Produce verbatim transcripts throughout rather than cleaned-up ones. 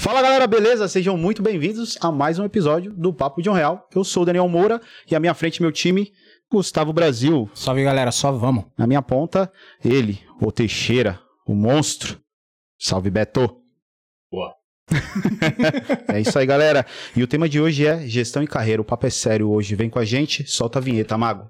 Fala galera, beleza? Sejam muito bem-vindos a mais um episódio do Papo de um Real. Eu sou o Daniel Moura e à minha frente meu time, Gustavo Brasil. Salve galera, só vamos. Na minha ponta, ele, o Teixeira, o monstro. Salve Beto. Boa. É isso aí galera. E o tema de hoje é gestão e carreira. O papo é sério hoje. Vem com a gente, solta a vinheta, Mago.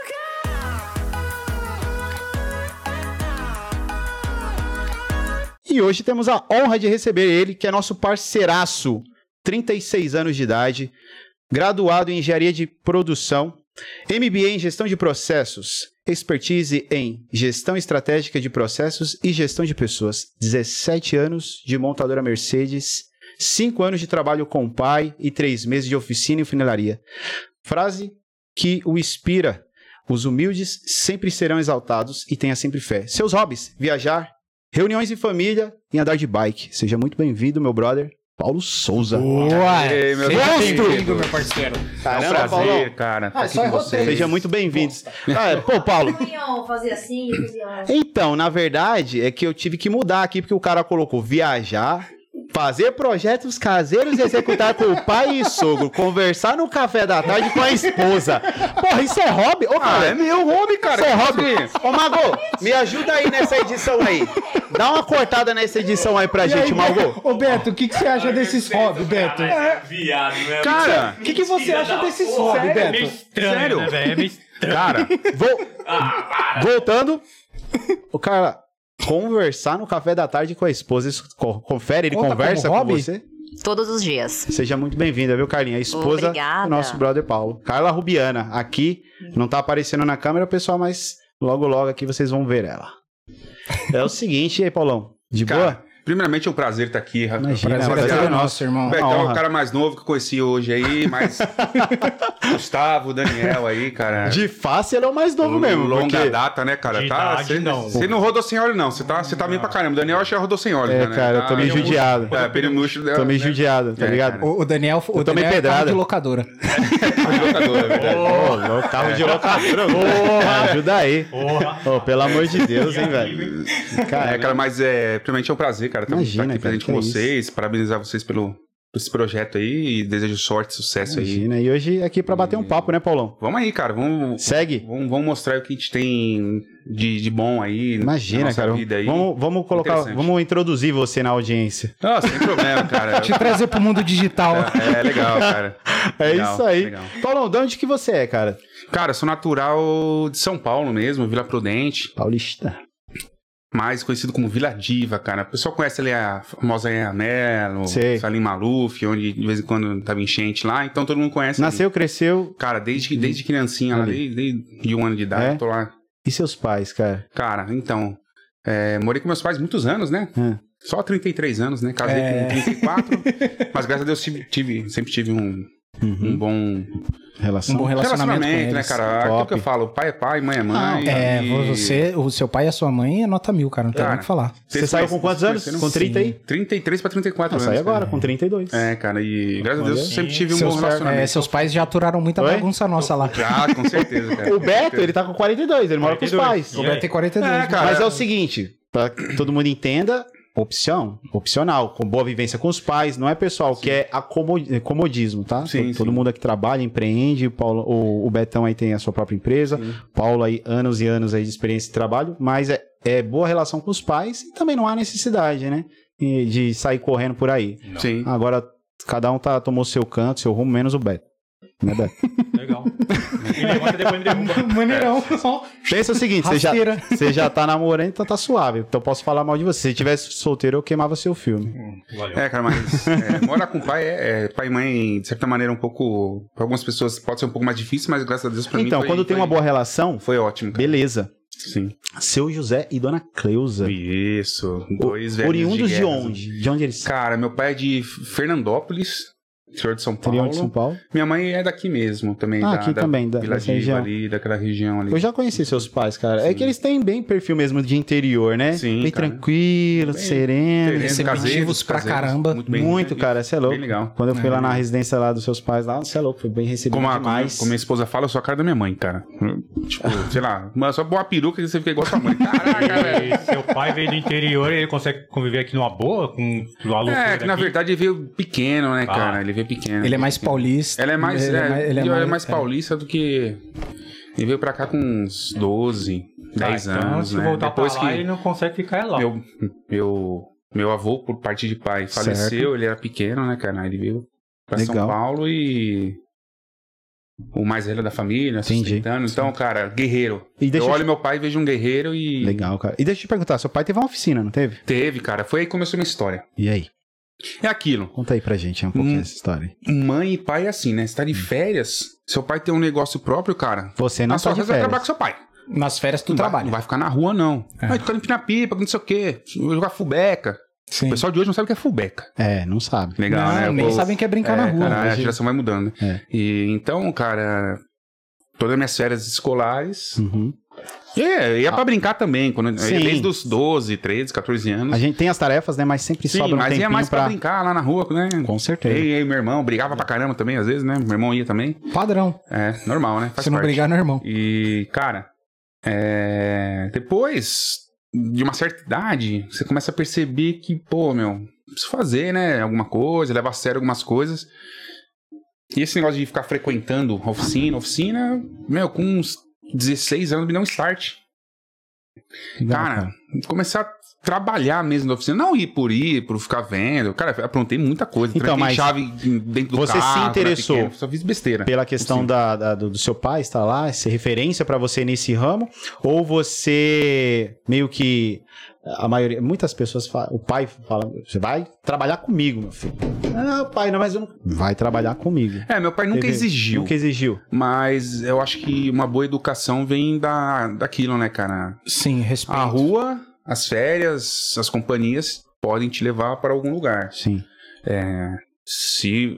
E hoje temos a honra de receber ele, que é nosso parceiraço, trinta e seis anos de idade, graduado em Engenharia de Produção, M B A em Gestão de Processos, expertise em Gestão Estratégica de Processos e Gestão de Pessoas, dezessete anos de montadora Mercedes, cinco anos de trabalho com o pai e três meses de oficina e funilaria. Frase que o inspira: os humildes sempre serão exaltados e tenha sempre fé. Seus hobbies: viajar, reuniões em família e andar de bike. Seja muito bem-vindo, meu brother, Paulo Souza. Boa! Ei, meu Bem-vindo, meu parceiro. Caramba, é um prazer, Paulão. cara. Ah, Tá só aqui com é vocês. Seja muito bem-vindo. Ah, pô, Paulo. Iam fazer assim, faziam... Então, na verdade, é que eu tive que mudar aqui, porque o cara colocou viajar, fazer projetos caseiros e executar com o pai e sogro, conversar no café da tarde com a esposa. Porra, isso é hobby? Ô, Ah, cara, é meu hobby, cara. isso é hobby? Ô, Mago, me ajuda aí nessa edição aí. Dá uma cortada nessa edição aí pra gente, Mago. Ô Beto, o que, que você acha desses hobbies, Beto? Viado, né? Cara, O que, que você acha desses hobbies, Beto? sério? Cara, Vol- Voltando, o cara conversar no café da tarde com a esposa, isso co- confere, ele Conta conversa como com hobby? você? Todos os dias. Seja muito bem-vinda, viu, Carlinha? A esposa Obrigada. do nosso brother Paulo. Carla Rubiana, aqui, não tá aparecendo na câmera, pessoal, mas logo, logo aqui vocês vão ver ela. É o seguinte, e aí, Paulão? De cara, boa? primeiramente é um prazer estar aqui. Imagina, Prazer é prazer todo é nosso, irmão. Betão é honra. o cara mais novo que eu conheci hoje aí, mas Gustavo, Daniel aí, cara. De face ele é o mais novo mesmo. Longa porque... data, né, cara? De Tá, idade, você não. Você não rodou sem óleo, não. Você tá, você tá bem pra caramba. O Daniel acho que já rodou sem óleo, É, né? cara, eu tô Tá- meio judiado. É, peremucho dela. Tô meio né? judiado, tá É, ligado? cara. O, o Daniel, o Eu tomei Daniel é carro pedrada. de locadora. Locador, é verdade. Ô, louco, carro de locadora. Porra, ajuda aí. Ô, pelo amor de Deus, hein, velho. É, cara, mas é, primeiramente é um prazer, cara, estar Imagina, aqui cara, presente que com é vocês, parabenizar vocês pelo, por esse projeto aí e desejo sorte, sucesso aí. Imagina, e hoje aqui pra bater um papo, né, Paulão? Vamos aí, cara, vamos, Segue. vamos, vamos mostrar o que a gente tem de, de bom aí na Imagina, nossa cara. vida aí. Vamos, vamos colocar, Interessante. vamos introduzir você na audiência. Não, sem problema, cara. Te trazer pro mundo digital. É, é legal, cara. É Legal, isso aí. legal. Paulão, de onde que você é, cara? Cara, eu sou natural de São Paulo mesmo, Vila Prudente, Paulista. mais conhecido como Vila Diva, cara. O pessoal conhece ali a famosa Anha Mello, Sei. Salim Maluf, onde de vez em quando tava enchente lá, então todo mundo conhece ali. Nasceu, cresceu. Cara, desde, desde criancinha, lá, Ali. desde, desde um ano de idade, É? tô lá. E seus pais, cara? Cara, então, é, morei com meus pais muitos anos, né? Hum. Só trinta e três anos, né? Casei É. com trinta e quatro, mas graças a Deus tive, tive- sempre tive um, um bom Um Relação. bom relacionamento, relacionamento, com né, eles. cara? Aquilo Top. que eu falo, pai é pai, mãe é mãe. É, e- você, o seu pai e a sua mãe é nota mil, cara. Não tem Cara, nem o que falar. Você Vocês saiu com conhecem- quantos anos? vocês Com trinta aí? trinta e três pra trinta e quatro Eu anos. saí agora, cara. com trinta e dois. É, cara, e graças a Deus Olha. sempre tive um Seus, bom pa- relacionamento. é, seus pais já aturaram muita Oi? bagunça nossa lá. Já, com certeza, cara. O Beto, ele tá com quarenta e dois, ele mora com os pais. O Beto tem quarenta e dois. É, né? cara. Mas é o seguinte, pra que todo mundo entenda, opção, opcional, com boa vivência com os pais, não é pessoal, que é acomo- comodismo, tá? Sim, todo todo sim. mundo aqui trabalha, empreende, o, Paulo, o, o Betão aí tem a sua própria empresa, Paulo aí anos e anos aí de experiência de trabalho, mas é, é boa relação com os pais e também não há necessidade, né? e- De sair correndo por aí. Sim. Agora, cada um tá, tomou seu canto, seu rumo, menos o Beto. Né, Beto? Legal. Me levanta depois me derruba. Maneirão. Só Pensa o seguinte, você já, rasteira. você já tá namorando, então tá suave. Então eu posso falar mal de você. Se você tivesse solteiro, eu queimava seu filme. Valeu. É, cara, mas é, morar com pai é, é pai e mãe, de certa maneira, um pouco. Para algumas pessoas pode ser um pouco mais difícil, mas graças a Deus pra mim. Então, foi- quando tem foi- uma boa relação, Foi ótimo, cara. beleza. Sim. Seu José e Dona Cleusa. Isso. Dois velhos. Oriundos de guerra. onde? De onde eles são? Cara, meu pai é de Fernandópolis interior de São Paulo. Interior de São Paulo. Minha mãe é daqui mesmo, também. Ah, da, aqui da também, da- Vila dessa Diva região. ali, daquela região ali. Eu já conheci seus pais, cara. É Sim. que eles têm bem perfil mesmo de interior, né? Sim, bem cara. tranquilo, Bem sereno. sereno, receptivos caseiros, pra caseiros, caramba. Muito, bem, Muito, bem- cara, você é louco. Bem legal. Quando eu fui É. lá na residência lá dos seus pais, lá, você é louco, foi bem recebido Como a, como, demais. como minha esposa fala, eu sou a cara da minha mãe, cara. Tipo, sei lá, mano, só pôr uma peruca e você fica igual a sua mãe. Caraca, velho. E seu pai veio do interior e ele consegue conviver aqui numa boa com a loucura É, que na daqui? verdade ele veio pequeno, né, Ah. cara? Ele veio pequeno. Ele é mais paulista. Ela é mais, Ele é, é mais- ele é ele é mais- mais é. paulista do que... Ele veio pra cá com uns doze, dez Ah, então, anos, se né? voltar Depois pra lá, que ele não consegue ficar lá. meu, meu, meu avô, por parte de pai, faleceu, Certo. ele era pequeno, né, cara? Ele veio pra Legal. São Paulo e... O mais velho da família, Entendi. sustentando. Então, cara, guerreiro. E deixa eu eu olho te- meu pai e vejo um guerreiro e... Legal, cara. E deixa eu te perguntar, seu pai teve uma oficina, não teve? Teve, cara. Foi aí que começou minha história. E aí? É aquilo. Conta aí pra gente um pouquinho Hum. essa história. Mãe e pai é assim, né? Você tá de férias, seu pai tem um negócio próprio, cara. Você não Na sua tá de casa vai trabalhar férias. com seu pai. Nas férias tu Não vai, trabalha. não vai ficar na rua, não. É. Vai ficar empinar pipa, não sei o quê. Jogar fubeca. Sim. O pessoal de hoje não sabe o que é fubeca. É, não sabe. Legal, não, né? nem Pô, sabem que é brincar na é, rua. cara, a hoje. geração vai mudando. É. E então, cara, todas as minhas férias escolares. Uhum. E é, ia pra brincar também. Quando, Sim. desde os doze, treze, catorze anos. A gente tem as tarefas, né? Mas sempre Sim, sobra um mas ia tempinho mais pra... pra... brincar lá na rua, né? Com certeza. Eu e meu irmão brigava pra caramba também, às vezes, né? Meu irmão ia também. Padrão. É, normal, né? Faz Se não parte. brigar, não é irmão. E, cara, é... depois de uma certa idade, você começa a perceber que, pô, meu, preciso fazer, né? Alguma coisa, levar a sério algumas coisas. E esse negócio de ficar frequentando oficina, oficina, meu, com uns dezesseis anos me deu um start. Legal, Cara, começar a trabalhar mesmo na oficina, não ir por ir, por ficar vendo. Cara, aprontei muita coisa. Então, Tranquei mas chave dentro do você se carro. era interessou pequeno, só fiz besteira. Pela questão Sim. da, da- do, do seu pai estar lá, ser referência pra você nesse ramo, ou você meio que a maioria, muitas pessoas falam, o pai fala, você vai trabalhar comigo, meu filho. Ah, pai, não, mas eu não... Vai trabalhar comigo. É, meu pai nunca Teve- exigiu. Nunca exigiu. Mas eu acho que uma boa educação vem da, daquilo, né, cara? Sim, respeito. A rua, as férias, as companhias podem te levar para algum lugar. Sim. É, se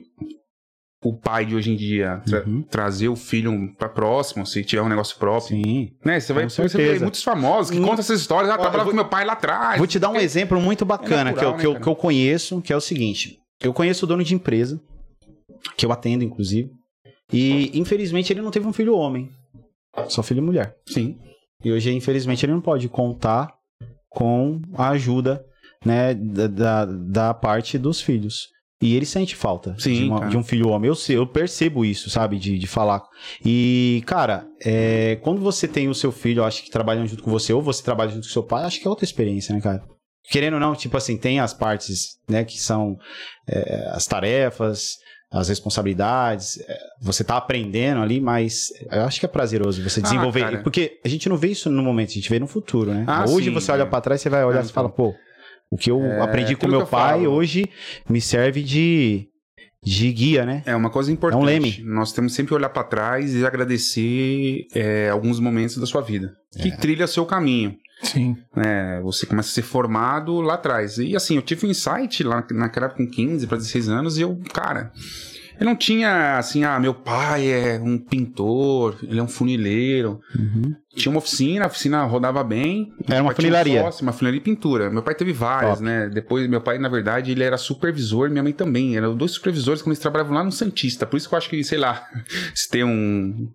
o pai de hoje em dia tra- Uhum. trazer o filho para próximo, se tiver um negócio próprio, Sim. né? Você vai Com você vê certeza. muitos famosos que Hum. contam essas histórias. Ah, Ó, trabalhava eu vou- com meu pai lá atrás. Vou te dar um exemplo muito bacana natural, que, eu, né, que, eu, cara? que eu conheço, que é o seguinte. Eu conheço o dono de empresa, que eu atendo, inclusive, e infelizmente ele não teve um filho homem, só filho mulher. Sim. E hoje, infelizmente, ele não pode contar com a ajuda, né, da, da, da parte dos filhos. E ele sente falta Sim, de, uma- cara. de um filho homem. Eu, sei, eu percebo isso, sabe? De, de falar. E, cara, é, quando você tem o seu filho, eu acho que trabalhando junto com você, ou você trabalha junto com seu pai, acho que é outra experiência, né, cara? Querendo ou não, tipo assim, tem as partes, né, que são é, as tarefas, as responsabilidades, é, você tá aprendendo ali, mas eu acho que é prazeroso você Ah, desenvolver. cara. Porque a gente não vê isso no momento, a gente vê no futuro, né? Ah, hoje sim, você olha é. pra trás, você vai olhar Ah, e fala, então. pô, o que eu É, aprendi com aquilo meu que eu pai falo. hoje me serve de, de guia, né? É uma coisa importante. É um leme. Nós temos sempre que olhar para trás e agradecer é, alguns momentos da sua vida. Que É. trilha seu caminho. Sim. Né? Você começa a ser formado lá atrás. E assim, eu tive um insight lá naquela época com quinze para dezesseis anos e eu, cara... Eu não tinha assim, ah, meu pai é um pintor, ele é um funileiro. Tinha uma oficina, a oficina rodava bem. Era uma Meu pai tinha um funilaria. sócio, uma funilaria e pintura. Meu pai teve várias, Top. né? Depois, meu pai, na verdade, ele era supervisor, minha mãe também. Eram dois supervisores quando eles trabalhavam lá no Santista. Por isso que eu acho que, sei lá, se tem um.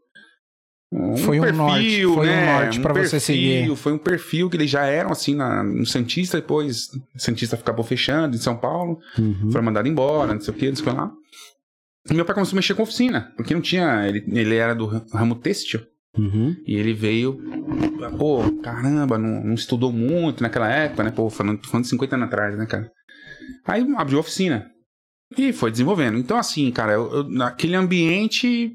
um Foi um norte, foi um né? norte pra você perfil, seguir. Foi um perfil que eles já eram assim na, no Santista. Depois, o Santista acabou fechando em São Paulo. Uhum. Foi mandado embora, não sei o que, não sei o que lá. E meu pai começou a mexer com oficina, porque não tinha. Ele, ele era do ramo têxtil. Uhum. E ele veio. Pô, caramba, não, não estudou muito naquela época, né? Pô, falando, tô falando de cinquenta anos atrás, né, cara? Aí abriu a oficina. E foi desenvolvendo. Então, assim, cara, eu, eu, naquele ambiente.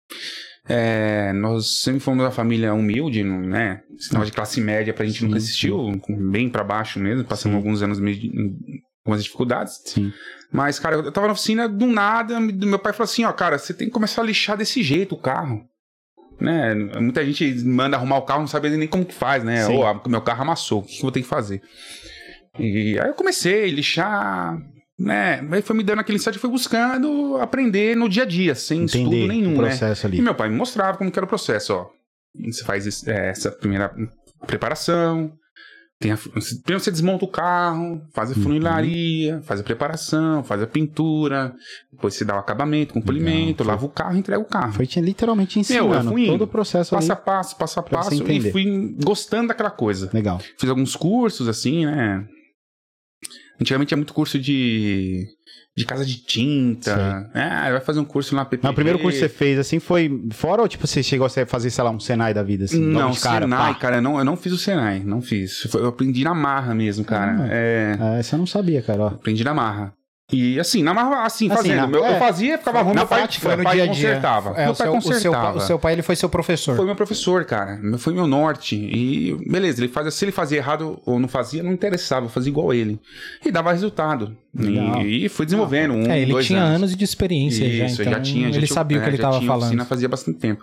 É, nós sempre fomos uma família humilde, não, né? Sinal de classe média pra gente Sim, nunca assistiu, bem pra baixo mesmo, passamos Sim. alguns anos meio de, algumas dificuldades. Sim. Mas, cara, eu tava na oficina, do nada, meu pai falou assim, ó, cara, você tem que começar a lixar desse jeito o carro. Né? Muita gente manda arrumar o carro, não sabe nem como que faz, né? Sim. Ou ah, meu carro amassou, o que, que eu vou ter que fazer? E aí eu comecei a lixar, né? Aí foi me dando aquele insight, eu fui buscando aprender no dia a dia, sem Entender estudo nenhum, o processo né? ali. E meu pai me mostrava como que era o processo, ó. Você faz esse- é, essa primeira preparação, tem a, primeiro você desmonta o carro, faz a funilaria, faz a preparação, faz a pintura, depois você dá o acabamento com polimento, Legal, lava o carro e entrega o carro. Foi te literalmente ensinando fui indo, todo o processo Passo a ali. passo, passo a pra você passo, e entender. fui gostando daquela coisa. Legal. Fiz alguns cursos, assim, né? Antigamente tinha muito curso de, de casa de tinta. Ah, vai fazer um curso lá na P P G. Mas o primeiro curso que você fez, assim, foi fora ou, tipo, você chegou a fazer, sei lá, um Senai da vida, assim? logo Não, de cara, Senai, pá? cara, eu não, eu não fiz o Senai, não fiz. Foi- Eu aprendi na marra mesmo, cara. Ah. É, Ah, essa eu não sabia, cara, ó. aprendi na marra. E assim, na marra, assim, Assim, fazendo. na- Meu- é. eu fazia, ficava ruim, Na meu pai, prática, meu no pai dia a dia. consertava. É, meu o pai seu, o, seu, consertava. pa- o seu pai, ele foi seu professor. Foi meu professor, cara. Foi meu norte. E beleza, ele fazia, se ele fazia errado ou não fazia, não interessava, eu fazia igual ele. E dava resultado. Legal. E, e foi desenvolvendo um, É, ele dois tinha anos. anos de experiência já, Isso, então já tinha. Já ele tinha- sabia o que é, ele já estava tinha falando. oficina fazia bastante tempo.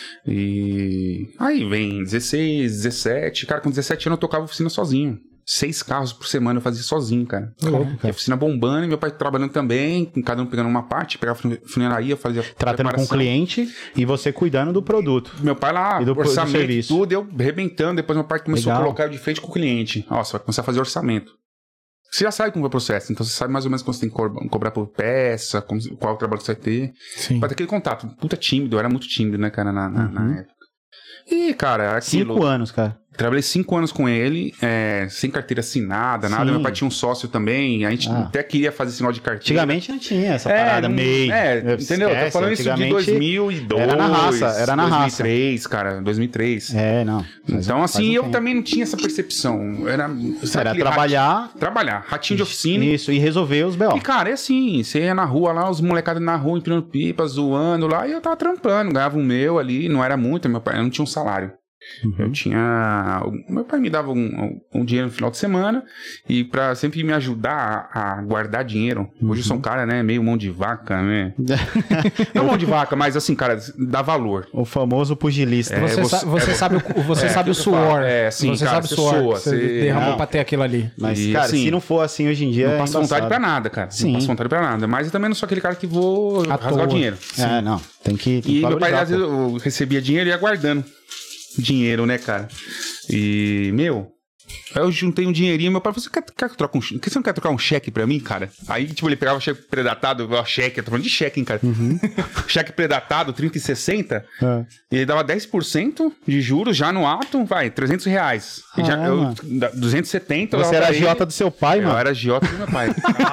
E aí vem dezesseis, dezessete. Cara, com dezessete anos eu tocava oficina sozinho. Seis carros por semana eu fazia sozinho, cara. Louco, E a cara. oficina bombando, e meu pai trabalhando também, com cada um pegando uma parte, pegava a funilaria, fazia Tratando com o preparação. cliente e você cuidando do produto. Meu pai lá, E do- do orçamento, serviço. tudo, eu arrebentando. Depois meu pai começou Legal. a colocar eu de frente com o cliente. Ó, você vai começar a fazer orçamento. Você já sabe como é o processo, então você sabe mais ou menos quanto você tem que co- cobrar por peça, como- qual o trabalho que você vai ter. Sim. Vai ter aquele contato. Puta tímido, eu era muito tímido, né, cara, na, na, na Uhum. época. E, cara, aquilo... Cinco anos, cara. Trabalhei cinco anos com ele, é, sem carteira assinada, nada. Sim. Meu pai tinha um sócio também, a gente Ah. até queria fazer sinal de carteira. Antigamente não tinha essa É, parada não- meio. É, entendeu? Tô Esquece, falando isso de antigamente dois mil e dois, era na raça, era na dois mil e raça. três, cara, dois mil e três. É, não. Faz- Então, faz assim, um eu tempo. também não tinha essa percepção. Era, sabe Era aquele trabalhar. ratinho- trabalhar, ratinho de oficina. Isso, e resolver os B O. E, cara, é assim, você ia na rua lá, os molecados na rua empinando pipa, zoando lá, e eu tava trampando, ganhava o meu ali, não era muito, meu pai, eu não tinha um salário. Eu tinha. O meu pai me dava um, um dinheiro no final de semana e pra sempre me ajudar a, a guardar dinheiro. Hoje eu sou um cara, né, meio mão de vaca, né? Não mão de vaca, mas assim, cara, dá valor. O famoso pugilista. É, Você, você- sa- você é, sabe, o, você é, sabe o aquilo que eu falo. suor. É, sim, você cara, sabe o você suor. soa, que você você- derramou Não. pra ter aquilo ali. Mas, E, cara, assim, se não for assim hoje em dia. Não é passo vontade embaçado. pra nada, cara. Sim. Não passo vontade pra nada. Mas eu também não sou aquele cara que vou À rasgar toa. o dinheiro. É, não. Tem que. Tem que E meu pai, valorizar, às vezes, pô. eu recebia dinheiro e ia guardando dinheiro, né, cara? E, meu, aí eu juntei um dinheirinho, meu pai falou, você quer, quer que eu troque um cheque? Por que você não quer trocar um cheque pra mim, cara? Aí, tipo, ele pegava o cheque predatado, ó, cheque, eu tô falando de cheque, hein, cara? Cheque predatado, trinta e sessenta, É. e ele dava dez por cento de juros já no ato, vai, trezentos reais. E já, Ah, eu, mano. da- duzentos e setenta, eu Você dava era pra ele. agiota do seu pai, Eu mano. era agiota do meu pai.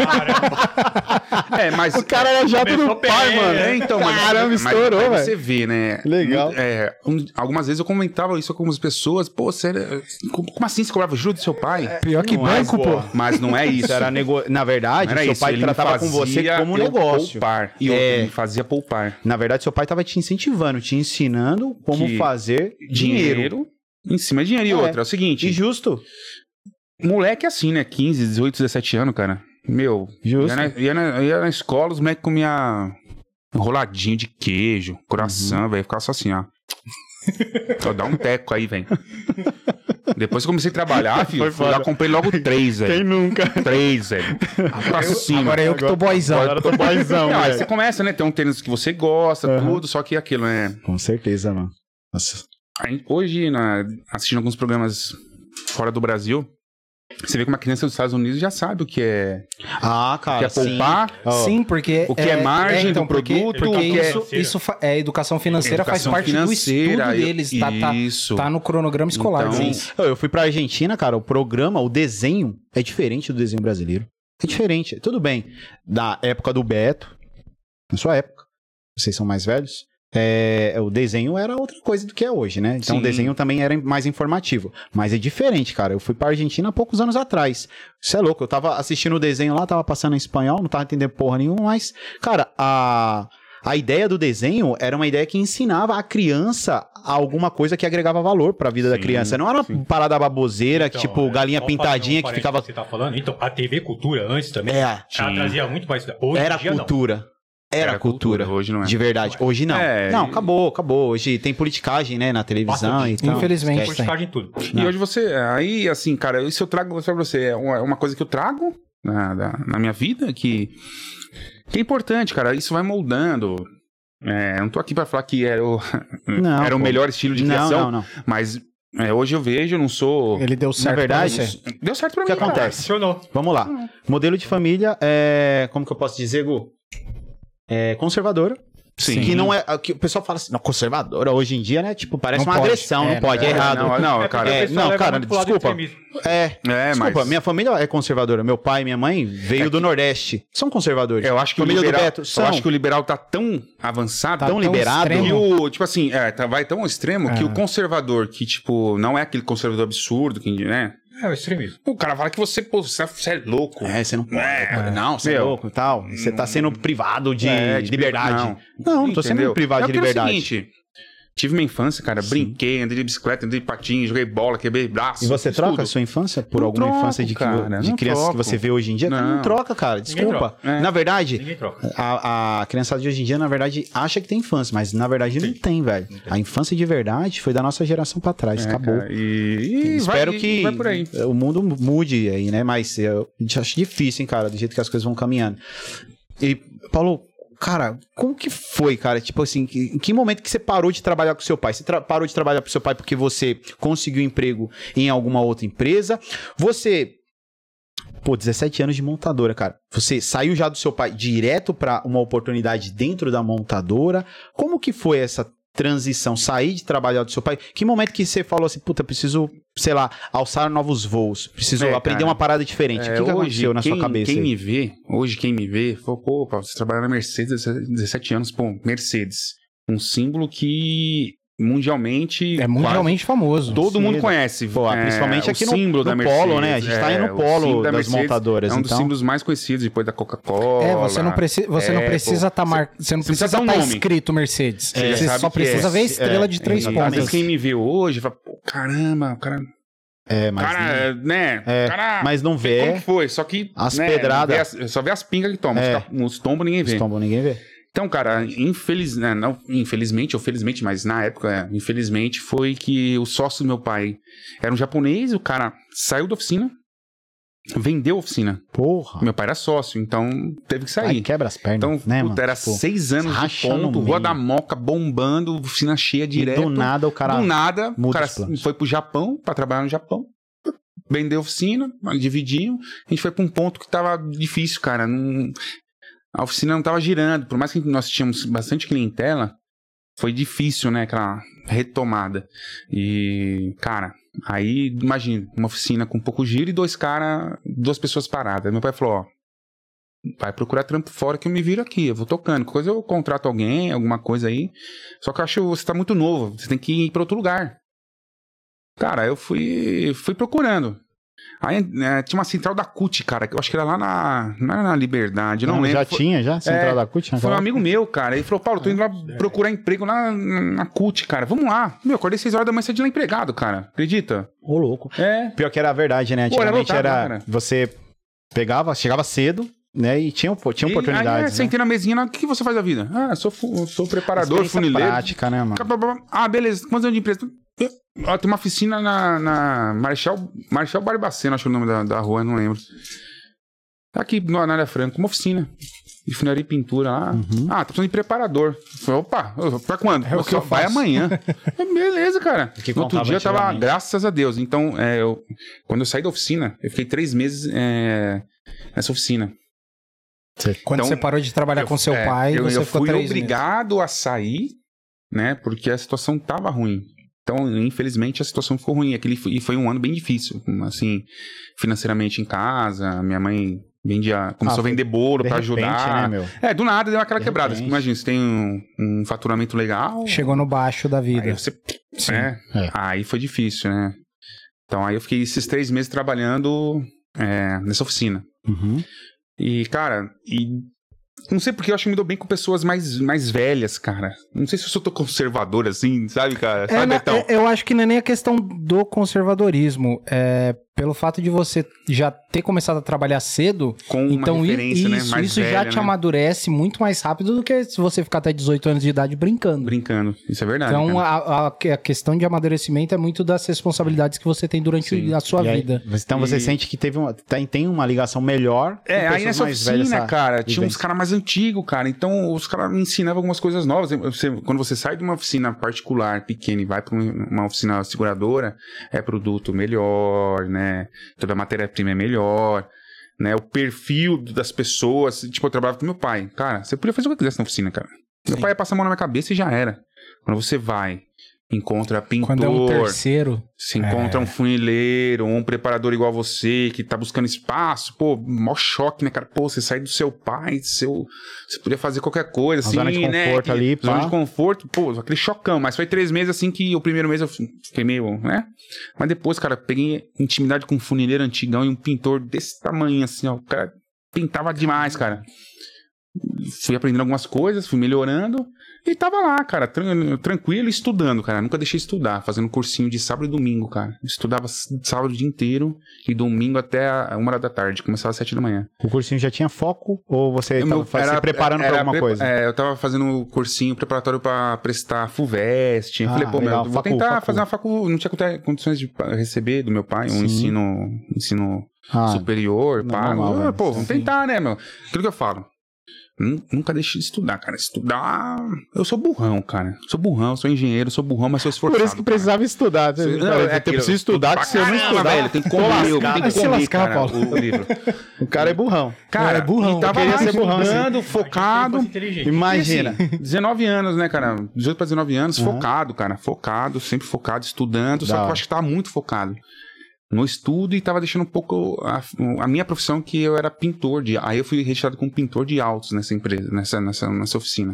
É, mas... O cara era agiota do Começou pai, bem, mano. É, então, mas, Caramba, mas, estourou, mas velho. você vê, né? Legal. É, um- algumas vezes eu comentava isso com algumas pessoas. Pô, você era- como como assim você cobrava juros do seu pai? Pior que Não é, banco, pô. Mas não é isso. Isso era nego... Na verdade, Não era seu isso, pai ele me tratava com você fazia como eu negócio. Poupar. E É. outro, ele me fazia poupar. Na verdade, seu pai tava te incentivando, te ensinando como Que fazer dinheiro. Dinheiro em cima de dinheiro. E É. outra, é o seguinte: E justo. moleque é assim, né? quinze, dezoito, dezessete anos, cara. Meu, Justo. ia na, ia, na, ia na escola, os moleques comiam enroladinho de queijo, coração, Uhum. velho. Ficava só assim, ó. Só dá um teco aí, velho. Depois que eu comecei a trabalhar, filho, Foi fui lá, foda. comprei logo três, velho. nunca? Três, velho. Pra cima. Agora eu que tô boyzão. Agora eu tô boyzão, Não, aí velho. você começa, né? Tem um tênis que você gosta, Uhum. tudo, só que aquilo, né? Com certeza, mano. Nossa. Aí, hoje, na, assistindo alguns programas fora do Brasil, você vê que uma criança dos Estados Unidos já sabe o que é, Ah, o que cara, é poupar. Ó, Sim, porque... O que é margem do porque, produto, Porque o que é- isso, isso fa- é educação financeira, Educação faz parte financeira, do estudo eu- deles. Tá, tá, isso. tá no cronograma escolar Então, deles. Eu fui pra Argentina, cara, o programa, o desenho é diferente do desenho brasileiro. É diferente. Tudo bem, da época do Beto, na sua época, vocês são mais velhos, é, o desenho era outra coisa do que é hoje, né? Então Sim. o desenho também era mais informativo. Mas é diferente, cara. Eu fui pra Argentina há poucos anos atrás. Isso é louco. Eu tava assistindo o desenho lá, tava passando em espanhol, não tava entendendo porra nenhuma, mas, cara, a... A ideia do desenho era uma ideia que ensinava a criança alguma coisa que agregava valor pra vida da Sim, criança. Não era sim. uma parada baboseira, Então, tipo é, galinha só pintadinha fazer um que ficava... parênteses que você tá falando. Então, a T V Cultura antes também, É, ela Tinha. trazia muito mais... Hoje era em dia, cultura. Era, Era cultura. cultura, hoje não é. De verdade. Hoje não. É, não, e- acabou, acabou. Hoje tem politicagem, né, na televisão Passa e disso. tal. Infelizmente. não. Esquece. Politicagem em tudo. E hoje você. Aí, assim, cara, isso eu trago pra você. É uma, uma coisa que eu trago na, da- na minha vida que, que é importante, cara. Isso vai moldando. É, eu não tô aqui pra falar que era o, Não, era o pô. melhor estilo de Não, criação, não, não. mas é, hoje eu vejo, eu não sou... Ele deu certo. Na verdade, pra você. Deu certo pra O que mim, cara. acontece? Funcionou. Vamos lá. Modelo de família é. Como que eu posso dizer, Gu? É conservadora. Sim. Que não é. Que o pessoal fala assim, não, conservadora hoje em dia, né? Tipo, parece Não uma pode. agressão, É, não pode, é, É, errado. não, não, É cara. porque o é, pessoal não, leva cara, muito pro lado do desculpa. extremismo. É. É, Desculpa, mas... minha família é conservadora. Meu pai e minha mãe veio É do que- Nordeste. São conservadores. Eu acho que família o liberal, do Beto eu são. acho que o liberal tá tão avançado, Tá tão tão liberado. extremo. que o, tipo assim, é, tá, vai tão ao extremo que É. o conservador, que tipo, não é aquele conservador absurdo, que, né? É o extremismo. O cara fala que você, pô, você você é louco. É, você não pode. É. Não, você é Meu. louco e tal. Você tá sendo privado de, É, liberdade. Não, Não, não tô sendo Entendeu? privado é de porque é o liberdade. seguinte, tive minha infância, cara, Sim. brinquei, andei de bicicleta, andei de patins, joguei bola, quebrei braço. E você fiz troca tudo. a sua infância por Não alguma troco, infância de, que- cara, de não crianças que troco. você vê hoje em dia? Não, não Não. troca, cara. Desculpa. troca. É. Na verdade, Ninguém troca. a, a criançada de hoje em dia, na verdade, acha que tem infância, mas na verdade não tem, velho. A infância de verdade foi da nossa geração pra trás. É, Acabou. cara, e, e Espero vai, que vai por aí. o mundo mude aí, né? Mas eu acho difícil, hein, cara, do jeito que as coisas vão caminhando. E, Paulo, cara, como que foi, cara? Tipo assim, que- em que momento que você parou de trabalhar com seu pai? Você tra- parou de trabalhar com seu pai porque você conseguiu emprego em alguma outra empresa? Você... Pô, dezessete anos de montadora, cara. Você saiu já do seu pai direto pra uma oportunidade dentro da montadora? Como que foi essa transição? Sair de trabalhar do seu pai? Que momento que você falou assim, puta, preciso, sei lá, alçar novos voos, preciso É, aprender cara, uma parada diferente? É, o que, que hoje, aconteceu na quem, sua cabeça? Quem aí? me vê, hoje quem me vê, falou, pô, Paulo, você trabalha na Mercedes há dezessete anos, pô, Mercedes. Um símbolo que mundialmente... É mundialmente famoso. quase todo mundo Mercedes. conhece. Pô, É, principalmente o aqui no, símbolo no da polo, Mercedes, né? A gente tá aí é, no o polo símbolo da das Mercedes montadoras, É um dos então... símbolos mais conhecidos depois da Coca-Cola. É, você não, preci você não É, precisa pô, estar mar... você não você precisa precisa dar um estar nome. escrito Mercedes. É, você sabe só que precisa é. ver a estrela É, de três é, Às pontas. vezes quem me vê hoje fala, pô, caramba, o cara... É, mas, cara, né? é, cara, mas não como vê que foi? Só que... as né, pedradas. vê as- só vê as pingas que tomam. É. Os, ca- os tombos ninguém vê. os tombos, ninguém vê. Então, cara, infeliz, né, não, infelizmente ou felizmente, mas na época, é, infelizmente, foi que o sócio do meu pai era um japonês, o cara saiu da oficina, vendeu a oficina. Porra. Meu pai era sócio, então teve que Ai, sair. quebra as pernas, Então, né, puta, mano? era Tipo, seis anos de racha no ponto, Rua meio. da Moca bombando, oficina cheia e direto. do nada o cara... Do nada, o muda cara os planos. foi pro Japão, pra trabalhar no Japão. Vendeu a oficina, dividiam. A gente foi pra um ponto que tava difícil, cara. Não... A oficina não tava girando. Por mais que nós tínhamos bastante clientela, foi difícil, né? Aquela retomada. E, cara, aí, imagina, uma oficina com pouco giro e dois caras, duas pessoas paradas. Meu pai falou, ó, vai procurar trampo fora que eu me viro aqui, eu vou tocando. Qualquer coisa eu contrato alguém, alguma coisa aí. Só que eu acho que você tá muito novo, você tem que ir pra outro lugar. Cara, eu fui, fui procurando. Aí né, tinha uma central da C U T, cara, que eu acho que era lá na, não era na Liberdade, eu não, Não, lembro. já Foi- tinha, já? Central É, da C U T? Foi um naquela amigo meu, cara. Ele falou, Paulo, tô indo lá procurar emprego lá na, na C U T, cara. Vamos lá. Meu, acordei seis horas da manhã, saí de lá empregado, cara. Acredita? Ô, louco. É. Pior que era a verdade, né? Pô, era Antigamente lotado, era... cara. Você pegava, chegava cedo, né? E tinha, pô, tinha E oportunidades, Aí, é, né? sentei na mesinha lá, o que que você faz da vida? Ah, sou, fu- sou preparador, Experiência funileiro. prática, né, mano? Ah, beleza. Quantos anos de empresa? Ó, tem uma oficina na, na Marechal, Marechal Barbacena, acho o nome da, da rua, não lembro. Aqui no- na área franca, uma oficina de funilaria e pintura lá. Uhum. Ah, tá precisando de preparador. Eu falei, opa, pra quando? É o que Só eu vai faço. amanhã. É, beleza, cara. Que No outro contava dia eu tava, antigamente. graças a Deus. Então, é, eu, quando eu saí da oficina, eu fiquei três meses é, nessa oficina. Quando Então, você parou de trabalhar com seu É, pai, eu, você eu ficou fui três obrigado a sair, né? Porque a situação tava ruim. Então, infelizmente, a situação ficou ruim. Aquele foi, e foi um ano bem difícil, assim, financeiramente em casa. Minha mãe vendia, começou Ah, a vender bolo De pra repente, ajudar. né, meu? É, do nada deu aquela De quebrada. repente. Imagina, você tem um, um faturamento legal. meses. Chegou no baixo da vida. Aí você. Sim. É, É. Aí foi difícil, né? Então, aí eu fiquei esses três meses trabalhando é, nessa oficina. Uhum. E, cara, e não sei porque eu acho que me dou bem com pessoas mais, mais velhas, cara. Não sei se eu sou tão conservador assim, sabe, cara? É, Sabe, na- Betão? é, eu acho que não é nem a questão do conservadorismo. É pelo fato de você já ter começado a trabalhar cedo, Com uma então i- referência, isso, né? Mais isso já velha, te né? amadurece muito mais rápido do que se você ficar até dezoito anos de idade brincando. Brincando. Isso é verdade. Então, cara. a, a- a questão de amadurecimento é muito das responsabilidades que você tem durante Sim. a sua E aí, vida. então você E- sente que teve uma, tem, tem uma ligação melhor. É, com aí pessoas nessa mais velhas, oficina, essa cara, tinha uns vivência. caras mais antigos, cara. Então, os caras me ensinavam algumas coisas novas. Você- quando você sai de uma oficina particular, pequena, e vai para uma oficina seguradora, é produto melhor, né? Toda a matéria-prima é melhor, né? O perfil das pessoas. Tipo, eu trabalhava com meu pai. Cara, você podia fazer o que quisesse na oficina, cara. Meu Sim. pai ia passar a mão na minha cabeça e já era. Quando você vai, encontra pintor... Quando é um terceiro, Você encontra É. um funileiro, um preparador igual a você, que tá buscando espaço, pô, mó choque, né, cara? Pô, você sai do seu pai, do seu... você podia fazer qualquer coisa, Uma assim, zona de né? conforto Que- ali, Zona pá. de conforto, pô, aquele chocão. Mas foi três meses, assim, que o primeiro mês eu fiquei meio, né? Mas depois, cara, peguei intimidade com um funileiro antigão e um pintor desse tamanho, assim, ó. O cara pintava demais, cara. Fui aprendendo algumas coisas, fui melhorando e tava lá, cara, tran- tranquilo, estudando, cara. Nunca deixei de estudar, fazendo cursinho de sábado e domingo, cara. Estudava s- sábado o dia inteiro e domingo até a uma hora da tarde. Começava às sete da manhã. O cursinho já tinha foco ou você Meu- estava se preparando era para alguma pre- coisa? É, eu tava fazendo cursinho preparatório pra prestar FUVEST. Eu Ah, falei, pô, legal, meu, vou facu, tentar facu. fazer uma facu. Não tinha conta- condições de pa- receber do meu pai um Sim. ensino, ensino Ah, superior, não, pago. normal, Ah, velho. pô, vamos Sim. tentar, né, meu? Aquilo que eu falo. Nun- Nunca deixe de estudar, cara. Estudar. Eu sou burrão, cara. Sou burrão, sou engenheiro, sou burrão, mas sou esforçado. por isso que precisava estudar. Cara. Não, Não, eu é aquilo, preciso estudar, que se eu não Caramba, estudar, velho, tem que tô comer, lascado. eu tenho que Vai se comer, lascar, cara, Paulo. o, o livro. O cara é burrão. Cara, É burrão. e tava Eu queria lá ser burrão, assim. estudando, focado. Inteligente. Imagina. E assim, dezenove anos, né, cara? dezoito para dezenove anos, Uhum. focado, cara. Focado, sempre focado, estudando. Da só que eu hora. acho que tava muito focado no estudo e tava deixando um pouco a, a minha profissão, que eu era pintor. De, aí eu fui registrado como pintor de autos nessa empresa, nessa, nessa, nessa oficina.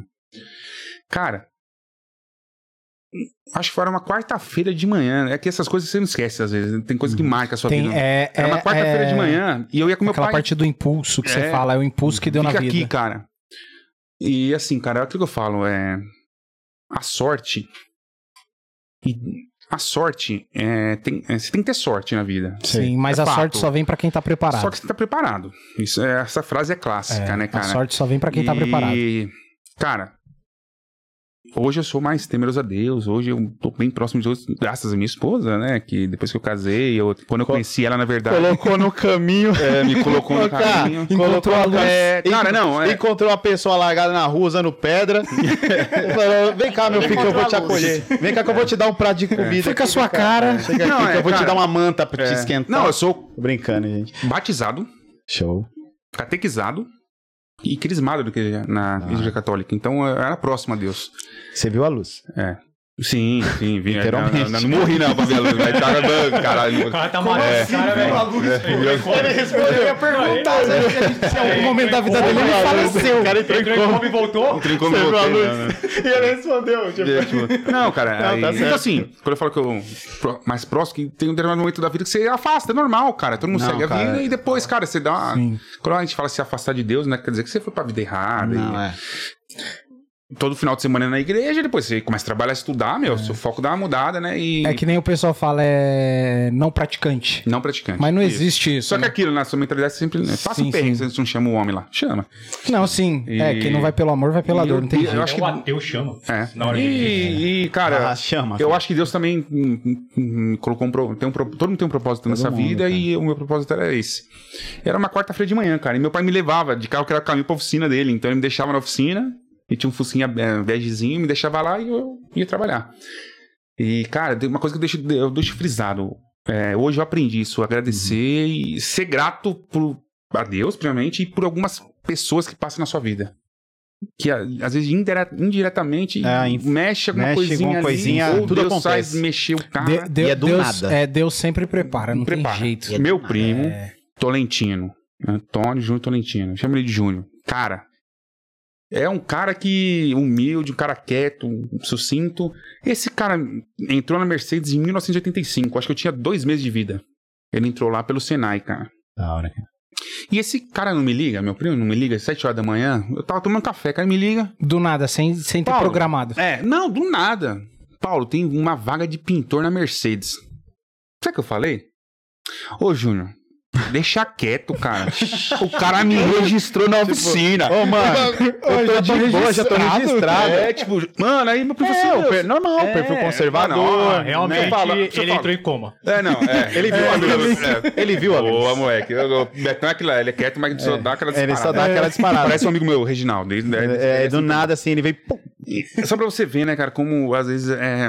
Cara, acho que foi uma quarta-feira de manhã. É que essas coisas você não esquece às vezes. Tem coisa que marca a sua tem, vida. é, Era uma é- quarta-feira é de manhã e eu ia com meu aquela pai. parte do impulso que você É. fala, é o impulso que deu Fica na vida. aqui, cara. E assim, cara, é aquilo que eu falo, é a sorte. E a sorte é, tem, é, você tem que ter sorte na vida. Sim, mas É a fato. sorte só vem pra quem tá preparado. Só que você tá preparado. Isso é, essa frase é clássica, É, né, cara? A sorte só vem pra quem tá E, preparado. Cara, hoje eu sou mais temeroso a Deus. Hoje eu tô bem próximo de Deus, graças à minha esposa, né? Que depois que eu casei, eu, quando eu Co- conheci ela, na verdade, Colocou no caminho. é, me colocou no Cara, caminho. encontrou a luz. É, cara, não, é, Encontrou uma pessoa largada na rua usando pedra. Falou, vem cá, meu filho, que eu vou te acolher. Vem cá que eu vou te dar um prato de comida. Fica a aqui, sua cara. cara. Chega aqui Não, que é, eu vou te cara, dar uma manta pra te é. esquentar. Não, eu sou Tô brincando, gente. batizado, Show. catequizado e crismado do que na Ah. Igreja Católica. Então eu era próximo a Deus. Você viu a luz. É. Sim, sim, vi. Literalmente. Não, não, não morri não pra ver a luz, mas tava dando, caralho. O cara tá maluco, É. cara, velho. Eu ia perguntar se em algum momento da vida dele ele faleceu. O cara entrou Entrou em coma e voltou. Entrei como Você viu a voltei, luz? não, não. E ele respondeu. Tipo, Não, cara, Não, aí, tá certo. então assim, quando eu falo que eu pro- mais próximo, que tem um determinado momento da vida que você afasta, é normal, cara. Todo mundo Não, segue a cara, vida e depois, cara, você dá uma. Sim. Quando a gente fala se afastar de Deus, né? Quer dizer que você foi pra vida errada. não, e é. todo final de semana na igreja, depois você começa a trabalhar, estudar, meu, seu foco dá uma mudada, né? E É que nem o pessoal fala, é não praticante. não praticante. Mas não Isso. existe isso. Só que né? aquilo, na sua mentalidade, você sempre. Né? Passa Sim, um perrengue, sim. você não chama o homem lá. Chama. Não, sim. E- É, quem não vai pelo amor, vai pela E dor. eu- Não tem e eu jeito. acho É que- o ateu chama. É. Na hora de- E, e, cara, Ah, chama. eu filho. acho que Deus também hum, hum, hum, colocou um. pro- Tem um pro- todo mundo tem um propósito nessa mundo, vida cara. e o meu propósito era esse. Era uma quarta-feira de manhã, cara. E meu pai me levava de carro que era caminho pra oficina dele. Então ele me deixava na oficina e tinha um focinha é, begezinho, me deixava lá e eu ia trabalhar. E, cara, tem uma coisa que eu deixo, eu deixo frisado. É, hoje eu aprendi isso, agradecer e ser grato por, a Deus, primeiramente, e por algumas pessoas que passam na sua vida. Que a- às vezes indire- indiretamente É, inf- mexe alguma mexe coisinha, alguma ali, coisinha, ou tudo Deus acontece. faz mexer o cara. De- de- e é do Deus, nada. É, Deus sempre prepara, não Prepara. tem jeito. E é Meu do primo, É. Tolentino, Antônio Júnior Tolentino, chama ele de Júnior. Cara, é um cara que humilde, um cara quieto, sucinto. Esse cara entrou na Mercedes em mil novecentos e oitenta e cinco, acho que eu tinha dois meses de vida. Ele entrou lá pelo Senai, cara. Da hora. E esse cara não me liga, meu primo não me liga, às sete horas da manhã, eu tava tomando café, cara me liga. Do nada, sem, sem ter Paulo, programado. É, não, do nada. Paulo, tem uma vaga de pintor na Mercedes. Sabe o que eu falei? Ô, Júnior, deixa quieto, cara. O cara me registrou na oficina. Ô, mano, eu tô de boa, já tô registrado. É, tipo, mano, aí meu professor... É, o per- normal, É, perfil conservador. não, Ah, realmente, né? Fala, ele você fala. entrou em coma. É, não, é. Ele viu a luz. É. Ele viu a luz. Boa, moleque. Eu- eu- Betão é aquilo lá, ele é quieto, mas só dá aquela disparada. Ele só dá aquela disparada. Parece um amigo meu, Reginaldo. Ele- ele- É, ele- do nada, assim, ele veio... pum. E só pra você ver, né, cara, como às vezes é...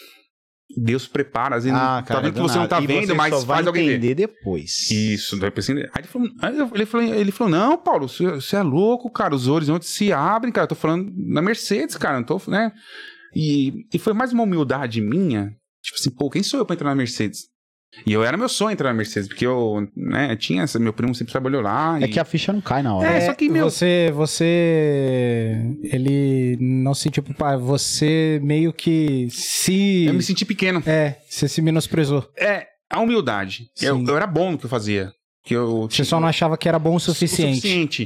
Deus prepara, às vezes Ah, cara, tá vendo que do você não nada. tá E vendo, você mas só vai faz alguém ver. entender depois. Isso, daí eu pensei, aí ele falou, aí eu- ele falou, ele falou, não, Paulo, você, você é louco, cara, os horizontes se abrem, cara, eu tô falando na Mercedes, cara, não tô, né, e, e foi mais uma humildade minha, tipo assim, pô, quem sou eu pra entrar na Mercedes? E eu era meu sonho entrar na Mercedes, porque eu, né, tinha, essa- meu primo sempre trabalhou lá. É e- que a ficha não cai na hora. É, só que, meu... Você, você... Ele não se, tipo, pá, você meio que se... Eu me senti pequeno. É, você se menosprezou. É, a humildade. Eu, Sim. eu era bom no que eu fazia. Que eu, Você só não achava que era bom o o suficiente. suficiente.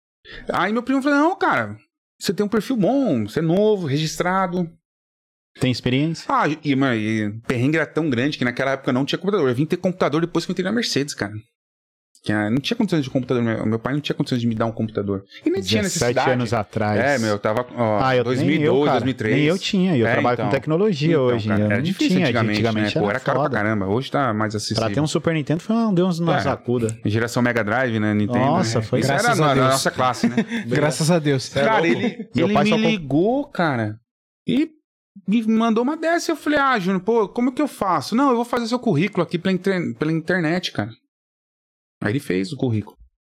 Aí meu primo falou, não, cara, você tem um perfil bom, você é novo, registrado. Tem experiência? Ah, e, mano, e perrengue era tão grande que naquela época eu não tinha computador. Eu vim ter computador depois que eu entrei na Mercedes, cara. Que, ah, não tinha condições de computador. Meu, meu pai não tinha condições de me dar um computador. E nem tinha necessidade. dezessete anos atrás. É, meu, eu tava, ó, Ah, eu, dois mil e nem eu, dois, cara. dois mil e três. Nem eu tinha, e eu É, trabalho então. com tecnologia Então, hoje. cara, eu era não difícil tinha, antigamente, né? Pô, era era caro foda. pra caramba. Hoje tá mais acessível. Pra ter um Super Nintendo foi um Deus nos É. acuda. Geração Mega Drive, né? Nintendo. Nossa, né? foi Isso graças era a na, na Deus. nossa classe, né? Graças a Deus. Cara, ele, Meu ele pai me só comp- ligou, cara, e me mandou uma dessa. Eu falei, ah, Júnior, pô, como que eu faço? Não, eu vou fazer seu currículo aqui pela, inter- pela internet, cara. Aí ele fez o currículo.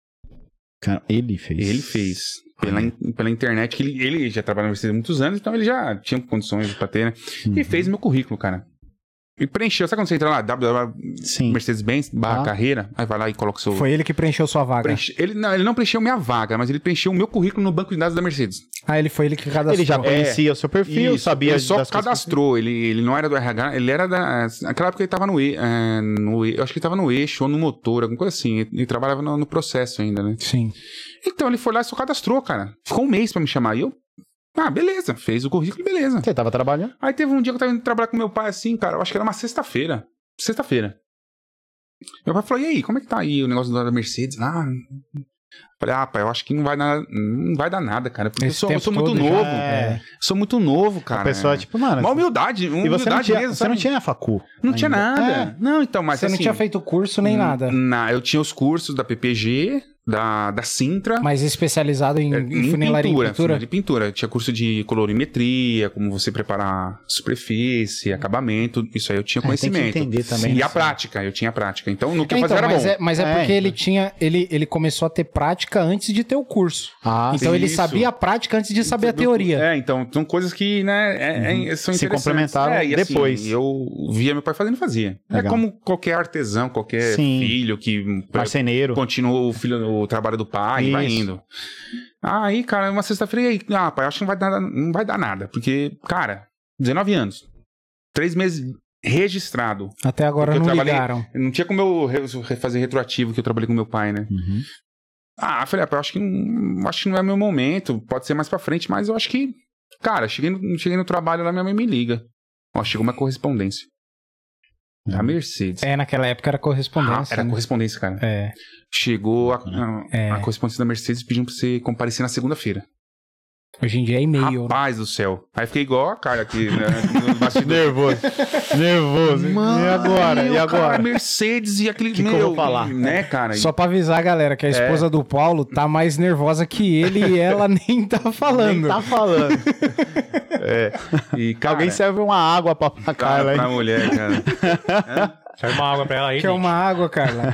Cara, ele fez. Ele fez. Pela, in- pela internet, que ele, ele já trabalha na Mercedes há muitos anos, então ele já tinha condições pra ter, né? E Uhum. fez meu currículo, cara. E preencheu. Sabe quando você entra lá? www Sim. Mercedes-Benz, barra Ah. carreira. Aí vai lá e coloca o seu... Foi ele que preencheu sua vaga. Preenche- Ele, não, ele não preencheu minha vaga, mas ele preencheu o meu currículo no banco de dados da Mercedes. Ah, ele foi ele que cadastrou. Ele já conhecia o seu perfil, Isso, sabia ele só das coisas cadastrou, ele, ele não era do R H, ele era da... Naquela época ele tava no, e- é, no e- eu acho que ele tava no eixo ou no motor, alguma coisa assim. Ele, ele trabalhava no, no processo ainda, né? Sim. Então ele foi lá e só cadastrou, cara. Ficou um mês pra me chamar. E eu, ah, beleza, fez o currículo, beleza. Você tava trabalhando? Aí teve um dia que eu tava indo trabalhar com meu pai assim, cara, eu acho que era uma sexta-feira. Sexta-feira. Meu pai falou, e aí, como é que tá aí o negócio da Mercedes? Ah, falei, ah, pai, eu acho que não vai dar, não vai dar nada, cara. Porque eu Esse sou, eu tempo sou muito todo já- novo. É. Sou muito novo, cara. A pessoa, tipo, mano. Uma humildade, uma E você não humildade tinha, mesmo, você sabe? não tinha facu. Não tinha ainda. nada. É. Não, então, mas Você não assim, tinha feito curso nem nada. Na, eu tinha os cursos da P P G, da, da Sintra. Mas especializado em, É, em funilaria e pintura, pintura? de pintura. Tinha curso de colorimetria, como você preparar superfície, acabamento. Isso aí eu tinha É, tem que conhecimento. entender também. E a assim. prática, eu tinha prática. Então, no que eu Então, fazia era mas bom. é, mas é É, porque ele então. tinha. Ele, ele começou a ter prática antes de ter o curso. Ah, então ele isso. sabia a prática antes de saber a teoria. É, então, são coisas que, né, é, é, são Se interessantes. complementaram É, e assim, depois. eu via meu pai fazendo e fazia. É Legal. como qualquer artesão, qualquer Sim. filho que marceneiro. continua o, filho, o trabalho do pai e vai Isso. indo. Aí, cara, uma sexta-feira, e aí, ah, pai, acho que não vai, dar, não vai dar nada. Porque, cara, dezenove anos, três meses registrado. Até agora Porque eu não trabalhei- ligaram. Não tinha como eu re- fazer retroativo que eu trabalhei com meu pai, né? Uhum. Ah, eu falei, ah, pai, eu acho que, não, acho que não é meu momento, pode ser mais pra frente, mas eu acho que, cara, cheguei no, cheguei no trabalho lá, minha mãe me liga. Ó, chegou uma correspondência. Da Mercedes. É, naquela época era Ah, correspondência. era né? correspondência, cara. É. Chegou a, a, É. a correspondência da Mercedes pedindo pra você comparecer na segunda-feira. Hoje em dia é e-mail. Rapaz do céu. Aí fiquei igual a cara aqui, né? No bastidor. Nervoso. Nervoso. Mano, e agora? E o agora? Cara, Mercedes e aquele Que que eu vou falar? né, cara? Só pra avisar a galera que a esposa do Paulo tá mais nervosa que ele e ela nem tá falando. Nem tá falando. E, cara, Alguém serve uma água pra, pra cara, Carla pra aí. mulher, cara. Serve uma água pra ela aí, Quer gente. uma água, Carla?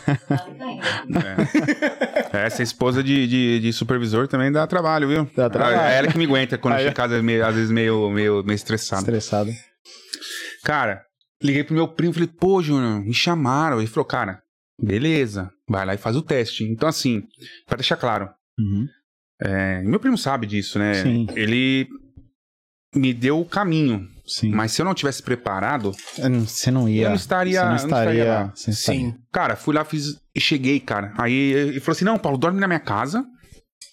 É. Essa esposa de, de, de supervisor também dá trabalho, viu? Dá trabalho. É ela que me aguenta quando eu Aí- chego em casa, meio- às vezes meio, meio, meio estressado. Estressado. Cara, liguei pro meu primo e falei, pô, Júnior, me chamaram. Ele falou, cara, beleza, vai lá e faz o teste. Então, assim, pra deixar claro, Uhum. é, meu primo sabe disso, né? Sim. Ele me deu o caminho, Sim. mas se eu não tivesse preparado, Eu não- Você não ia. eu não estaria, Você não eu não estaria estaria. lá. Você não estaria. Sim. Cara, fui lá, fiz e cheguei, cara. Aí ele falou assim, não, Paulo, dorme na minha casa.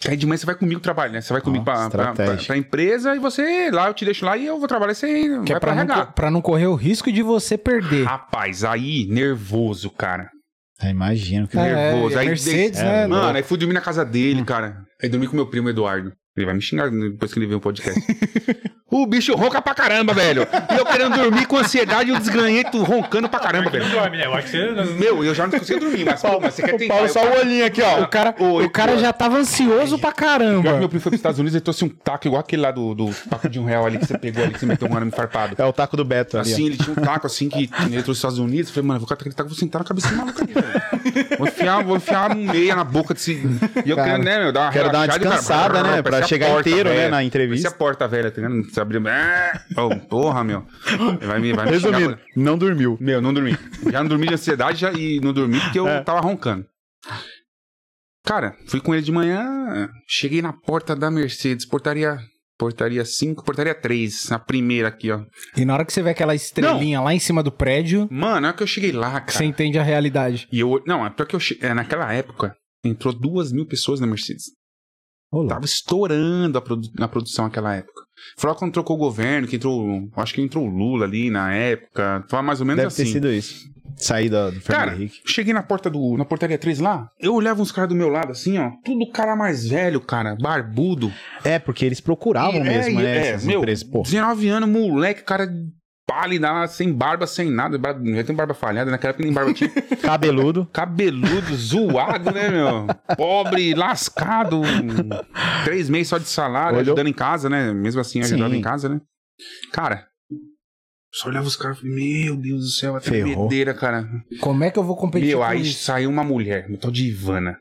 Aí de manhã você vai comigo trabalhar, né? Você vai comigo Ó, pra, pra, pra, estratégia. pra empresa e você lá, eu te deixo lá e eu vou trabalhar e você Que vai é pra pra não, regar. co- pra não correr o risco de você perder. Rapaz, aí, nervoso, cara. É, imagino. Que... É, nervoso. é, Aí, Mercedes, de- né? Mano, aí fui dormir na casa dele, cara. Aí dormi com meu primo Eduardo. Ele vai me xingar depois que ele ver o podcast. O bicho ronca pra caramba, velho. E eu querendo dormir com ansiedade e o desganhento roncando pra caramba, Não velho. dorme, né? Eu acho que você... Meu, eu já não consigo dormir, mas, pô, mas você quer tentar. Paulo, Eu- só o olhinho aqui, ó. O cara, Oi, o cara já tava ansioso pra Pior que caramba. meu primo foi pros Estados Unidos e trouxe um taco igual aquele lá do, do taco de um real ali que você pegou ali, que você meteu um arame farpado. É o taco do Beto ali. Assim, ele tinha um taco assim que ele trouxe dos Estados Unidos. Eu falei, mano, eu vou catar aquele taco, vou sentar na cabeça desse maluco ali, velho. Vou enfiar, vou enfiar uma meia na boca desse. E eu Cara, querendo, né, meu, dar uma quero dar uma relaxada e, cara, descansada, né, pra parecia chegar porta inteiro, né, velha. na entrevista. Parecia a porta velha, tá vendo? Você abriu. Oh, porra, meu. Ele vai me, vai me Resumindo, xingar. não dormiu. Meu, não dormi. Já não dormi de ansiedade já, e não dormi porque eu É. tava roncando. Cara, fui com ele de manhã, cheguei na porta da Mercedes, portaria, portaria cinco, portaria três, a primeira aqui, ó. E na hora que você vê aquela estrelinha lá em cima do prédio, Mano, na hora que eu cheguei lá, cara. você entende a realidade. E eu, não, é porque eu che... é, naquela época entrou duas mil pessoas na Mercedes. Olá. Tava estourando a produ... na produção naquela época. Falou quando trocou o governo, que entrou, acho que entrou o Lula ali na época, tava mais ou menos Deve assim. ter sido isso. Sair da- do Fernando Cara, Henrique. cheguei na porta do, na portaria três lá, eu olhava uns caras do meu lado assim, ó, tudo cara mais velho, cara, barbudo. É, porque eles procuravam E- mesmo, é, né? é, essas meu, empresas. Pô, dezenove anos, moleque, cara pálido, lá, sem barba, sem nada, barba- já tem barba falhada, naquela época nem barba tinha. cabeludo. Cabeludo, zoado, né, meu? Pobre, lascado. Três meses só de salário, Olhou? ajudando em casa, né? Mesmo assim, ajudando Sim. em casa, né? Cara, só olhava os caras e falei, meu Deus do céu, até Ferrou. tremedeira, cara. Como é que eu vou competir Meu, com aí isso? saiu uma mulher, uma tal de Ivana.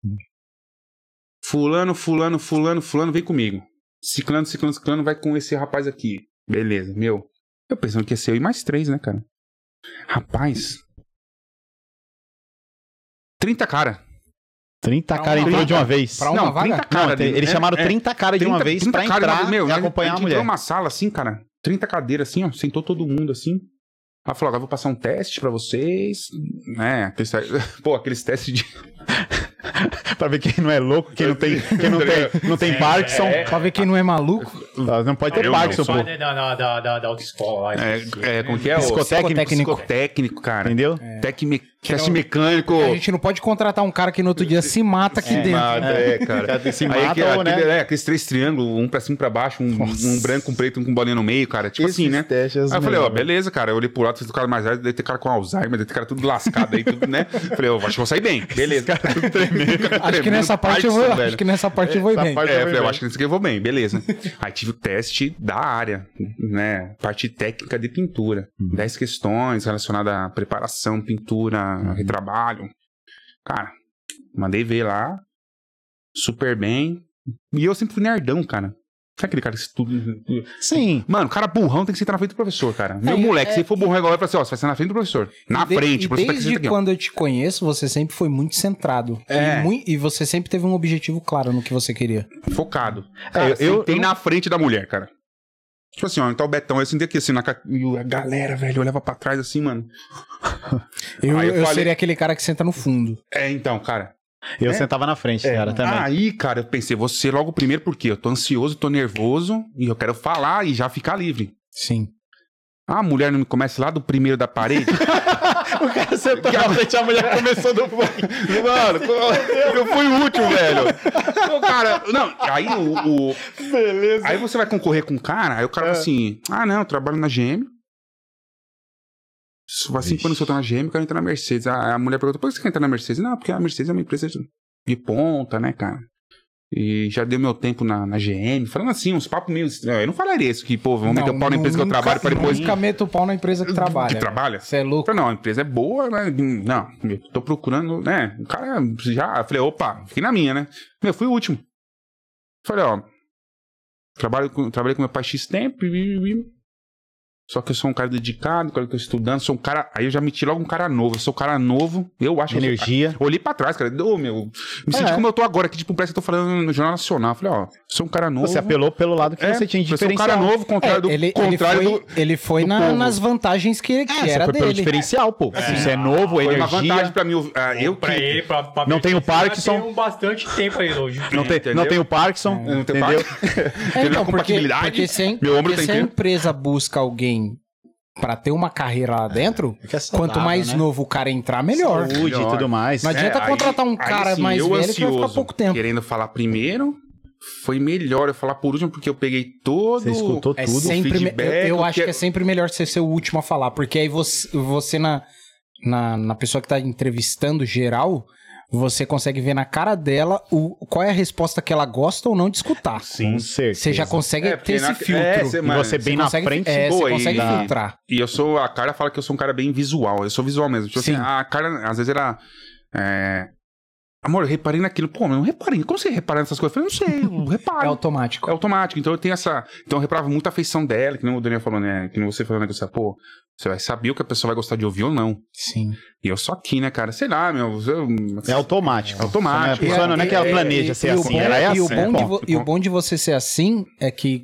Fulano, fulano, fulano, fulano, vem comigo. Ciclano, ciclano, ciclano, vai com esse rapaz aqui. Beleza, meu. Eu pensando que ia ser eu e mais três, né, cara? Rapaz. trinta cara. trinta Pra caras uma entrou vaga? de uma vez. Pra uma Não, vaga? trinta cara Não, tem- ali. eles É, chamaram é. trinta caras de uma vez pra cara, entrar meu, e a acompanhar a gente mulher. entrou numa sala assim, cara, trinta cadeiras assim, ó, sentou todo mundo assim. Ela falou, agora eu vou passar um teste pra vocês, né, aqueles, pô, aqueles testes de... Pra ver quem não é louco, quem não tem, quem não tem, não tem Parkinson. Pra ver quem não é maluco. Ah, Não pode ter Eu Parkinson, Só pô. da, da, da, da, da autoescola lá. É, esqueci. é, como que é? Psicotécnico. Psicotécnico. Psicotécnico, cara. Entendeu? Tec me... Teste mecânico. A gente não pode contratar um cara que no outro dia se mata aqui dentro. Mata, é, cara. Se Aí, mata que- ou, aquele- né? é, aqueles três triângulos, um pra cima e pra baixo, um, um branco, um preto, um com bolinha no meio, cara. Tipo assim, né? Testes, Aí eu falei, ó, melhor. beleza, cara. Eu olhei pro lado, fiz o cara mais velho, deve ter cara com Alzheimer, deve ter cara tudo lascado aí, tudo, né? Falei, ó, acho que vou sair bem. Beleza. Cara, tudo tremendo. Acho que nessa parte eu vou, acho que nessa parte eu vou Essa bem. parte- É, eu Foi falei, eu bem. acho que nesse aqui eu vou bem, beleza. Aí tive o teste da área, né? Parte técnica de pintura. Uhum. Dez questões relacionadas à preparação, pintura, Uhum. retrabalho. Cara, mandei ver lá. Super bem. E eu sempre fui nerdão, cara. Sabe aquele cara que estuda... Sim. Mano, cara burrão tem que sentar na frente do professor, cara. Meu É, moleque, é- se for burrão igual, eu falo assim, ó, você vai sentar na frente do professor. Na E de- frente, e o professor tá aqui, desde senta aqui, ó. quando eu te conheço, você sempre foi muito centrado. É. E, mui- e você sempre teve um objetivo claro no que você queria. Focado. É, Cara, eu- eu sentei eu- na frente da mulher, cara. Tipo assim, ó, então o Betão, eu sentei aqui assim, na ca... e a galera, velho, eu olhava pra trás assim, mano. Eu, Aí eu eu falei- seria aquele cara que senta no fundo. É, então, cara. Eu É. sentava na frente, cara, também. Aí, cara, eu pensei, vou ser logo o primeiro porque eu tô ansioso, tô nervoso e eu quero falar e já ficar livre. Sim. Ah, a mulher não me começa lá do primeiro da parede? O cara sentou na frente, a mulher começou do fone. Mano, eu fui o último, velho. Pô, cara, não, aí o, o- Beleza. Aí você vai concorrer com o cara, aí o cara fala assim: ah, não, eu trabalho na G M. Faz cinco Vixe. anos que eu tô na G M, eu quero entrar na Mercedes. A, a mulher perguntou: por que você quer entrar na Mercedes? Não, porque a Mercedes é uma empresa de, de ponta, né, cara? E já deu meu tempo na, na G M. Falando assim, uns papos meio estranhos. Eu não falaria isso, que, pô, vamos meter o pau na empresa que eu nunca- trabalho pra depois. Nunca meto o pau na empresa que trabalha. Que trabalha? Você é louco. Falei, não, a empresa é boa, né? Não, eu tô procurando, né? O cara já. Eu falei, opa, fiquei na minha, né? Meu, fui o último. Falei, ó. Trabalho com, trabalhei com meu pai X tempo e, e- Só que eu sou um cara dedicado, que eu tô estudando, sou um cara... Aí eu já meti logo um cara novo. Eu sou um cara novo, eu acho... Energia. Eu sou... Olhei pra trás, cara. Ô, meu... Me senti É. como eu tô agora, que tipo, parece que eu tô falando no Jornal Nacional. Eu falei, ó, sou um cara novo. Você apelou pelo lado que É, você tinha de eu sou um diferencial. cara novo, contrário do... É, ele, ele contrário foi, do... ele foi do na- povo. nas vantagens que, que É, você era foi pelo dele. diferencial, pô. É. Você é novo, Foi uma energia. vantagem pra mim. ah, eu pra que... ele, pra, pra Não tem o Mercedes, Parkinson. já Tem um bastante tempo aí hoje. Não tem, Entendeu? não tem o Parkinson, não tem entendeu? É, então, porque, compatibilidade, porque se, a- meu ombro porque tá se a inteiro. empresa busca alguém pra ter uma carreira lá dentro, É que é saudável, quanto mais né? novo o cara entrar, melhor. Saúde e Melhor. tudo mais. Não adianta É, aí- contratar um aí cara sim, mais eu velho que vai ficar ansioso, pouco tempo. querendo falar primeiro, foi melhor eu falar por último, porque eu peguei todo... Você escutou É tudo. sempre, me- feedback, eu, eu o acho que- que é sempre melhor você ser o último a falar, porque aí você, você na, na, na pessoa que tá entrevistando geral, você consegue ver na cara dela o, qual é a resposta que ela gosta ou não de escutar. Com certeza. Você já consegue É, ter porque esse na- filtro. é, cê- E mano, você bem Você na consegue- frente. É, pô, você e- consegue e- filtrar. E eu sou... A cara fala que eu sou um cara bem visual. Eu sou visual mesmo. Tipo Sim. assim, a cara, às vezes era... é, Amor, eu reparei naquilo. Pô, mas eu não reparei. Como você repara nessas coisas? Eu falei, não sei, eu reparo. É automático. É automático. Então eu tenho essa... Então eu reparava muito a feição dela, que nem o Daniel falou, né? Que nem você falou, né? Que você, pô, você vai saber o que a pessoa vai gostar de ouvir ou não. Sim. E eu só aqui, né, cara? Sei lá, meu... Eu... É automático. É automático. A pessoa não é que ela planeja ser e o assim, bom- ela é e o assim. bom de Bom, vo- E o bom de você ser assim é que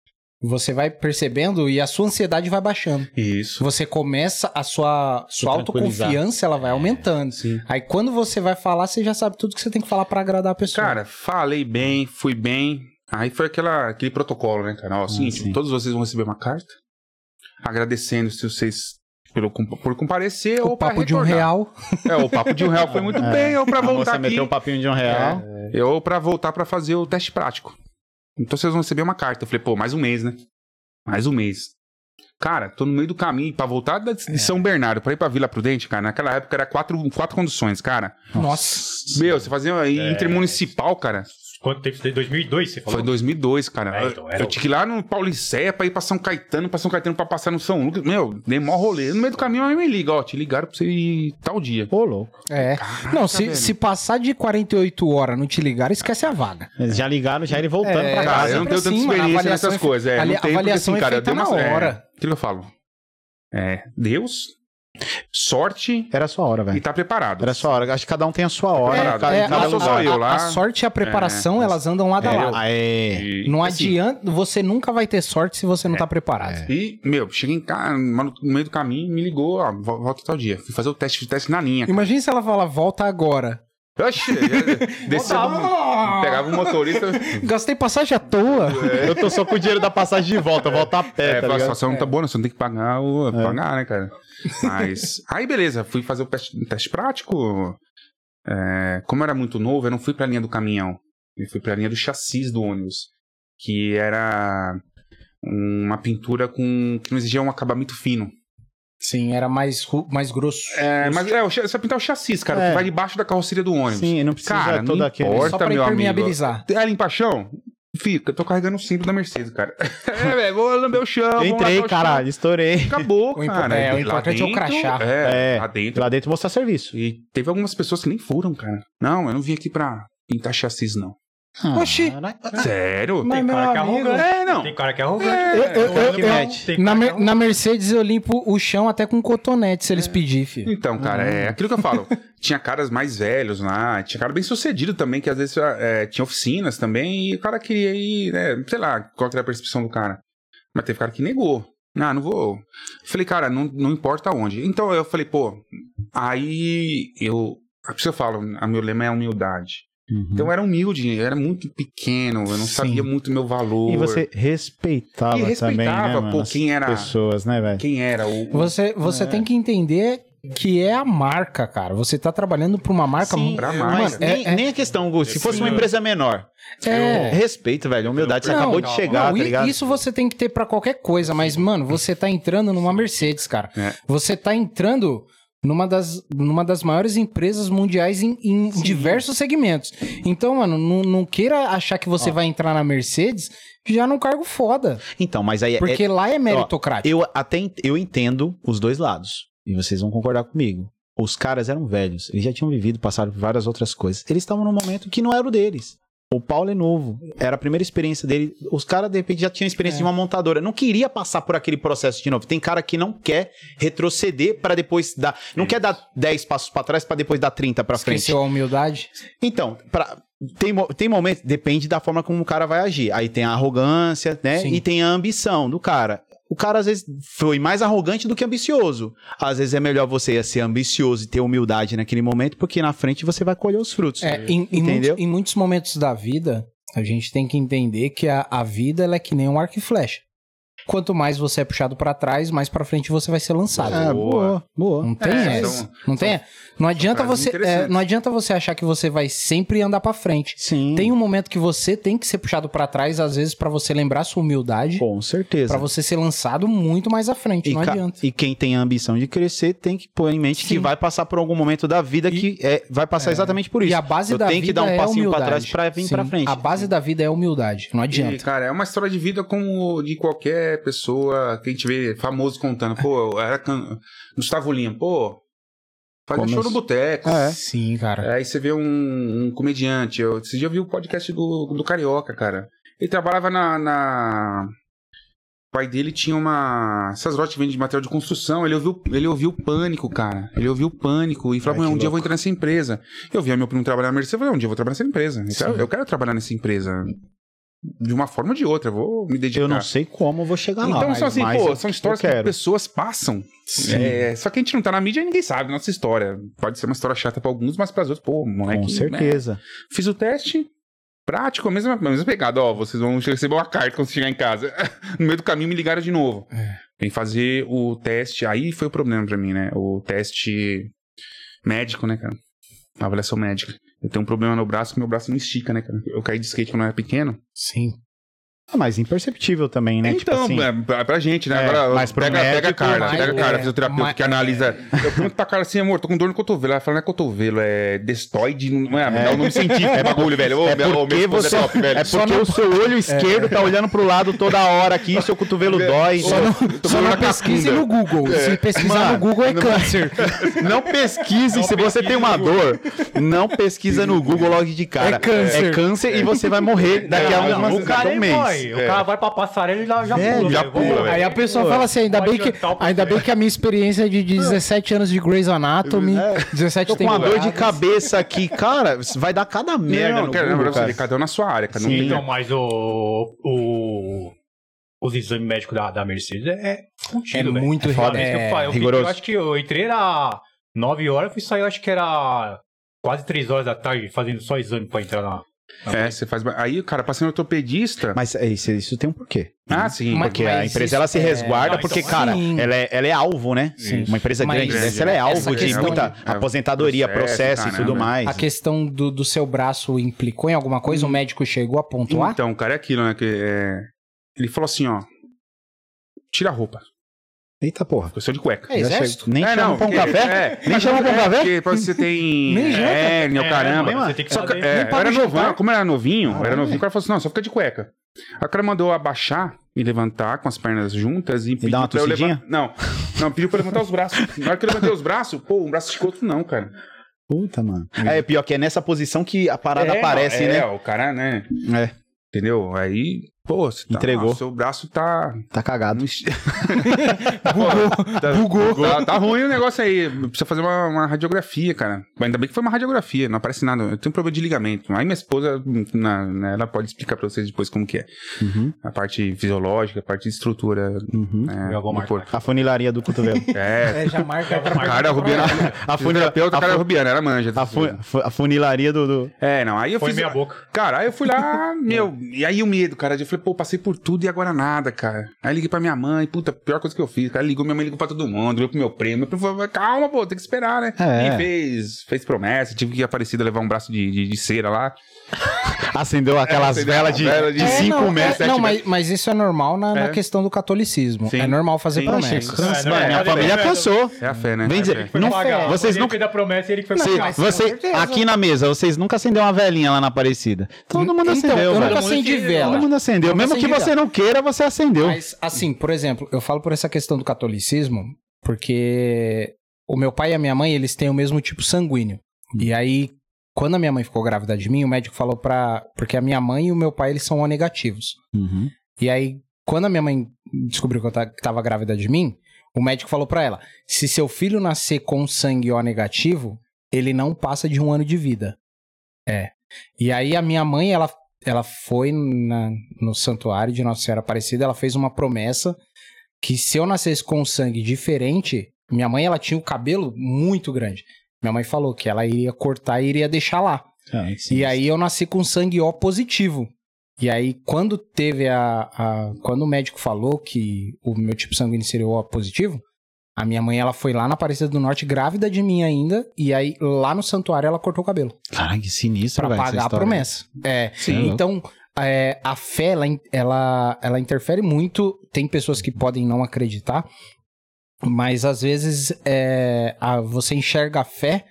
você vai percebendo e a sua ansiedade vai baixando. Isso. Você começa, a sua, sua tranquilizar. autoconfiança ela vai aumentando. Sim. Aí quando você vai falar, você já sabe tudo que você tem que falar pra agradar a pessoa. Cara, falei bem, fui bem. Aí foi aquela, aquele protocolo, né, cara? Ó, seguinte, sim. todos vocês vão receber uma carta agradecendo se vocês pelo, por comparecer o ou pra papo de um retornar. real. É, o papo de um real foi muito bem, ou pra A voltar moça aqui. meteu um papinho de um real. É, ou pra voltar pra fazer o teste prático. Então vocês vão receber uma carta. Eu falei, pô, mais um mês, né? Mais um mês. Cara, tô no meio do caminho pra voltar da- de São Bernardo pra ir pra Vila Prudente, cara. Naquela época era quatro, quatro conduções, cara. Nossa. Meu, você fazia aí intermunicipal, cara. Quanto tempo? Foi dois mil e dois, você falou? Foi em dois mil e dois, cara. É, então, eu era eu tinha que ir lá no Paulicéia pra ir pra São Caetano, pra São Caetano pra passar no São Lucas. Meu, dei mó rolê. No meio do caminho, aí me liga, ó. Te ligaram pra você ir tal dia. Ô, louco. É. Não, se, velho. se passar de quarenta e oito horas não te ligaram, esquece a vaga. Eles já ligaram, já ele voltando É, pra Cara, casa. eu não tenho sempre tanta assim, mano, a experiência avaliação nessas é- coisas. É, ali- não a tem, porque avaliação assim, é cara, feita deu uma... na hora. É, aquilo que eu falo. É, Deus, sorte Era a sua hora, e velho. tá preparado. Era a sua hora. Acho que cada um tem a sua hora. preparado. cada, É, cada a, sou lugar. só a- eu a- lá. a sorte e a preparação, É. elas andam lado a É, lado. Ah, é. E, Não assim, adianta, você nunca vai ter sorte se você não tá preparado. E, meu, cheguei em casa, no meio do caminho, me ligou, ó, vo- volta tal dia. Fui fazer o teste, o teste na linha. Imagina se ela fala, volta agora. Oxi, desceu, pegava o motorista. Gastei passagem à toa. Eu tô só com o dinheiro da passagem de volta, volta a pé, É, tá fala, a ligado? situação não tá boa, né? Você não tem que pagar o. Pagar, né, cara? Mas. Aí, beleza, fui fazer o teste, o teste prático. É, como eu era muito novo, eu não fui pra linha do caminhão. Eu fui pra linha do chassis do ônibus. Que era uma pintura com. Que não exigia um acabamento fino. Sim, era mais, ru- mais grosso. É, mas é, o cha- você pintar o chassis, cara, É. que vai debaixo da carroceria do ônibus. Sim, não precisa Cara, todo não aquele... importa, Só pra meu amigo. impermeabilizar. É limpa chão? Fica, eu tô carregando o símbolo da Mercedes, cara. É, velho, vou lamber o chão. Eu vou entrei, lavar o chão. caralho, estourei. Acabou, O impo- cara. é, o Lá importante é o dentro, crachá. É, É, lá dentro. lá dentro mostrar serviço. E teve algumas pessoas que nem foram, cara. Não, eu não vim aqui pra pintar chassis, não. Oxi. Sério? Mas, Tem meu cara que é amigo, arrogante. É, não. Tem cara que é arrogante. É, eu- eu- Tem eu- cara eu- que Na, é Mer- arrogante. na Mercedes eu limpo o chão até com cotonete, se eles pedirem, filho. Então, cara, é aquilo que eu falo. Tinha caras mais velhos lá, tinha cara bem sucedido também, que às vezes é, tinha oficinas também, e o cara queria ir, né, sei lá, qual que era a percepção do cara. Mas teve cara que negou. Ah, não vou. Falei, cara, não, não importa onde. Então eu falei, pô, aí eu. É por isso que eu falo, a meu lema é a humildade. Uhum. Então eu era humilde, eu era muito pequeno, eu não Sim. sabia muito o meu valor. E você respeitava, E respeitava, também, né, mano, pô, as quem era- pessoas, né, velho? Quem era o. Você, você É. tem que entender que é a marca, cara. Você tá trabalhando pra uma marca... Sim, mu- pra mas marca. nem, é- é- nem a questão, Gu, se fosse Sim. uma empresa menor. É. Respeito, velho, humildade. Você Não, acabou de não, chegar, Não, tá i- ligado? isso você tem que ter pra qualquer coisa, mas, mano, você tá entrando numa Mercedes, cara. É. Você tá entrando numa das, numa das maiores empresas mundiais em, em diversos segmentos. Então, mano, não, não queira achar que você vai entrar na Mercedes já num cargo foda. Então, mas aí... é- Porque lá é meritocrático. Eu até ent- eu entendo os dois lados. E vocês vão concordar comigo. Os caras eram velhos. Eles já tinham vivido, passaram por várias outras coisas. Eles estavam num momento que não era o deles. O Paulo é novo. Era a primeira experiência dele. Os caras, de repente, já tinham experiência É. de uma montadora. Não queria passar por aquele processo de novo. Tem cara que não quer retroceder pra depois dar... Não quer dar dez passos pra trás pra depois dar trinta pra frente. Esqueceu a humildade? Então, pra, tem, mo- tem momentos... Depende da forma como o cara vai agir. Aí tem a arrogância, né? Sim. E tem a ambição do cara. O cara, às vezes, foi mais arrogante do que ambicioso. Às vezes é melhor você ser ambicioso e ter humildade naquele momento, porque na frente você vai colher os frutos. É, em, em, Entendeu? muitos, em muitos momentos da vida, a gente tem que entender que a, a vida ela é que nem um arco e flecha. Quanto mais você é puxado pra trás, mais pra frente você vai ser lançado. É, boa, boa. Não tem É, essa. são- não tem. Não adianta frases você, é, interessantes. não adianta você achar que você vai sempre andar pra frente. Sim, Tem um momento que você tem que ser puxado pra trás, às vezes pra você lembrar sua humildade, com certeza. pra você ser lançado muito mais à frente. E, não ca- adianta. e quem tem a ambição de crescer tem que pôr em mente que Sim. vai passar por algum momento da vida que é, vai passar exatamente por isso. E a base Eu da tenho vida que dar um é passinho pra humildade. trás pra vir pra Sim, frente. A base da vida é humildade. Não E, adianta. cara, é uma história de vida como de qualquer pessoa que a gente vê famoso contando. Pô, eu era can... Gustavo Lima, pô, fazia Como show no assim? boteco. É. Sim, cara. Aí você vê um, um comediante. Eu, esse dia eu vi o podcast do, do Carioca, cara. Ele trabalhava na, na... O pai dele tinha uma... Essas lojas que vendem de material de construção. Ele ouviu, ele ouviu o pânico, cara. Ele ouviu o pânico e falou, Ai, um que dia eu vou louco. entrar nessa empresa. Eu via meu primo trabalhar na Mercedes. Eu falei, um dia eu vou trabalhar nessa empresa. Eu Sim. quero, eu quero trabalhar nessa empresa. De uma forma ou de outra. Eu vou me dedicar. Eu não sei como eu vou chegar lá. Então, mas- são assim, mas pô, eu- são histórias eu que quero. pessoas passam. É, só que a gente não tá na mídia e ninguém sabe nossa história. Pode ser uma história chata pra alguns, mas pras outros, pô, moleque. Com certeza. né? Fiz o teste, prático, a mesma, a mesma pegada. Ó, vocês vão receber uma carta quando chegar em casa. No meio do caminho me ligaram de novo. É. Vem fazer o teste. Aí foi o problema pra mim, né? O teste médico, né, cara? A avaliação médica. Eu tenho um problema no braço que meu braço não estica, né, cara? Eu caí de skate quando eu era pequeno. Sim. Ah, mas imperceptível também, né? Tipo Então, assim, é, pra, pra gente, né? É, Agora, mas pro pega, pega a médico, cara, mas- pega a cara, é, fisioterapeuta mas- que analisa. Eu pergunto pra cara assim, amor, tô com dor no cotovelo. Ela fala, não é cotovelo, é destoide, não é? É o nome científico, é bagulho, velho. Ô, é meu- ô, porque minha esposa você, é top, velho. é porque o seu olho esquerdo tá olhando pro lado toda hora aqui, seu cotovelo dói. Só Então, não- tô Só com dor não na pesquise cacunda. no Google. Se pesquisar Mano, no Google é câncer. Não pesquise, Não se você pesquise tem uma no dor, não pesquisa no Google logo de cara. É câncer. É câncer e você vai morrer daqui a Não, algumas o cara um é mês. boy. O cara vai pra passarela e já, já Velho, pula. já velho. pula, Vamos- velho. Aí a pessoa Pô, fala assim, ainda pode bem, que, adiantar o ainda bem processo. que a minha experiência é de dezessete anos de Grey's Anatomy, dezessete Tô com uma dor de temporadas. cabeça aqui, cara, vai dar cada merda Não, no cara, Google, não, cara. cada um na sua área, cada um Sim. tem- Então, mas o, o, os exames médicos da, da Mercedes é É contido, velho. muito É foda. é, eu, fa- eu, fiquei- rigoroso. eu acho que eu entrei era nove horas, fui sair, eu acho que era quase três horas da tarde, fazendo só exame pra entrar na... na É, você faz. Aí, cara, passei no ortopedista. Mas é isso, isso tem um porquê. Ah, sim. Mas- Porque a mas empresa isso ela se é- resguarda, Não, porque, então, cara, sim. ela é, ela é alvo, né? Sim. Uma empresa Mas grande essa dessa, ela é alvo de questão- muita é, aposentadoria, processo, processo e tudo caramba. mais. A questão do, do seu braço implicou em alguma coisa? O médico chegou a pontuar? Então, cara, é aquilo, né? Que, é... Ele falou assim, ó. Tira a roupa. Eita porra. Eu sou de cueca. É Já exército? chegou. Nem É, chama não, pra um porque- café? é, Nem chama pra um é, café? Porque você tem Nem janta. hérnia, o É, caramba. mano, você tem que Só que, saber. é, Nem eu paga era o novão, jantar. como eu era novinho, eu era Caralho. novinho, o cara falou assim, não, só fica de cueca. Aí o cara mandou eu abaixar e levantar com as pernas juntas e, pediu dar uma pra eu tossidinha? levantar. Não, não, pediu pra eu levantar os braços. Na hora que eu levantei os braços, pô, um braço esticou, outro não, cara. Puta, mano. É, pior que é nessa posição que a parada é, aparece, é, né? o cara, né, É, entendeu? Aí, pô, você tá, Entregou. ó, seu braço tá... tá cagado. Bugou. Tá, bugou. Tá, tá ruim o negócio aí. Precisa fazer uma, uma radiografia, cara. Mas ainda bem que foi uma radiografia, não aparece nada. Eu tenho um problema de ligamento. Aí minha esposa, na, né, ela pode explicar pra vocês depois como que é. Uhum, A parte fisiológica, a parte de estrutura. uhum. É, Eu vou do marcar. corpo. A funilaria do cotovelo. É. É, já marca. Cara rubiana. A A funilapeuta, a cara fu- rubiana, era manja. A, fu- a funilaria do... do... É, não. Aí eu Foi fiz. meia boca. Cara, aí eu fui lá, meu. E aí o medo, cara. Eu falei, pô, passei por tudo e agora nada, cara. Aí liguei pra minha mãe, puta, pior coisa que eu fiz. Cara, ligou, minha mãe ligou pra todo mundo, ligou pro meu primo. Meu primo falou, calma, pô, tem que esperar, né? É. E fez, fez promessa, tive que ir aparecido levar um braço de, de, de cera lá. Acendeu aquelas É, acendeu velas uma de vela de de É, cinco não, metros. é, não, sete mas, mas isso é normal na, na É. questão do catolicismo. Sim. É normal fazer Sim. promessas. Cansa, É, não, mano, minha é, família é, cansou. É a fé, né? Vem É a dizer, fé. Foi não, pagar. vocês Ele nunca... fez a promessa e ele que foi Não, Cê- pagar. mas- você, com certeza. aqui na mesa, vocês nunca acenderam uma velhinha lá na Aparecida. Todo mundo Então, acendeu, eu velho. nunca Todo mundo acendi acendeu. vela. Todo mundo acendeu. Nunca Mesmo que acendi você vela. não queira, você acendeu. Mas, assim, por exemplo, eu falo por essa questão do catolicismo, porque o meu pai e a minha mãe, eles têm o mesmo tipo sanguíneo. E aí, quando a minha mãe ficou grávida de mim, o médico falou pra... Porque a minha mãe e o meu pai, eles são O negativos. Uhum. E aí, quando a minha mãe descobriu que eu ta- que tava grávida de mim, o médico falou pra ela, se seu filho nascer com sangue O negativo, ele não passa de um ano de vida. É. E aí, a minha mãe, ela, ela foi na- no santuário de Nossa Senhora Aparecida, ela fez uma promessa que se eu nascesse com sangue diferente, minha mãe, ela tinha o cabelo muito grande. Minha mãe falou que ela iria cortar e iria deixar lá. Ah, E aí eu nasci com sangue O positivo. E aí quando teve a, a... Quando o médico falou que o meu tipo sanguíneo seria O positivo, a minha mãe, ela foi lá na Aparecida do Norte, grávida de mim ainda, e aí lá no santuário ela cortou o cabelo. Caralho, que sinistro, Pra velho, essa pagar a história. promessa. É. Sim. Então, é, a fé, ela, ela, ela interfere muito. Tem pessoas que podem não acreditar, mas às vezes é, a, você enxerga a fé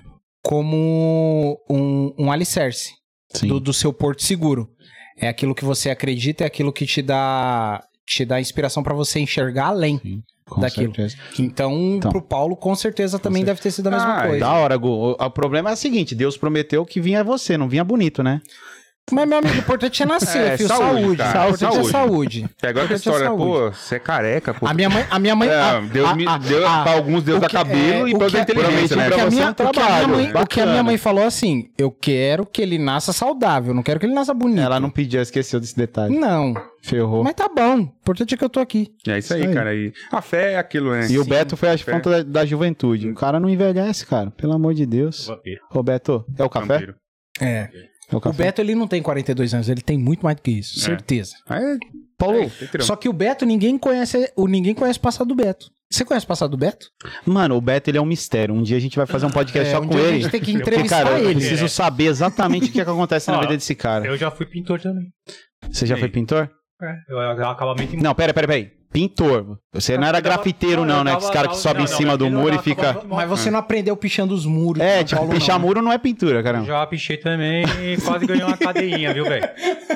como um, um alicerce Sim. do, do seu porto seguro. É aquilo que você acredita, é aquilo que te dá, te dá inspiração pra você enxergar além. Sim, com daquilo. certeza. Então, Então. pro Paulo, com certeza também certeza. deve ter sido a mesma Ah, coisa. Da hora, Gu. O, o problema é o seguinte, Deus prometeu que vinha você, não vinha bonito, né? Mas, meu amigo, o importante é nascer, É, filho. saúde, Saúde. cara, O importante é saúde. saúde. É igual aquela Importante é história, saúde. pô, você é careca, pô. A minha mãe... A minha mãe É, a- Deus a- me a- deu, a- pra alguns Deus o dá que- cabelo é, e o pra que outra é- inteligência, o né? que a Pra você minha- é um o que a minha trabalho, mãe- O que a bacana. minha mãe falou assim, eu quero que ele nasça saudável, não quero que ele nasça bonito. Ela não pediu, esqueceu desse detalhe. Não, Ferrou. mas tá bom. O importante é que eu tô aqui. É isso aí, Isso aí. cara. E a fé é aquilo, né? E o Beto foi a fé. fonte da, da juventude. O cara não envelhece, cara. Pelo amor de Deus. Vampiro. Ô, Beto, é o café? Vampiro. É. É o O café. Beto, ele não tem quarenta e dois anos, ele tem muito mais do que isso, É. certeza. Aí, Paulo, aí, tirou. Só que o Beto, ninguém conhece, o ninguém conhece o passado do Beto. Você conhece o passado do Beto? mano, o Beto, ele é um mistério. Um dia a gente vai fazer um podcast É, só um com dia a ele. gente tem que Porque, entrevistar cara, eu ele. preciso É. saber exatamente o que, é que acontece na Ó, vida desse cara. Eu já fui pintor também. Você já Ei. foi pintor? É, eu acabamento em Não, pera, pera, pera. Pintor. Você não era Eu tava- grafiteiro, não, eu né? tava- Esse cara que tava- sobe não, em não, cima do grafiteiro muro e eu fica. tava- Mas você não aprendeu pichando os muros. de É, São tipo, Paulo, pichar não. muro não é pintura, caramba. Já pichei também e quase ganhei uma cadeinha, viu, velho?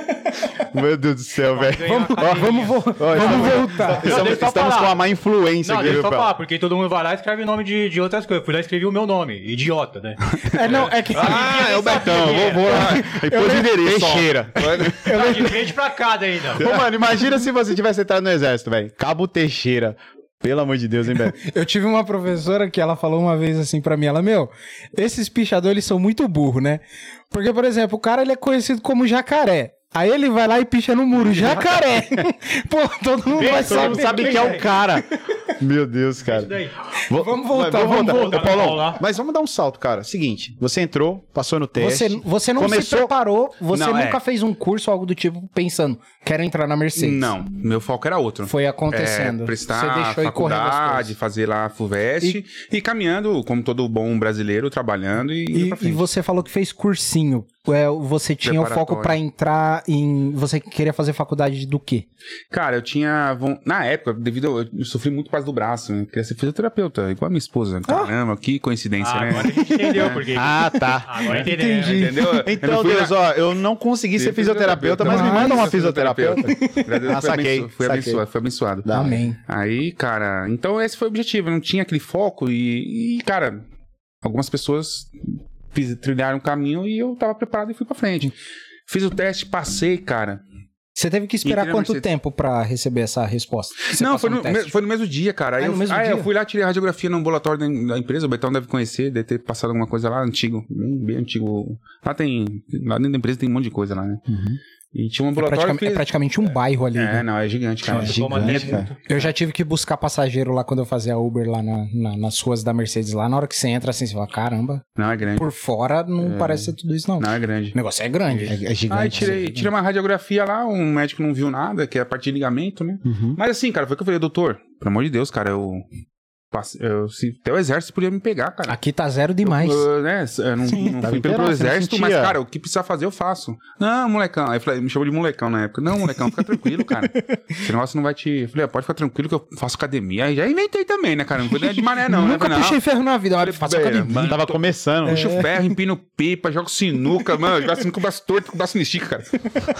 Meu Deus do céu, Quase velho. ganhei uma cadeinha. Vamos, vo- vamos voltar. Não, Estamos, deixa eu estamos falar. com uma má influência Não, aqui, deixa viu, eu só Paulo? falar, porque todo mundo vai lá e escreve o nome de, de outras coisas. Eu fui lá e escrevi o meu nome, idiota, né? É, não, é que... Ah, é o Betão. Vou, vou lá. E pôs o endereço. Teixeira. Tá de frente pra cada ainda. Ô, mano, imagina se você tivesse entrado no exército, velho. Cabo Teixeira. Pelo amor de Deus, hein, Beto? Eu tive uma professora que ela falou uma vez assim pra mim, ela, meu, esses pichadores eles são muito burros, né? Porque, por exemplo, o cara ele é conhecido como jacaré. Aí ele vai lá e picha no muro, jacaré. Pô, todo mundo vai Todo mundo saber. sabe que é o cara. Meu Deus, cara. Isso daí. Vou- Vamos voltar, Mas vamos voltar. Ô, Paulão, Vamos lá. mas vamos dar um salto, cara. Seguinte, você entrou, passou no teste. Você, você não se Começou- preparou, você Não, nunca é. fez um curso ou algo do tipo pensando, quero entrar na Mercedes. Não, meu foco era outro. Foi acontecendo. É, prestar Você deixou ir correndo as faculdade, coisas. fazer lá a FUVEST e... caminhando, como todo bom brasileiro, trabalhando e, indo E, pra e frente. você falou que fez cursinho. É, você tinha o foco Preparatório. pra entrar em... Você queria fazer faculdade do quê? Cara, eu tinha... von- Na época, devido... Eu sofri muito por causa do braço, né? Queria ser fisioterapeuta, igual a minha esposa. Caramba, que coincidência, Ah, né? agora a gente entendeu por quê. Ah, tá. Agora entendemos. Entendi. Entendeu? Eu Então, não fui Deus, na- ó, eu não consegui ser fisioterapeuta, mas me mas- manda uma fisioterapeuta. Graças a Deus, Ah, fui saquei, abençoado, fui saquei. abençoado, fui abençoado. Da hora. Amém. Aí, cara, então esse foi o objetivo, eu não tinha aquele foco e, e, cara, algumas pessoas fiz, trilharam um caminho e eu tava preparado e fui pra frente. Fiz o teste, passei, cara. Você teve que esperar Entrei na quanto Mercedes. tempo pra receber essa resposta? Você não, passou foi no, teste? me- foi no mesmo dia, cara. Aí Ah, eu, no mesmo ah, dia? eu fui lá, tirei a radiografia no ambulatório da, da empresa, o Betão deve conhecer, deve ter passado alguma coisa lá, antigo, bem, bem antigo. Lá tem, lá dentro da empresa tem um monte de coisa lá, né? E tinha um É, ambulatório praticamente, que... é praticamente um bairro ali. É, né? não, é gigante, cara. É Toma gigante, dez cara. minutos. Eu já tive que buscar passageiro lá quando eu fazia Uber lá na- na- nas ruas da Mercedes. Lá na hora que você entra assim, você fala, caramba, Não, é grande. por fora não parece ser tudo isso não. Não, é grande. O negócio é grande. É, é gigante. Aí tirei, tirei uma radiografia lá, um médico não viu nada, que é a parte de ligamento, né? Uhum. Mas assim, cara, foi o que eu falei, doutor, pelo amor de Deus, cara, eu... passe- eu se até o exército podia me pegar, cara. Aqui tá zero demais. Eu, eu, né, eu não, Sim, não tava fui pelo inteiraço, você não exército, mas, sentia. cara, o que precisar fazer, eu faço. Não, molecão. Aí eu falei, me chamou de molecão na época. Não, molecão, fica tranquilo, cara. Esse negócio não vai te... Eu falei, ah, pode ficar tranquilo que eu faço academia. Aí já inventei também, né, cara? Não foi de mané, não. Nunca né? Falei, puxei ferro na vida, Falei, olha, faço "Bem, academia. mano, Tava tô- começando. Puxo ferro, empino pipa, jogo sinuca, mano. Jogo sinuca com o braço torto, com o braço não estica, cara.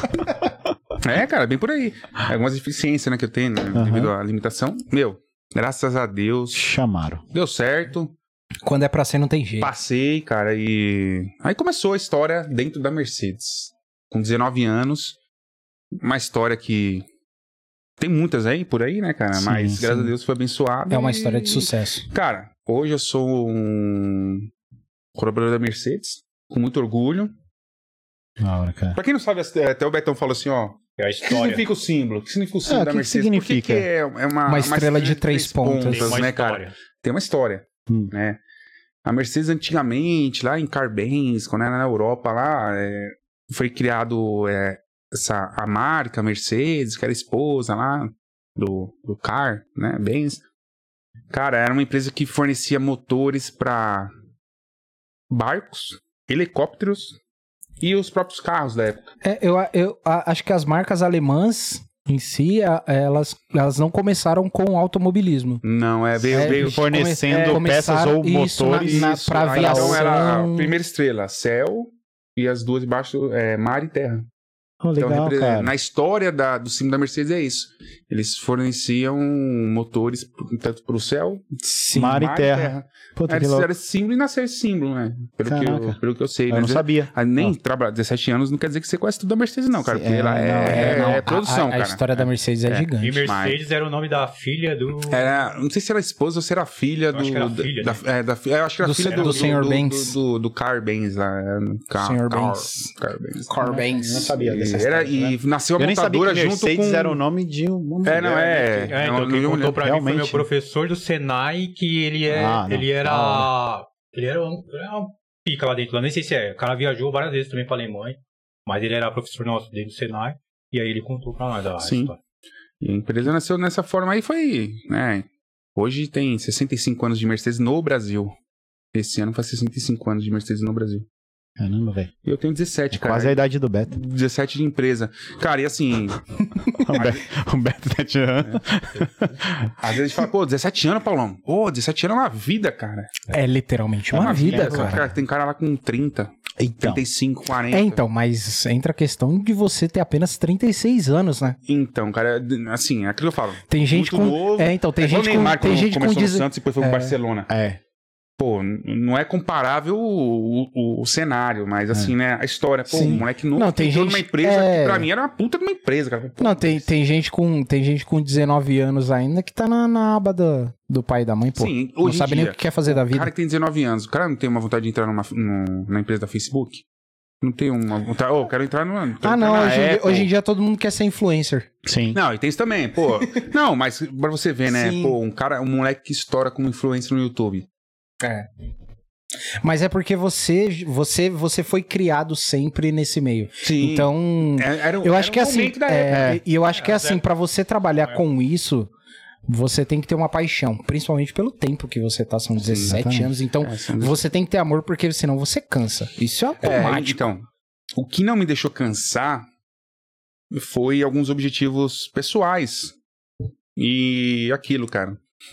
É, cara, bem por aí. É algumas deficiências, né, que eu tenho, né, devido à limitação. Meu, graças a Deus, Chamaram. deu certo. Quando é pra ser, não tem jeito. Passei, cara, e... Aí começou a história dentro da Mercedes. Com dezenove anos, uma história que... Tem muitas aí, por aí, né, cara? Sim, Mas, sim. graças a Deus, foi abençoado. É uma e- história de sucesso. Cara, hoje eu sou um colaborador da Mercedes, com muito orgulho. Da hora, cara. Pra quem não sabe, até o Betão falou assim, ó... É a O que história. significa o símbolo? O que significa o símbolo Ah, da o que que Mercedes? significa? Por que que é uma, Uma estrela de três pontas. Tem uma né, história. cara? Tem uma história, Hum. né? A Mercedes antigamente, lá em Car-Benz, quando era na Europa lá, é, foi criado é, essa, a marca Mercedes, que era esposa lá do, do Car, né? Benz. Cara, era uma empresa que fornecia motores para barcos, helicópteros e os próprios carros da época. É, eu, eu a- acho que as marcas alemãs em si, a- elas, elas não começaram com automobilismo. Não, é, veio... É, veio fornecendo come- é, peças ou começaram isso na- motores. na- Isso, pra aí, então era a aviação. primeira estrela, céu, e as duas embaixo, é, mar e terra. Oh, legal, Então, repre- cara. na história da, do símbolo da Mercedes é isso. Eles forneciam motores pro- tanto para o céu, Sim. Mar e terra. Puta, Aí que eles louco. fizeram esse símbolo e nasceu esse símbolo, né? Pelo, que eu, Caraca. pelo que eu sei. Eu não Mas é- sabia. ah, nem Ó. trabalhar dezessete anos não quer dizer que você conhece tudo da Mercedes, não, cara. Sim, Porque é, ela não, é, É, não, é a- produção, a, cara. a história da Mercedes é, É. E gigante. Mercedes era o nome da filha do. Era, não sei se era esposa ou se era filha do. acho que era filha, da, né? é, da, é, eu acho que era Do filha se- do, do senhor do, Benz. Do, do, do Car Benz lá. é, Car, senhor Car, Benz. Car Benz. Car Benz. Não sabia E, dessa era, história, e nasceu a Eu nem sabia montadora que junto Mercedes com... era o nome de uma É, não, mulher, é. né? É, então, um- quem um- contou pra mim foi realmente. meu professor do Senai, que ele é. Ah, não. ele era. Da Ele era um, era uma pica lá dentro. Eu nem sei se é. O cara viajou várias vezes também pra Alemanha. Mas ele era professor nosso dentro do Senai. E aí ele contou pra nós da Sim. história. E a empresa nasceu nessa forma aí, foi, né? Hoje tem sessenta e cinco anos de Mercedes no Brasil. Esse ano faz sessenta e cinco anos de Mercedes no Brasil. Caramba, velho. E eu tenho dezessete, É cara. quase a idade do Beto. dezessete de empresa. Cara, e assim, O Beto, o Beto tá tirando. às vezes a gente fala, pô, dezessete anos, Paulão. Pô, dezessete anos é uma vida, cara. É literalmente uma, É vida, Cara, cara. tem cara lá com trinta, Então, trinta e cinco, quarenta. É, então, mas entra a questão de você ter apenas trinta e seis anos, né? Então, cara, assim, é aquilo que eu falo. Tem gente Muito com. novo. É, então, tem É igual gente o Neymar, com. Tem quando gente com. começou Diz... no Santos e depois foi pro É. Barcelona. é. Pô, n- não é comparável o, o- o cenário, mas assim, né, a história. Pô, Sim. um moleque novo Não, tem entrou gente- numa empresa é. que pra mim era uma puta de uma empresa, cara. Pô, Não, tem, tem, gente com, tem gente com dezenove anos ainda que tá na, na aba do, do pai e da mãe, pô. Sim, não hoje em sabe nem dia, o que quer fazer da O vida. cara que tem dezenove anos, o cara não tem uma vontade de entrar numa, num- na empresa da Facebook? Não tem uma vontade. Ô, eu quero entrar numa. quero Ah, não, entrar na hoje, em dia- Apple. hoje em dia todo mundo quer ser influencer. Sim. Não, e tem isso também, pô. Não, mas pra você ver, né? Sim. Pô, um cara, um moleque que estoura como influencer no YouTube. É. Mas é porque você, você, você foi criado sempre nesse meio. Sim. Então, É- era, eu era acho um que é assim, momento da época. é, e eu acho que é É, assim, é. pra você trabalhar É. com isso, você tem que ter uma paixão, principalmente pelo tempo que você tá, são dezessete exatamente. anos, então É, são- você tem que ter amor, porque senão você cansa. Isso é É, automático. então, o que não me deixou cansar foi alguns objetivos pessoais. E aquilo, cara.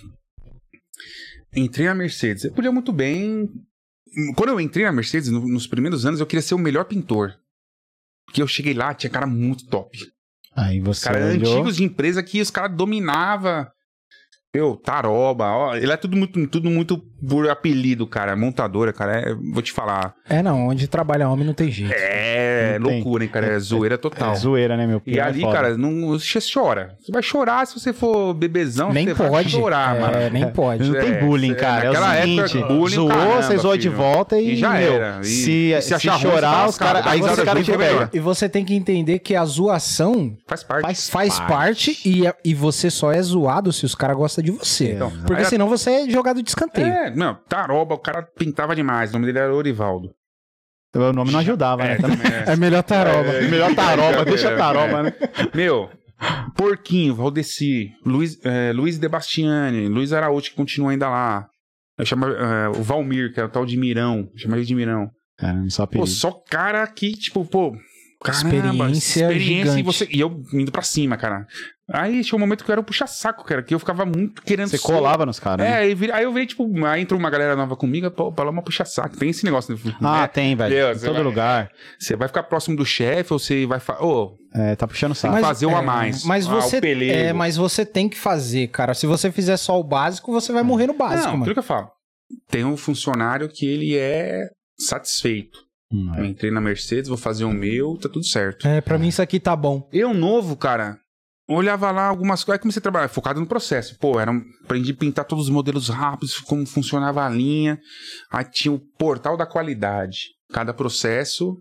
Entrei na Mercedes. Eu podia muito bem. Quando eu entrei na Mercedes, no- nos primeiros anos, eu queria ser o melhor pintor. Porque eu cheguei lá, tinha cara muito top. Aí você Cara, olhou... antigos de empresa que os caras dominavam. Meu, taroba, ó, ele é tudo muito, tudo muito por apelido, cara. Montadora, cara, é, vou te falar. É, não, onde trabalha homem não tem jeito. É Não tem. loucura, hein, cara. É zoeira total. É zoeira, né, meu? E É ali, foda. cara, não, você chora. Você vai chorar se você for bebezão, Nem você vai pode. chorar, é, mano. nem pode. Não tem É, bullying, é, cara. É o naquela seguinte, época, bullying, zoou, caramba, você zoou de filho. volta e, E já meu, era. E- se, e se se, achar ruim, você chorar, fala, os cara, cara, aí agora os caras te foi pegam. melhor. E você tem que entender que a zoação Faz parte. Faz, faz parte e, e você só é zoado se os caras gostam de você. Então, Porque aí- senão você é jogado de escanteio. É, não, taroba, o cara pintava demais. O nome dele era Orivaldo. O nome não ajudava, né? Também. também é. É melhor taroba. É, Melhor taroba, é, deixa é, taroba, é. né? Meu, Porquinho, Valdeci, Luiz, é, Luiz De Bastiani, Luiz Araújo, que continua ainda lá. Eu chamo, é, o Valmir, que é o tal de Mirão. Eu chamo ele de Mirão. Cara, só Pô, apelido. só cara que, tipo, pô... Caramba, Experiência gigante. e, você, e eu indo pra cima, cara. Aí tinha um momento que eu era um puxa-saco, cara, que eu ficava muito querendo... Você ser- colava nos caras, É, né? aí, vira- aí eu virei, tipo, aí entrou uma galera nova comigo, pô, Paloma puxa-saco. Tem esse negócio, né? Ah, tem, velho. Meu, Em você todo vai- lugar. Você vai ficar próximo do chefe ou você vai... Fa... Ô, É, tá puxando o saco. Tem que fazer um a é, mais. Mas Ah, o você, pelego. é, mas você tem que fazer, cara. Se você fizer só o básico, você vai morrer no básico, não, mano. aquilo que eu falo. tem um funcionário que ele é satisfeito. Hum, Eu entrei na Mercedes, vou fazer o meu, tá tudo certo. É, pra mim isso aqui tá bom. Eu novo, cara, olhava lá algumas coisas, aí comecei a trabalhar, focado no processo. Pô, era, um- aprendi a pintar todos os modelos rápidos, como funcionava a linha. Aí tinha o portal da qualidade. Cada processo,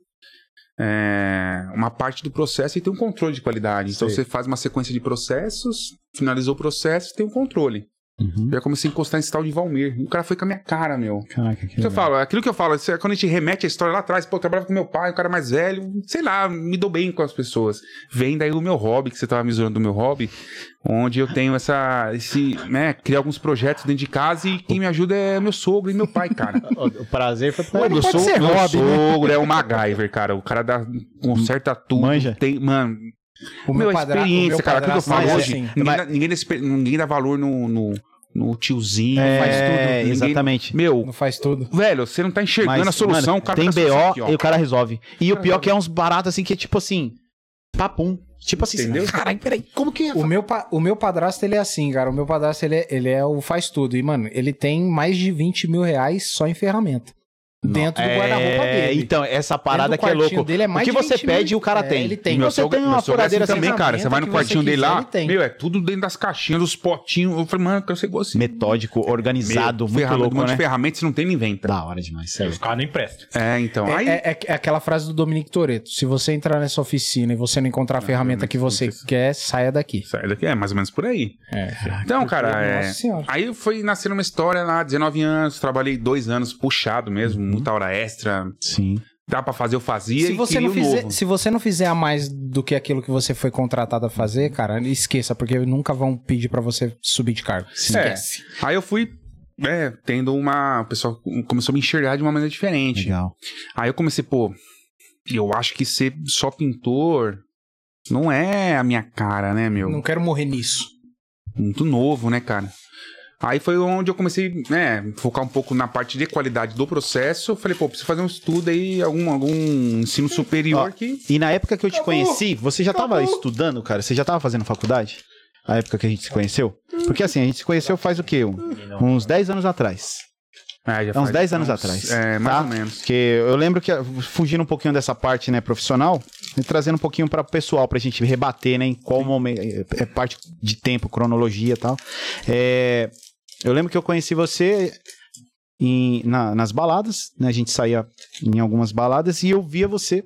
é, uma parte do processo e tem um controle de qualidade. Então Sei. você faz uma sequência de processos, finalizou o processo, tem um controle. Uhum. Eu já comecei a encostar nesse tal de Valmir. E o cara foi com a minha cara, meu. Caraca, que Então eu falo, aquilo que eu falo, isso é quando a gente remete a história lá atrás, pô, eu trabalhava com meu pai, um cara mais velho, sei lá, me dou bem com as pessoas. Vem daí o meu hobby, que você tava me zoando do meu hobby, onde eu tenho essa, esse, né, criar alguns projetos dentro de casa e quem me ajuda é meu sogro e meu pai, cara. O prazer foi pra Pô, ele. meu pode sogro, ser meu hobby, né? sogro é o MacGyver, cara. O cara dá, conserta tudo. Manja. Tem, mano, O meu, a padra- experiência, o meu cara. Aquilo que eu padrasto falo é hoje, assim. ninguém, Mas- dá, ninguém, dá, esper- ninguém dá valor no, no, no tiozinho, É, faz tudo. Ninguém- exatamente. Meu, Não faz tudo. velho, você não tá enxergando Mas, a solução, mano, o cara tem tá B O solução aqui, ó. e o cara resolve. E o Cara, pior resolve. que é uns baratos assim que é tipo assim, papum. Tipo assim, Entendeu? caralho, peraí, como que é? O meu, pa- o meu padrasto, ele é assim, cara. O meu padrasto, ele é, ele é o faz tudo. E, mano, ele tem mais de vinte mil reais só em ferramenta. Dentro do guarda-roupa É, dele. então, essa parada Dentro do que é quartinho louco. dele é mais o que de você vinte mil. pede, o cara É, tem. ele tem. Meu Você sogro, tem uma meu sogro é assim furadeira assim, também, cara. Você vai no que você quartinho dele quiser, lá, ele tem. meu, é tudo dentro das caixinhas, dos potinhos. Eu falei, mano, eu quero ser igual assim. metódico, organizado, Meu, muito ferramenta, louco, um monte né? de ferramentas, você não tem, nem inventa. Da hora demais, sério. Os caras não emprestam. É, então. É, Aí, é- é- é aquela frase do Dominique Toretto. Se você entrar nessa oficina e você não encontrar a ferramenta que você quer, saia daqui. sai daqui, é mais ou menos por aí. É. Então, cara, é... Nossa senhora. aí foi nascendo uma história lá, dezenove anos, trabalhei dois anos puxado mesmo, muita hora extra. Sim. Dá pra fazer, eu fazia Se e você, queria não o fizer, novo. se você não fizer a mais do que aquilo que você foi contratado a fazer, cara, esqueça, porque nunca vão pedir pra você subir de cargo. Esquece. É. Aí eu fui, é, tendo uma... O pessoal começou a me enxergar de uma maneira diferente. Legal. Aí eu comecei, pô, eu acho que ser só pintor não é a minha cara, né, meu? Não quero morrer nisso. Muito novo, né, cara? Aí foi onde eu comecei, né, focar um pouco na parte de qualidade do processo. Eu falei, pô, preciso fazer um estudo aí, algum, algum ensino superior Ó, que... E na época que eu te Acabou. conheci, você já tava Acabou. estudando, cara? Você já tava fazendo faculdade? A época que a gente se conheceu? Porque assim, a gente se conheceu faz o quê? Um- uns dez anos atrás. É, já Há uns faz dez anos uns- atrás. É, mais tá? ou menos. Porque eu lembro que, fugindo um pouquinho dessa parte, né, profissional, e trazendo um pouquinho para o pessoal, pra gente rebater, né, em qual momento, é parte de tempo, cronologia e tal. É, eu lembro que eu conheci você em- na- nas baladas, né, a gente saía em algumas baladas e eu via você.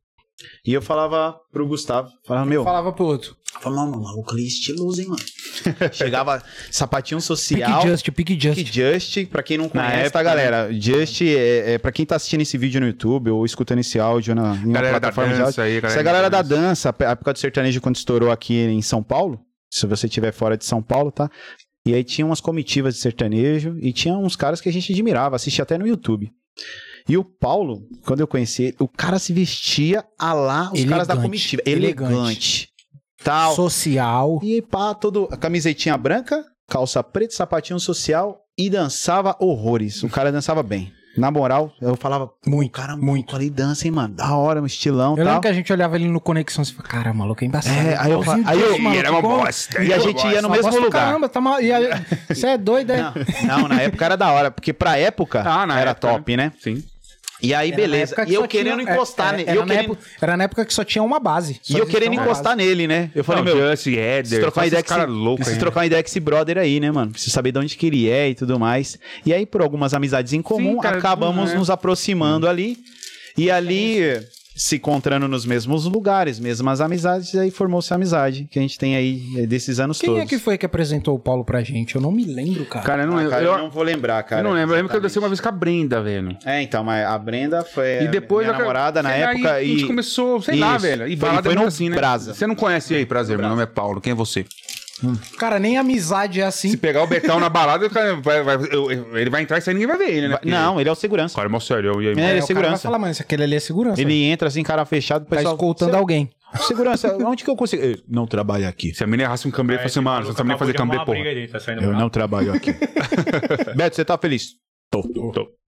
E eu falava pro Gustavo, falava, meu, Falava pro outro. falava, mano, o maluco ali é estiloso, hein, mano. Chegava sapatinho social. Pick Just, Pick Just. Que Just, pra quem não conhece, época, tá, galera? Just é, é pra quem tá assistindo esse vídeo no YouTube ou escutando esse áudio na, em uma Galera da plataforma de áudio. dança aí, Essa é a galera da dança, a época do sertanejo quando estourou aqui em São Paulo, se você estiver fora de São Paulo, tá? E aí tinha umas comitivas de sertanejo e tinha uns caras que a gente admirava, assistia até no YouTube. E o Paulo, quando eu conheci ele, o cara se vestia a lá os caras da Elegante, comitiva. elegante. Elegante. Tal. Social. E pá, todo, a camisetinha branca, calça preta, sapatinho social e dançava horrores. O cara dançava bem. Na moral, eu falava, Muito, cara, muito. muito ali dança, hein, mano? Da hora, um estilão e Eu tal. lembro que a gente olhava ele no Conexão e falava, cara, maluco, é embaçado. É, aí eu fa- Igualzinho aí eu- desse, maluco, E era uma igual- bosta. E a gente ia no Uma mesmo bosta do lugar. Caramba, tá mal. Você é doido, é? Não, não, na época era da hora, porque pra época Ah, na era época, top, né? Sim. E aí, Era na beleza. época que E eu só querendo tinha- encostar é, nele. Era, eu na querendo, época, era na época que só tinha uma base. e Só eu querendo existia uma encostar nele, né? Eu falei, Não, meu, Just, Éder, preciso trocar uma ideia com cara esse, louco preciso aí, trocar uma ideia com esse brother aí, né, mano? Preciso saber de onde que ele é e tudo mais. E aí, por algumas amizades em comum, Sim, cara, acabamos tudo, né? nos aproximando ali. E ali, se encontrando nos mesmos lugares, mesmas amizades, e aí formou-se a amizade que a gente tem aí eh, desses anos Quem todos. é que foi que apresentou o Paulo pra gente? Eu não me lembro, cara. Cara, eu não Ah, lembro. cara, eu, eu não vou lembrar, cara. eu não lembro. Eu lembro que eu dancei uma exatamente. vez com a Brenda, velho. É, então, mas a Brenda foi E depois minha eu- namorada na sei lá, época e a gente e... começou, sei lá, Isso. velho. E Foi- balada foi é no muito assim, né? Brasa. Você não conhece aí, prazer, meu nome é Paulo. Quem é você? Cara, nem amizade é assim. Se pegar o Betão na balada, o cara vai- vai- eu- eu- ele vai entrar e sair, ninguém vai ver ele, né? Porque- Não, ele é o segurança. Cara, é mó sério. E aí, É, ele é o cara vai segurança. falar, mano, esse aquele ali é segurança. Ele entra assim, cara fechado, o tá pessoal... escoltando "Seu- alguém. Segurança, onde que eu consigo... Eu não trabalho aqui. Se a menina arrasta um cambê, fala assim, mano, você não sabe nem fazer cambê, porra. Eu não trabalho aqui. Beto, você tá feliz? Tô, tô.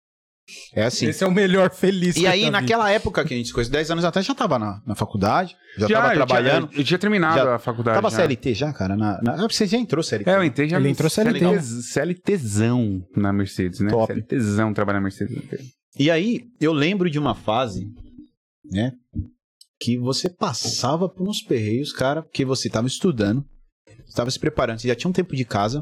É assim. Esse é o melhor feliz. E que aí, eu já vi. naquela época que a gente se conheceu, dez anos atrás, já tava na, na faculdade, já, Já, tava eu tinha- trabalhando. Eu tinha terminado Já a faculdade. Tava já. C L T já, cara? Na, na... Ah, você já entrou C L T. É, eu né? entrei já Ele no entrou C L T. CLTzão na Mercedes, né? Top. CLTzão trabalhar na Mercedes. E aí, eu lembro de uma fase, né? Que você passava por uns perreios, cara, porque você tava estudando, estava se preparando, você já tinha um tempo de casa,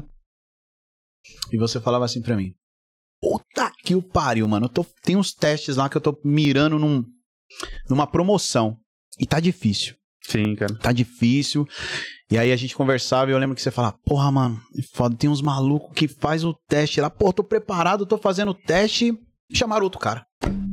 e você falava assim pra mim: puta que o pariu, mano. Eu tô, tem uns testes lá que eu tô mirando num, numa promoção. E tá difícil. Sim, cara. Tá difícil. E aí a gente conversava e eu lembro que você falava: porra, mano, é foda, tem uns malucos que faz o teste lá. Pô, tô preparado, tô fazendo o teste. Chamaram outro cara.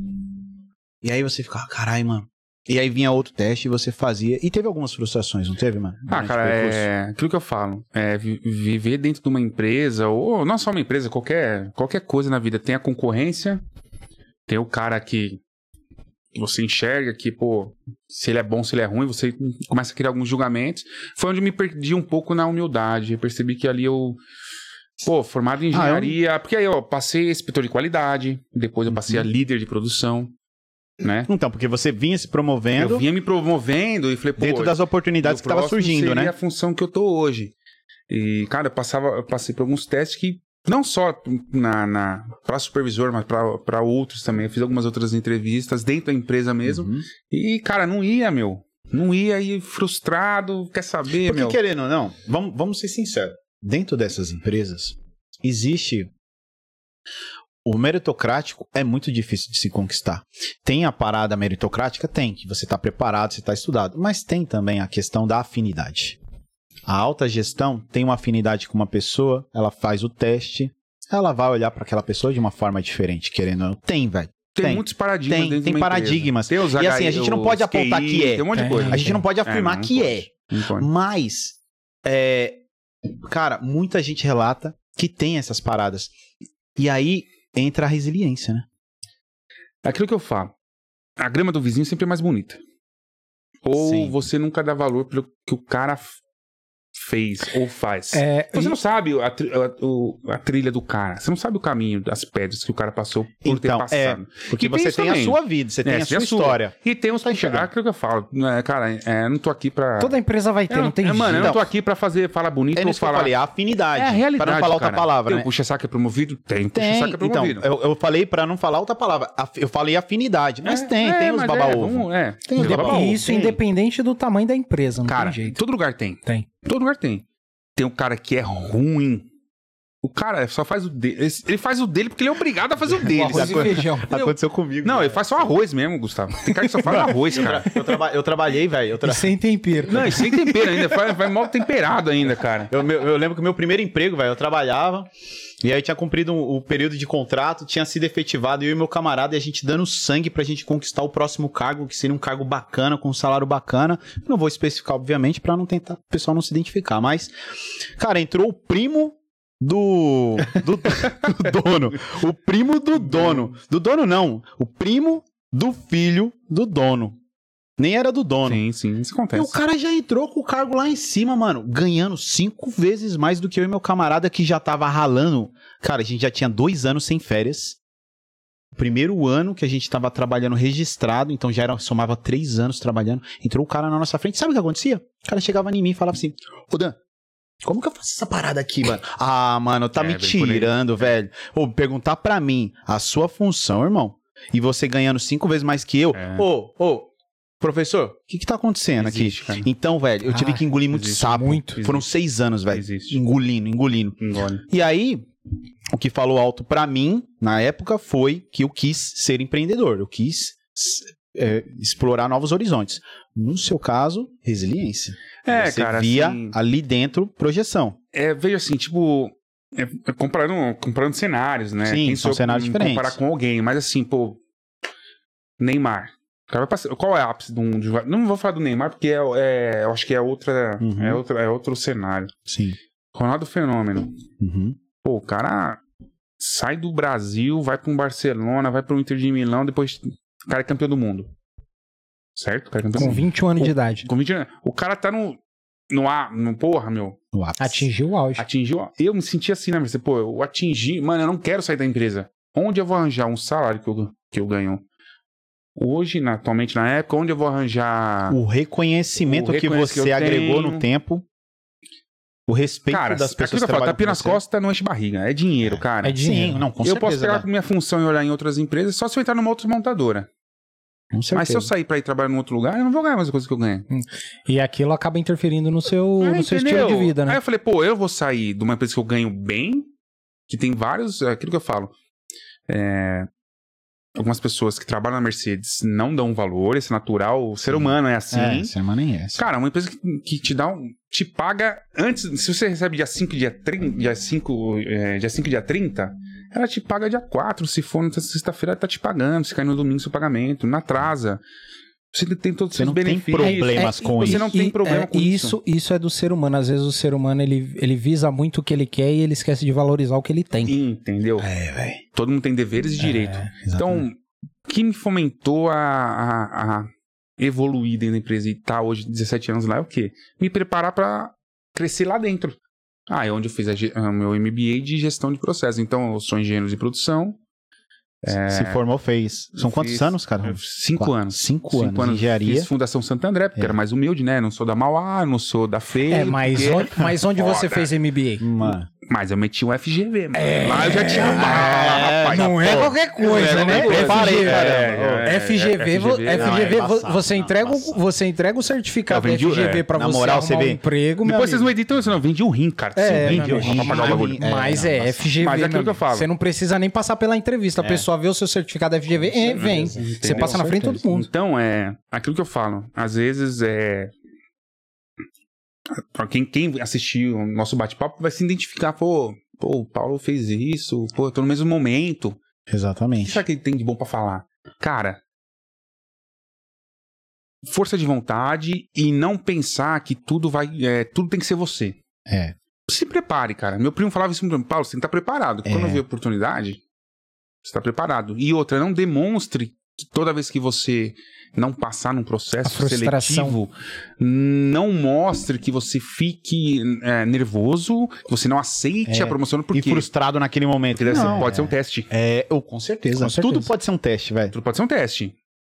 E aí você ficava: caralho, mano. E aí vinha outro teste e você fazia. E teve algumas frustrações, não teve, mano? Ah, Durante cara, o percurso? é aquilo que eu falo. É vi- viver dentro de uma empresa, ou não só uma empresa, qualquer, qualquer coisa na vida. Tem a concorrência, tem o cara que você enxerga que, pô, se ele é bom, se ele é ruim, você começa a criar alguns julgamentos. Foi onde eu me perdi um pouco na humildade. Eu percebi que ali eu, pô, formado em engenharia, porque aí eu passei inspetor de qualidade, depois eu passei a líder de produção, né? Então, porque você vinha se promovendo Eu vinha me promovendo e falei, pô, dentro das oportunidades o que estavam próximo surgindo, seria né? a função que eu tô hoje. E, cara, eu, passava, eu passei por alguns testes que, não só na, na, para supervisor, mas para outros também. Eu fiz algumas outras entrevistas dentro da empresa mesmo. Uhum. E, cara, não ia, meu. Não ia e frustrado, quer saber, Porque meu. querendo ou não, vamos, vamos ser sinceros. Dentro dessas empresas, existe... O meritocrático é muito difícil de se conquistar. Tem a parada meritocrática? Tem, que você está preparado, você está estudado. Mas tem também a questão da afinidade. A alta gestão tem uma afinidade com uma pessoa, ela faz o teste, ela vai olhar para aquela pessoa de uma forma diferente, querendo ou não. Tem, velho. Tem, Tem. muitos paradigmas Tem, dentro tem de uma paradigmas. empresa. Tem os E assim, a gente não os pode apontar Q I, que é. Tem um monte de Tem. coisa. A gente não pode afirmar É, não que pode. é. Não pode. Mas, é, cara, muita gente relata que tem essas paradas. E aí entra a resiliência, né? É aquilo que eu falo. A grama do vizinho sempre é mais bonita. Ou Sim. você nunca dá valor pelo que o cara f- fez ou faz. É, Você e- não sabe a, tri- a- o- a trilha do cara. Você não sabe o caminho das pedras que o cara passou por ter Então, passado. Porque E tem você isso tem também. a sua vida, você tem É, a você sua tem a sua. história. E tem uns Tá que enxergando. é aquilo que eu falo. né, Cara, é, eu não tô aqui pra. Toda empresa vai ter, Eu não tem é, Mano, eu jeito. não tô aqui pra fazer, falar bonito É ou nisso que eu falar. falei, a afinidade. É a realidade. Para não falar outra cara. palavra, Tem né? o puxa-saco é promovido? Tem. Tem, Puxa-saco é então, promovido. eu, eu falei pra não falar outra palavra. Af- Eu falei afinidade, mas É, tem, é, tem os mas baba-ovo. É, vamos- é, Tem os tem baba-ovo. E isso tem. independente do tamanho da empresa, não Cara, tem jeito. todo lugar tem. Tem. Todo lugar tem. Tem um cara que é ruim. O cara só faz o dele. Ele faz o dele porque ele é obrigado a fazer o dele. Arroz e sacou? feijão. Aconteceu comigo. Não, velho. ele faz só arroz mesmo, Gustavo. Tem cara que só faz arroz, cara. Eu, traba- eu trabalhei, velho. Eu, tra- E sem tempero. Não, e sem tempero ainda. Faz, faz mal temperado ainda, cara. eu, meu- eu lembro que o meu primeiro emprego, velho, eu trabalhava. E aí eu tinha cumprido um- o período de contrato, tinha sido efetivado, eu e meu camarada, e a gente dando sangue pra gente conquistar o próximo cargo, que seria um cargo bacana, com um salário bacana. Não vou especificar, obviamente, pra não tentar o pessoal não se identificar. Mas, cara, entrou o primo do, do, do dono. O primo do dono. Do dono, não. O primo do filho do dono. Nem era do dono. Sim, sim, isso E acontece. o cara já entrou com o cargo lá em cima, mano, ganhando cinco vezes mais do que eu e meu camarada que já tava ralando. Cara, a gente já tinha dois anos sem férias. O primeiro ano que a gente tava trabalhando registrado, então já era, somava três anos trabalhando. Entrou o cara na nossa frente. Sabe o que acontecia? O cara chegava em mim e falava assim: Ô Dan, como que eu faço essa parada aqui, mano? Ah, mano, tá É, me bem por aí. tirando, velho. Ô, perguntar pra mim a sua função, irmão, e você ganhando cinco vezes mais que eu. É. Ô, ô, professor, o que que tá acontecendo Existe, aqui? cara. Então, velho, eu tive Ah, que engolir muito existe, sapo. muito, Foram existe. seis anos, velho. Existe. Engolindo, engolindo. Engole. E aí, o que falou alto pra mim, na época, foi que eu quis ser empreendedor. Eu quis é, explorar novos horizontes. No seu caso, resiliência. É, Você cara, via assim, ali dentro projeção. é, veio assim, tipo, é, é comparando, comparando cenários, né? Sim, Quem são sou cenários em diferentes. comparar com alguém, mas assim, pô, Neymar. O cara vai passar- qual é a ápice de um... de- não vou falar do Neymar, porque é, é- eu acho que é outra, Uhum. é outra, é outro cenário. Sim. Ronaldo Fenômeno. Uhum. Pô, o cara sai do Brasil, vai pra um Barcelona, vai pro Inter de Milão, depois o cara é campeão do mundo. Certo? O cara é campeão Com do mundo. vinte e um anos de idade. Com vinte anos. O cara tá no... No ar, no porra, meu. No ápice. Atingiu o auge. Atingiu. Eu me senti assim, né? Você, pô, eu atingi. Mano, eu não quero sair da empresa. onde eu vou arranjar um salário que eu, que eu ganho hoje, na, atualmente na época, onde eu vou arranjar... O reconhecimento, O que reconhecimento você que eu agregou tenho. no tempo, o respeito Cara, das aquilo pessoas que eu que falo, trabalham tapinha com nas você. costas não enche barriga, é dinheiro, cara. É dinheiro. Sim, não, com eu certeza. posso pegar vai. com minha função e olhar em outras empresas só se eu entrar numa outra montadora. Com certeza. Mas se eu sair pra ir trabalhar em outro lugar, eu não vou ganhar a mesma coisa que eu ganho. E aquilo acaba interferindo no seu, É, no seu entendeu? estilo de vida, né? Aí eu falei, pô, eu vou sair de uma empresa que eu ganho bem, que tem vários, é aquilo que eu falo, é, algumas pessoas que trabalham na Mercedes não dão valor, isso é natural, o ser humano é assim. É, semana nem essa. Cara, uma empresa que, que te dá um, te paga antes, se você recebe dia cinco, dia trinta, dia cinco, é, dia cinco, dia trinta, ela te paga dia quatro, se for na sexta-feira ela tá te pagando, se cair no domingo seu pagamento, não atrasa. Você tem todos os Você seus não tem benefícios. problemas com você isso. não tem E- problema é, com e isso. isso. Isso é do ser humano. Às vezes o ser humano, ele, ele visa muito o que ele quer e ele esquece de valorizar o que ele tem. Entendeu? É, velho. Todo mundo tem deveres e direitos. Então, o que me fomentou a, a, a evoluir dentro da empresa e estar hoje dezessete anos lá é o quê? Me preparar para crescer lá dentro. Ah, é onde eu fiz a ge- o meu M B A de gestão de processos. Então, eu sou engenheiro de produção. Se formou, fez. São quantos Fiz- anos, cara? Cinco Quatro. anos. Cinco, anos. Engenharia. Fiz Fundação Santo André, porque É. era mais humilde, né? Não sou da Mauá, não sou da F E I. É, mas, porque- onde, mas onde você Foda. fez M B A? Mano. Mas eu meti um F G V, mano. Lá eu já tinha um bala, rapaz. Não é pô, qualquer coisa, não né? é qualquer coisa. F G V, É, é, F G V, é, vo- F G V, F G V, não, é vo- embaçado, você, não, entrega, o- embaçado. você entrega o certificado Eu vendi da o- F G V é, pra na você moral, arrumar você um vê. emprego, meu Depois vocês amigo. não editam isso, não. Vendi um rim, cara. É, Você meu vende amigo. pra pagar o bagulho. É, Mas não, é, mas- F G V, mas é aquilo meu que eu amigo, falo. você não precisa nem passar pela entrevista. A É. pessoa vê o seu certificado F G V e vem. Você Entendeu? passa na frente de todo mundo. Então, é aquilo que eu falo. Às vezes, é. Pra quem, quem assistiu o nosso bate-papo vai se identificar, pô, pô, o Paulo fez isso, pô, eu tô no mesmo momento. O que Exatamente. será que ele tem de bom pra falar? Cara, força de vontade e não pensar que tudo vai. É, tudo tem que ser você. É. Se prepare, cara. Meu primo falava isso pra mim, Paulo, você tem que estar preparado. É. Quando eu vi a oportunidade, você tá preparado. E outra, não demonstre que toda vez que você não passar num A processo frustração. seletivo, não mostre que você fique é, nervoso, que você não aceite É. a promoção, porque E frustrado naquele momento. porque deve ser- Não, pode é. ser um teste. É, eu, com certeza. Com certeza. Tudo pode ser um teste, velho. Tudo pode ser um teste.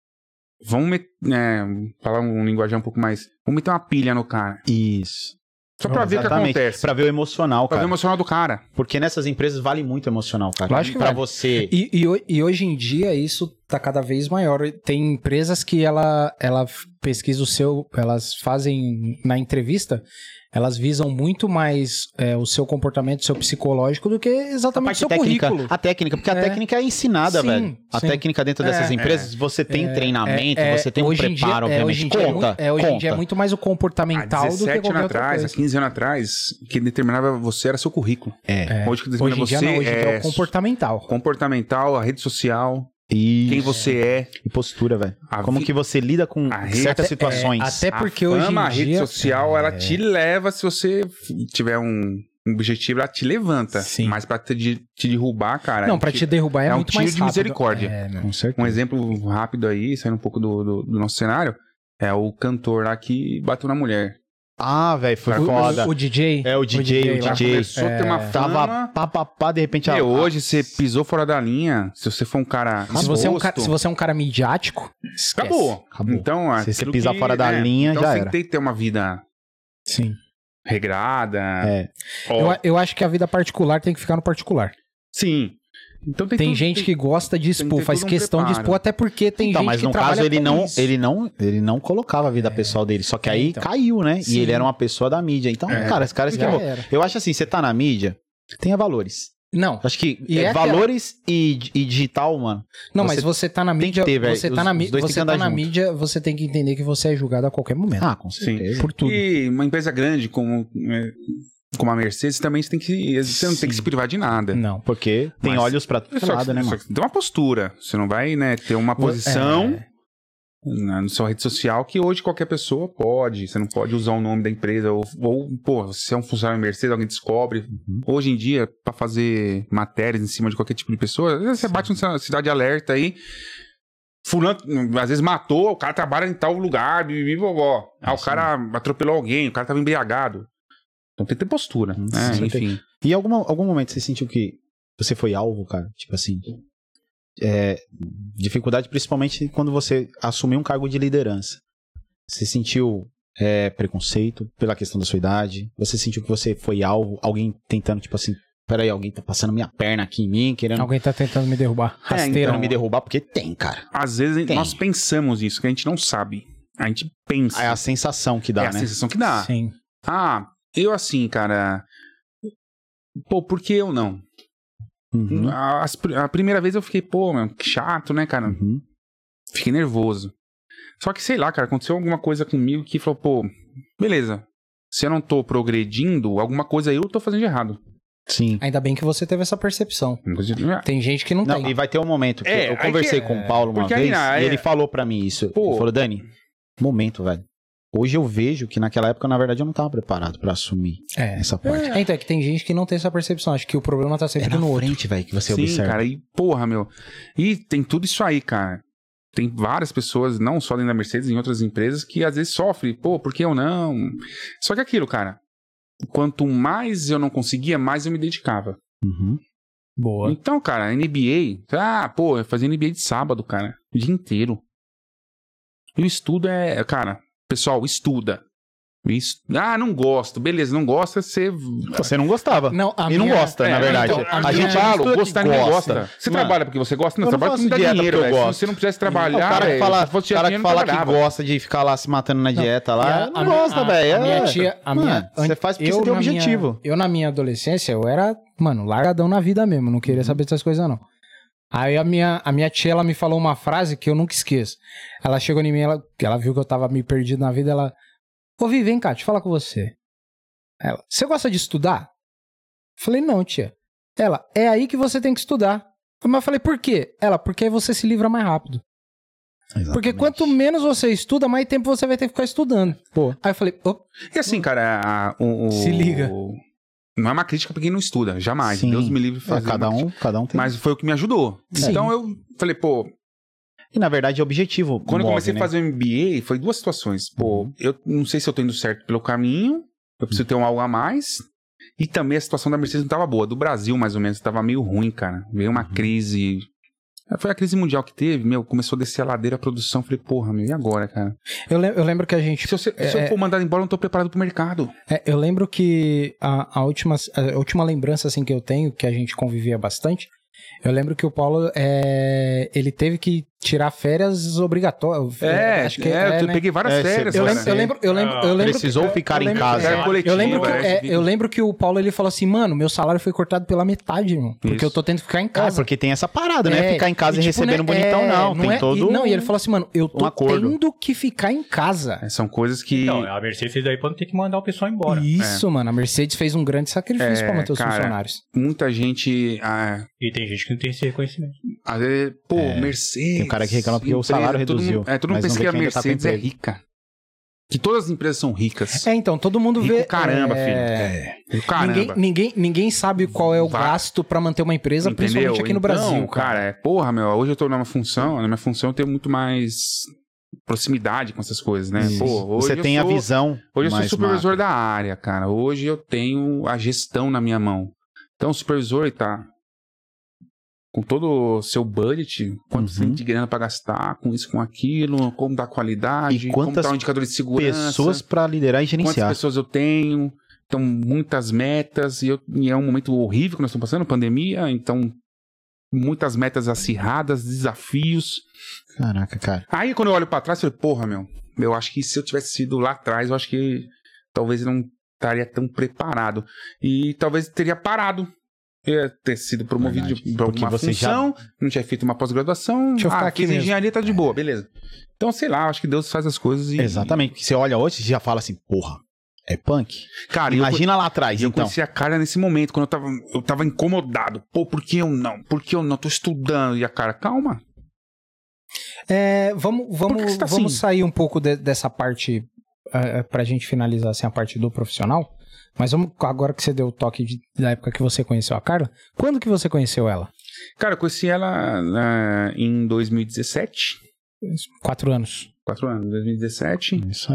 Vamos met- é, falar um linguajar um pouco mais. Vamos meter uma pilha no cara. Isso. Só pra ver o que Exatamente. acontece. Pra ver o emocional, Pra ver cara. o emocional do cara. Porque nessas empresas vale muito emocional, cara. Lógico que pra vale. você. E, e ho- e hoje em dia isso tá cada vez maior. Tem empresas que ela, ela pesquisa o seu, elas fazem na entrevista, elas visam muito mais é, o seu comportamento, o seu psicológico do que A exatamente o parte seu técnica, currículo. a técnica, porque a É. técnica é ensinada, Sim, velho. A sim. técnica dentro dessas É, empresas, você tem treinamento, É, é, você tem um hoje em dia- preparo, é, obviamente. hoje em dia é conta, muito- é, hoje em dia é conta. muito mais o comportamental Há do que dezessete qualquer anos outra atrás, há coisa. quinze anos atrás, o que determinava você era seu currículo. É. Hoje o que Hoje determina em dia você não, hoje em dia é é o comportamental. comportamental, a rede social, Isso. quem você é. E postura, velho. A Como vi- que você lida com a rede- certas Até- situações. é, até porque a hoje fama, em a rede dia- social, ela É. te leva, se você tiver um um objetivo, ela te levanta. Sim. Mas pra te, de- te derrubar, cara... Não, é um pra te tiro- derrubar é, é um muito tiro mais de rápido. misericórdia. É, meu. Com certeza. Um exemplo rápido aí, saindo um pouco do, do, do nosso cenário, é o cantor lá que bateu na mulher. Ah, velho, foi Cara, O, foda. o, o D J? É, o D J, o lá. Já D J. começou a ter uma Tava fama... pá, pá, pá, de repente... E a- hoje você pisou fora da linha, se você for um cara Se você, é um cara, exposto, se você é um cara midiático, esquece. acabou. Acabou. Então, Se você aquilo pisar que- fora da é, linha, então já você era. tem que ter uma vida Sim. regrada. É. ó, Eu, eu acho que a vida particular tem que ficar no particular. Sim. Então tem, Tem, tudo- gente tem- que gosta de que expor, ter faz todo um questão de preparo. expor, até porque tem Então, gente mas que no trabalha caso ele com não, isso. ele não, ele não colocava a vida pessoal dele, só que É, aí então. caiu, né? Sim. E ele era uma pessoa da mídia. Então, É. cara, esse cara Já esquemou. era. Eu acho assim, você tá na mídia, tenha valores. Não, Acho que E é, é aquela- valores e, e digital, mano. não, Você mas você tá na tem que mídia, ter, velho. você Os- tá na, os mi- dois têm você que tá andar na junto. mídia, você tem que entender que você é julgado a qualquer momento. Ah, com certeza. Por tudo. E uma empresa grande como, é, como a Mercedes também você tem que. Você não tem que se privar de nada. Não. Porque tem Mas- olhos pra todo Só que- lado, né, só mano? que tem uma postura. Você não vai, né, ter uma posição É. na, na sua rede social que hoje qualquer pessoa pode. Você não pode usar o nome da empresa. Ou, ou pô, se é um funcionário da Mercedes, alguém descobre. Hoje em dia, pra fazer matérias em cima de qualquer tipo de pessoa, às vezes você bate uma cidade alerta aí. Fulano, às vezes matou, o cara trabalha em tal lugar, bibi, vovó. Ah, o Sim. cara atropelou alguém, o cara tava embriagado. Então tem que ter postura, né? Sim, Enfim. E em algum, algum momento você sentiu que você foi alvo, cara? Tipo assim, é, dificuldade principalmente quando você assumiu um cargo de liderança. Você sentiu é, preconceito pela questão da sua idade? Você sentiu que você foi alvo? Alguém tentando, tipo assim, peraí, alguém tá passando minha perna aqui em mim, querendo... Alguém tá tentando me derrubar. É, Rasteira. então, me derrubar, porque tem, cara. Às vezes Tem. nós pensamos isso, que a gente não sabe. A gente pensa. É a sensação que dá, é a né? sensação que dá. Sim. Ah, eu assim, cara... Pô, por que eu não? Uhum. A, as- a primeira vez eu fiquei, pô, mano, que chato, né, cara? Uhum. Fiquei nervoso. Só que, sei lá, cara, aconteceu alguma coisa comigo que falou, pô, beleza. Se eu não tô progredindo, alguma coisa eu tô fazendo de errado. Sim. Ainda bem que você teve essa percepção. Uma coisa de- Tem gente que não, Não, tem. e vai ter um momento que É, eu aí conversei que- com o Paulo uma porque aí, vez ah, e é- ele falou pra mim isso. Pô. Ele falou, Dani, momento, velho. Hoje eu vejo que naquela época, na verdade, eu não tava preparado pra assumir É. essa parte. É, então, é que tem gente que não tem essa percepção. Acho que o problema tá É sempre na no outro. frente, velho, que você Sim, observa. cara, e porra, meu. E tem tudo isso aí, cara. Tem várias pessoas, não só dentro da Mercedes, em outras empresas, que às vezes sofrem. Pô, por que eu não? Só que aquilo, cara. Quanto mais eu não conseguia, mais eu me dedicava. Uhum. Boa. Então, cara, N B A... Ah, pô, eu fazia N B A de sábado, cara. O dia inteiro. E o estudo é... Cara, pessoal, estuda. Isso. Ah, não gosto. Beleza, não gosta, você... Você não gostava. Não, a e não minha- gosta, É, na verdade. então, a a minha- gente fala, estuda que gostar ninguém gosta. Você Mano, trabalha porque você gosta? Não, eu não trabalha faço porque dá dieta dinheiro, porque eu velho. Se gosto. você não precisasse O trabalhar, cara que velho, fala, se fosse cara que, dinheiro, não fala que trabalhava. gosta de ficar lá se matando na dieta lá, E a- não a- gosta, a- velho. a minha É. tia- a Mano, minha- você faz porque eu, você tem na minha- objetivo. eu, na minha adolescência, eu era, mano, largadão na vida mesmo. Não queria saber dessas coisas, não. Aí a minha, a minha tia, ela me falou uma frase que eu nunca esqueço. Ela chegou em mim, ela, ela viu que eu tava meio perdido na vida, ela... Ô, Vi, vem cá, deixa eu falar com você. Ela, você gosta de estudar? Falei, não, tia. Ela, é aí que você tem que estudar. Mas eu falei, por quê? Ela, porque aí você se livra mais rápido. Porque quanto menos você estuda, mais tempo você vai ter que ficar estudando. Pô. Aí eu falei, ô, E assim, cara, a- o, o- Se liga. Não é uma crítica pra quem não estuda, jamais. Sim. Deus me livre de É, fazer. cada uma um, crítica. cada um tem. Mas foi o que me ajudou. Sim. Então eu falei, pô, E na verdade é objetivo. quando eu move, comecei né? a fazer o M B A, foi duas situações. Pô, eu não sei se eu tô indo certo pelo caminho, eu preciso ter um algo a mais. E também a situação da Mercedes não tava boa. Do Brasil, mais ou menos, tava meio ruim, cara. Veio uma crise. Foi a crise mundial que teve, meu, começou a descer a ladeira a produção. Falei, porra, meu, e agora, cara? eu, lem- eu lembro que a gente... Se, você- se É, eu for mandado embora, eu não tô preparado pro mercado. É, eu lembro que a, a, última, a última lembrança assim, que eu tenho, que a gente convivia bastante, eu lembro que o Paulo, é, ele teve que tirar férias obrigatórias. É, acho que é, eu né? peguei várias É, cê- férias, Eu cara. lembro, eu lembro, eu lembro, eu lembro Precisou que, ficar eu em lembro- casa. Era é, coletivo, eu lembro que, é, é, eu lembro que o Paulo ele falou assim, mano, meu salário foi cortado pela metade, irmão, porque Isso. eu tô tendo que ficar em É, casa. porque tem essa parada, né? É, Ficar em casa e, e, tipo, recebendo né, bonitão, é, não. Tem é- todo. e, não, e ele falou assim, mano, eu tô acordo. tendo que ficar em casa. É, são coisas que... Não, a Mercedes fez daí pra não ter que mandar o pessoal embora. Isso, mano, a Mercedes fez um grande sacrifício É, pra manter os cara, funcionários. Muita gente... Ah, E tem gente que não tem esse reconhecimento. às vezes, pô, É, Mercedes... tem um cara que reclama porque o empresa, salário todo reduziu, mundo- é, todo mundo mas pensa não que vê a que ainda tá com Mercedes é emprego. rica. Que todas as empresas são ricas. É, então, todo mundo Rico vê... caramba, é, Caramba. Ninguém, ninguém, ninguém sabe qual é o Vai. gasto pra manter uma empresa, Entendeu? principalmente aqui no Então, Brasil. cara, é, porra, meu, hoje eu tô numa função, na minha função eu tenho muito mais proximidade com essas coisas, né? Isso. Pô, hoje Você eu tem sou, a visão. Hoje eu sou mais supervisor macro. da área, cara. Hoje eu tenho a gestão na minha mão. Então o supervisor tá com todo o seu budget, quanto Uhum. você tem de grana pra gastar, com isso, com aquilo, como dar qualidade, E como quantas dar um indicador de segurança. Pessoas pra liderar e Quantas gerenciar. pessoas eu tenho, então muitas metas, e, eu- e é um momento horrível que nós estamos passando, pandemia, então muitas metas acirradas, desafios. Caraca, cara. Aí quando eu olho pra trás, eu falei, porra, meu, eu acho que se eu tivesse sido lá atrás, eu acho que talvez eu não estaria tão preparado. E talvez teria parado. Eu ia ter sido promovido Verdade. para Porque alguma você já- função, não tinha feito uma pós-graduação, Deixa eu ficar ah, aqui fiz mesmo. engenharia, tá de boa, beleza. Então, sei lá, acho que Deus faz as coisas e... Exatamente. Porque você olha hoje e já fala assim, porra, é punk? Cara, eu, Imagina lá atrás, eu então. conheci a cara nesse momento, quando eu tava, eu tava incomodado. Pô, por que eu não? Por que eu não? Tô estudando. E a cara, calma. É, vamos Por vamos, que você tá vamos assim? sair um pouco de- dessa parte uh, pra gente finalizar assim, a parte do profissional. Mas vamos, agora que você deu o toque de- da época que você conheceu a Carla, quando que você conheceu ela? Cara, eu conheci ela ah, em dois mil e dezessete. Quatro anos. Quatro anos, dois mil e dezessete. Isso aí.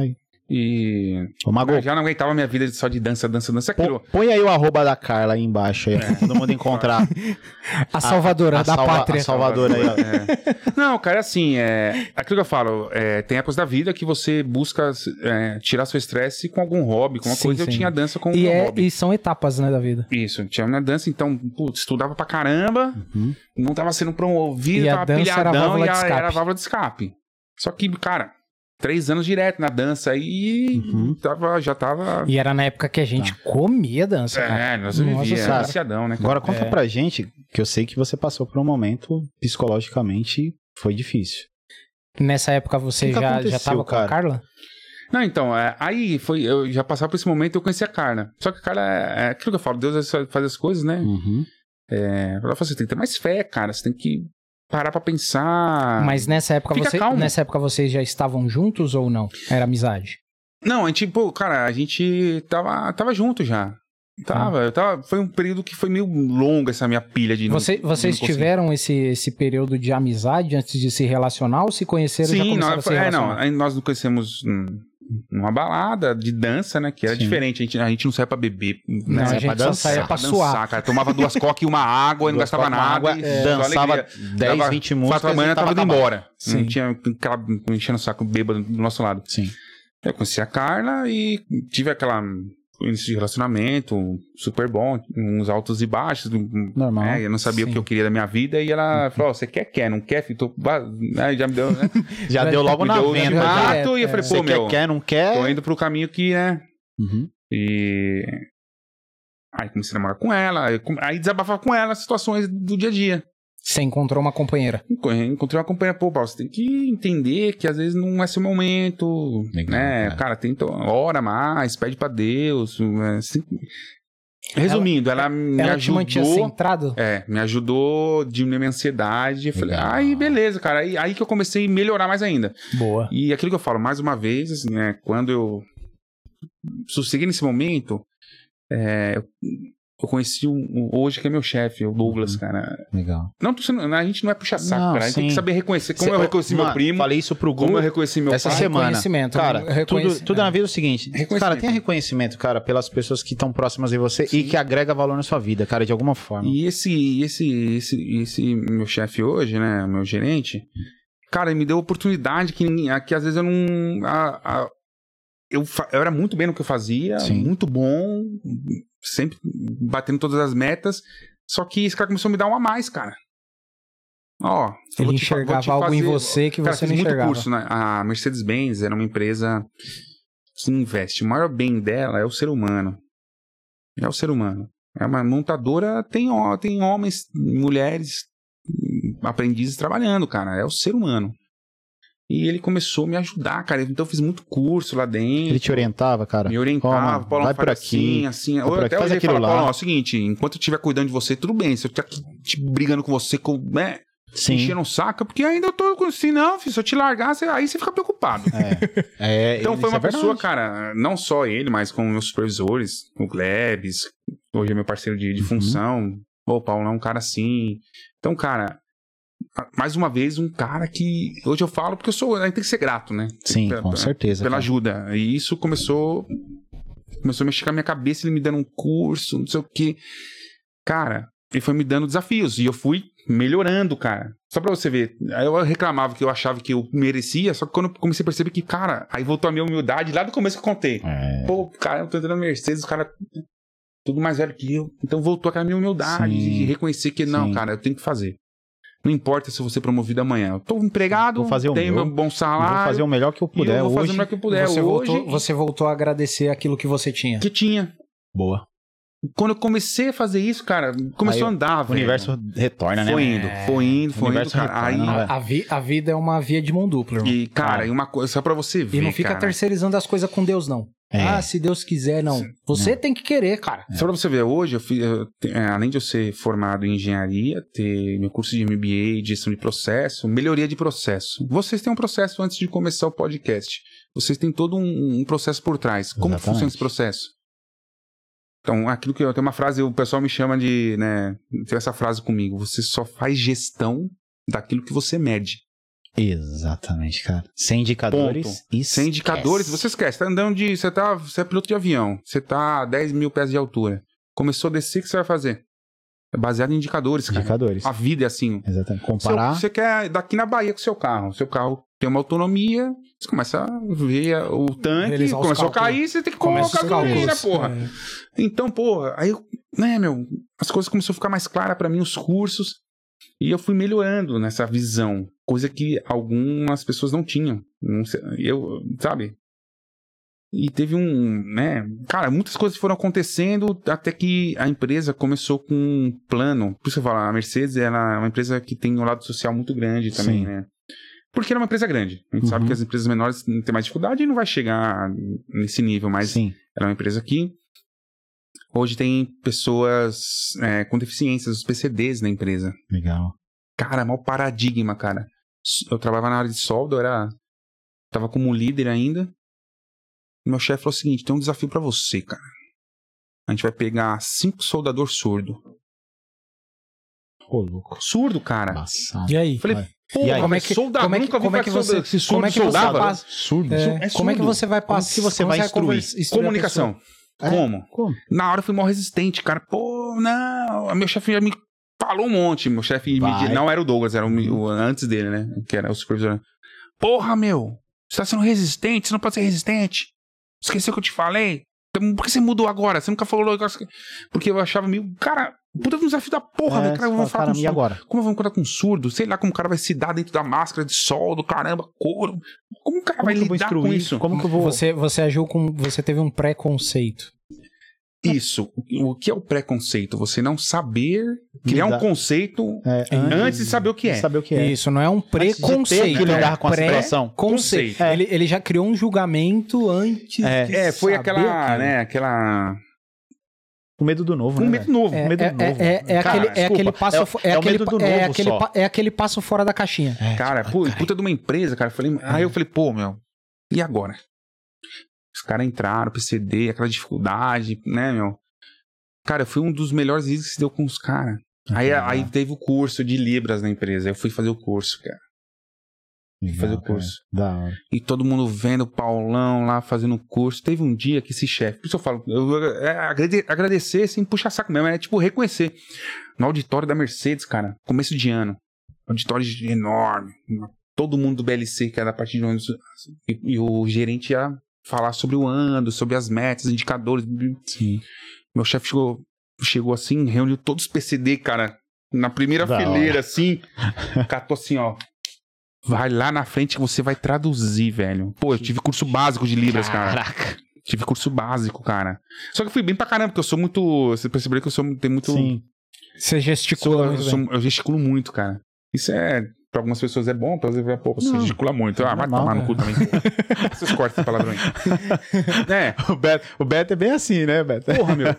E Ô, Mago, eu já não aguentava a minha vida só de dança, dança, dança, pô- aquilo. põe aí o arroba da Carla aí embaixo, aí, pra todo mundo encontrar. A salvadora a da salva- pátria. a Salvadora aí, ó. É. Não, cara, assim, é, aquilo que eu falo, é, tem épocas da vida que você busca é, tirar seu estresse com algum hobby, com uma Sim, coisa. sim. Eu tinha a dança como E, meu é, hobby. e são etapas, né, da vida. Isso, tinha minha dança, então, putz, estudava pra caramba, Uhum. não tava sendo promovido, E a tava dança era a pilhadão válvula e de a, escape. era a válvula de escape. Só que, cara, três anos direto na dança aí, Uhum. tava, já tava... E era na época que a gente comia dança, cara. É, nós Nossa vivia, Senhora. era viciadão, né? cara? Agora conta É. pra gente, que eu sei que você passou por um momento psicologicamente foi difícil. Nessa época você O que que já, já aconteceu, tava com a cara? Carla? Não, então, é, aí foi, eu já passava por esse momento eu conheci a Carla. Só que a Carla é, é aquilo que eu falo, Deus faz as coisas, né? Uhum. É, ela falou assim, você tem que ter mais fé, cara, você tem que parar pra pensar. Mas nessa época, Fica você, calmo. nessa época vocês já estavam juntos ou não? Era amizade? Não, a gente, pô, cara, a gente tava, tava junto já. Tava, eu tava, foi um período que foi meio longo essa minha pilha de... Você- não, vocês de não conseguir. tiveram esse, esse período de amizade antes de se relacionar ou se conheceram e já Sim, começaram não, a se é, não, relacionar? aí nós nos conhecemos hum, numa balada de dança, né, que era Sim. diferente, a gente, a gente não saía pra beber, Não, né, a saía gente pra só dançar, saía pra dançar, suar. cara, tomava duas coca e uma água e não Duas gastava copos com nada, água, e dançava alegria. dez, Dava vinte músicas quatro da manhã e tava tava indo acabado. embora. Sim. Não tinha aquela enchendo o saco bêbado do nosso lado. Sim. Eu conheci a Carla e tive aquela início de relacionamento super bom, uns altos e baixos. Normal. né, eu não sabia Sim. o que eu queria da minha vida e ela falou: oh, você quer, quer, não quer? Tô, né, já me deu, né? Já Já deu logo me na deu o venda. ultimato. já. ultimato e eu É. falei: Você pô, quer, meu, quer, não quer? tô indo pro caminho que, né? Uhum. E aí comecei a namorar com ela, aí com- aí desabafava com ela as situações do dia a dia. Você encontrou uma companheira. Enco- Encontrei uma companhia, pô, Paulo, você tem que entender que às vezes não é seu momento, Legal, né? cara. Cara, tenta, ora mais, pede pra Deus. né, assim. Resumindo, ela, me Ela te mantinha ajudou. centrado? É, me ajudou a diminuir minha ansiedade. Eu falei, Legal. aí beleza, cara. Aí, aí que eu comecei a melhorar mais ainda. Boa. E aquilo que eu falo, mais uma vez, né, quando eu sosseguei nesse momento, é, eu, eu conheci um, um- hoje que é meu chefe, o Douglas, Uhum. cara. Legal. Não, tô sendo- a gente não é puxar saco, Não, cara. A gente tem que sim. saber reconhecer. Como Cê- eu reconheci meu Mano, primo, Falei isso pro como eu Gu reconheci meu essa pai. semana. Reconhecimento, Cara, reconheci- tudo, tudo na vida é o seguinte. Reconhecimento. Cara, tenha reconhecimento, cara, pelas pessoas que estão próximas de você Sim. e que agrega valor na sua vida, cara, de alguma forma. E esse, esse, esse, esse meu chefe hoje, né, meu gerente, cara, ele me deu oportunidade que, ninguém- que às vezes eu não... a- a- eu, fa- eu era muito bem no que eu fazia, Sim. muito bom, sempre batendo todas as metas, só que esse cara começou a me dar um a mais, cara. Ó, eu Ele vou te fa- vou enxergava te algo em fazer- você que Cara, você fiz não muito enxergava. curso, né? A Mercedes-Benz era uma empresa que investe. O maior bem dela é o ser humano. É o ser humano. É uma montadora, tem, ó, tem homens, mulheres, hum, aprendizes trabalhando, cara. É o ser humano. E ele começou a me ajudar, cara. Então eu fiz muito curso lá dentro. Ele te orientava, cara. Me orientava, Ó, mano, Paulo, vai faz por aqui, assim, assim. vai por Ou aqui, até faz hoje ele aquilo fala, lá. Paulo, ó, é o seguinte, enquanto eu estiver cuidando de você, tudo bem. Se eu estiver aqui te brigando com você, com, né, Sim. enchendo o saco, porque ainda eu tô assim, não, filho, se eu te largar, você- aí você fica preocupado. É, Então isso foi uma é pessoa, verdade. cara, não só ele, mas com meus supervisores, o Glebs, hoje é meu parceiro de, de Uhum. função. Pô, o Paulo é um cara assim. Então, cara, mais uma vez, um cara que hoje eu falo porque eu sou, a gente tem que ser grato, né? Sim, Pela- com certeza. Pela cara. ajuda. E isso começou começou a mexer com a minha cabeça, ele me dando um curso, não sei o quê. Cara, ele foi me dando desafios e eu fui melhorando, cara. Só pra você ver, aí eu reclamava que eu achava que eu merecia, só que quando eu comecei a perceber que, cara, aí voltou a minha humildade lá do começo que eu contei. É, Pô, cara, eu tô entrando na Mercedes, os caras tudo mais velho que eu. Então voltou aquela minha humildade Sim. de reconhecer que, não, Sim. cara, eu tenho que fazer. Não importa se eu vou ser promovido amanhã. Eu tô empregado, Vou fazer o tenho meu, meu bom eu salário. vou fazer o melhor que eu e puder eu vou fazer hoje. o melhor que eu puder. Você, hoje, voltou, você voltou a agradecer aquilo que você tinha. que tinha. Boa. Quando eu comecei a fazer isso, cara, começou Aí a andar, O velho. universo retorna, né? foi mano? indo, É. foi indo, O foi indo, universo cara. retorna, Aí, né? A, vi- a vida é uma via de mão dupla, irmão. e, cara, Cara. e uma coisa, só pra você ver, E não fica cara. terceirizando as coisas com Deus, não. É. Ah, se Deus quiser, não. Você tem que querer, cara. Só pra você ver, hoje, eu fiz, eu te- é, além de eu ser formado em engenharia, ter meu curso de M B A, de gestão de processo, melhoria de processo. Vocês têm um processo antes de começar o podcast. Vocês têm todo um, um processo por trás. Como que Exatamente. funciona esse processo? Então, aquilo que eu tenho uma frase, o pessoal me chama de, né, tem essa frase comigo, você só faz gestão daquilo que você mede. Exatamente, cara. Sem indicadores. Ponto. Esquece. Sem indicadores, você esquece. Tá andando de. Você, tá, você é piloto de avião. Você tá a dez mil pés de altura. Começou a descer, o que você vai fazer? É baseado em indicadores, cara. Indicadores. A vida é assim. Exatamente. Seu- Comparar. Você quer daqui na Bahia com o seu carro. Seu carro tem uma autonomia, você começa a ver o tanque, Realizar os começou a cálculos. cair, você tem que Começa colocar os gasolina, cálculos. porra. É. Então, porra, aí eu, né, meu, as coisas começaram a ficar mais claras pra mim, os cursos, e eu fui melhorando nessa visão, coisa que algumas pessoas não tinham. Não sei, eu, sabe? E teve um, né, cara, muitas coisas foram acontecendo até que a empresa começou com um plano. Por isso que eu falo, a Mercedes ela é uma empresa que tem um lado social muito grande também, Sim. né? Porque ela é uma empresa grande. A gente Uhum. sabe que as empresas menores têm mais dificuldade e não vai chegar nesse nível, mas Sim. ela é uma empresa que hoje tem pessoas é, com deficiências, os P C Ds na empresa. Legal. Cara, mau paradigma, cara. Eu trabalhava na área de solda, eu era... Tava como líder ainda. E meu chefe falou o seguinte, tem um desafio pra você, cara. A gente vai pegar cinco soldador surdo. Ô, louco. Surdo, cara. Embaçado. E aí? Falei, Vai. pô, E aí? Como é que- soldado, como é que- nunca vi como é falar que que você- solda- se surdo como é que você soldava. faz- Surdo. É, É como é que surdo. você vai Como passar? que você vai instruir? conversa- instruir a Comunicação. É? Como? Como? Na hora eu fui mó resistente, cara. Pô, não. Meu chefe já me falou um monte. Meu chefe me Vai. di- não era o Douglas, era o, o antes dele, né? Que era o supervisor. Porra, meu. Você tá sendo resistente, você não pode ser resistente. Esqueceu que eu te falei? Por que você mudou agora? Você nunca falou agora. Porque eu achava meio. Cara, puta um desafio da porra, É, velho. Cara, eu você vou fala, falar com caramba, e surdo. agora? Como eu vou encontrar com um surdo? Sei lá como o cara vai se dar dentro da máscara de sol, do caramba, couro. Como o cara Como vai que eu vou lidar com instruir? isso? Como que eu vou... Você, você agiu com. Você teve um preconceito. Isso. O que é o preconceito? Você não saber criar Lidar. um conceito É, antes de saber o que é. saber o que é. Isso, não é um Antes de ter preconceito. que lidar é com a situação. Conceito. Conceito. Ele, ele já criou um julgamento antes. É. de É, foi saber aquela, aquilo. né, aquela... O medo do novo, Um né? medo velho? novo. É, medo é, novo. é, é, é Cara, aquele, é desculpa, aquele passo é o- fo- é o aquele medo do pa- é novo aquele só. pa- é aquele passo fora da caixinha. É, Cara, tipo, pô, caralho. puta de uma empresa, cara. Eu falei, aí eu falei, pô, meu, e agora? Os caras entraram, P C D, aquela dificuldade, né, meu? Cara, eu fui um dos melhores vídeos que se deu com os caras. Aí, legal. aí teve o curso de Libras na empresa. Eu fui fazer o curso, cara. Legal, fazer o cara. curso. Da hora. E todo mundo vendo o Paulão lá fazendo o curso. Teve um dia que esse chefe, por isso eu falo, eu, é, agrade- agradecer sem puxar saco mesmo, é tipo reconhecer. No auditório da Mercedes, cara, começo de ano, auditório enorme, todo mundo do B L C, que era da parte de ônibus, e, e o gerente ia falar sobre o ano, sobre as metas, indicadores. Sim. Meu chefe chegou, chegou assim, reuniu todos os P C D, cara, na primeira Da fileira, hora. assim, catou assim, ó. Vai lá na frente que você vai traduzir, velho. Pô, eu tive curso básico de Libras, cara. Caraca. Tive curso básico, cara. Só que eu fui bem pra caramba, porque eu sou muito... Você percebeu que eu sou tenho muito... Sim. Você sou- gesticula eu, muito sou- bem. eu gesticulo muito, cara. Isso é... Pra algumas pessoas é bom, pra outras é... Pô, você Não. gesticula muito. Ah, vai Normal, tomar no é. cu também. Vocês cortam esse palavrão aí. É. O Beto, o Beto é bem assim, né, Beto? Porra, meu.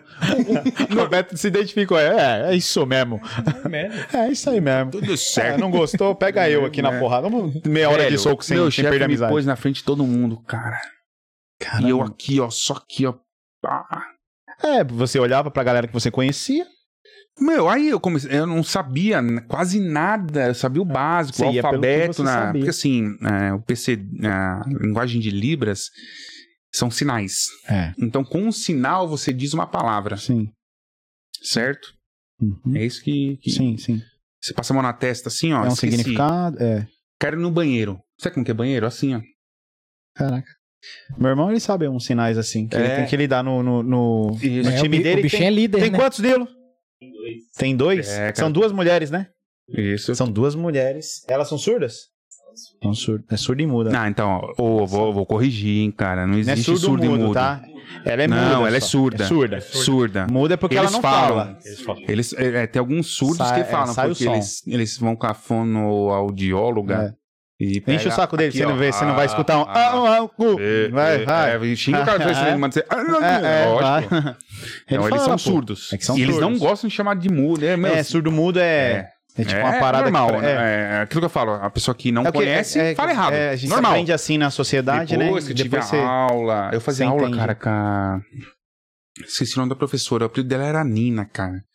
O Beto se identificou. É, é isso mesmo. É isso aí mesmo. Tudo É, certo. não gostou? Pega eu aqui na É. porrada. Vamos meia hora Velho, de soco sem, meu sem chefe perder a me amizade. pôs na frente de todo mundo, cara. Caramba. E eu aqui, ó, só aqui, ó. Ah. É, você olhava pra galera que você conhecia. Meu, aí eu comecei, eu não sabia quase nada, eu sabia o básico, Você o ia pelo que alfabeto, você na, sabia. porque assim, é, o P C, a linguagem de Libras são sinais. É. Então, com um sinal você diz uma palavra, Sim. certo? Uhum. É isso que, que Sim, sim. você passa a mão na testa assim, ó, É um esqueci. significado. É. Quero ir no banheiro. Sabe como que é banheiro? Assim, ó. Caraca. Meu irmão, ele sabe uns sinais assim, que É. ele tem que lidar no, no, no, Isso. no É, time o, bi- dele. o bichinho tem é líder, tem né? quantos, Dilo? Tem dois. Tem dois? É, cara. São duas mulheres, né? Isso. São duas mulheres. Elas são surdas? São surdas. É surda e muda. Ah, então, ó, ô, vou, vou corrigir, hein, cara. Não Não é existe surdo, surdo, e mudo, mudo. tá? Ela é Não, muda. ela é só. surda. É surda. Surda. Muda é porque Eles ela não falam. fala. Eles falam. Eles, é, é, tem alguns surdos Sai- que falam, é, sai o porque som. eles, eles vão com a fonoaudióloga e Enche pega o saco dele, aqui, você não ó, vê, você não vai ah, escutar um. ah, Ah, ah, cu. é, Vai, é, vai. é, xinga o cara atrás dele, manda dizer. Ah, não, É, é, lógico. vai. Então, eles fala, são pô. surdos. É que são e eles não surdos. gostam de chamar de mudo. É, meu, É, surdo mudo é. É tipo uma parada normal, que. né? É. É aquilo que eu falo, a pessoa que não É o que- conhece, é- é- fala errado. é, a gente normal. aprende assim na sociedade, Depois né? que eu tive você... a aula, eu fazia você aula, entende. cara, com a... Esqueci o nome da professora, o apelido dela era Nina, cara.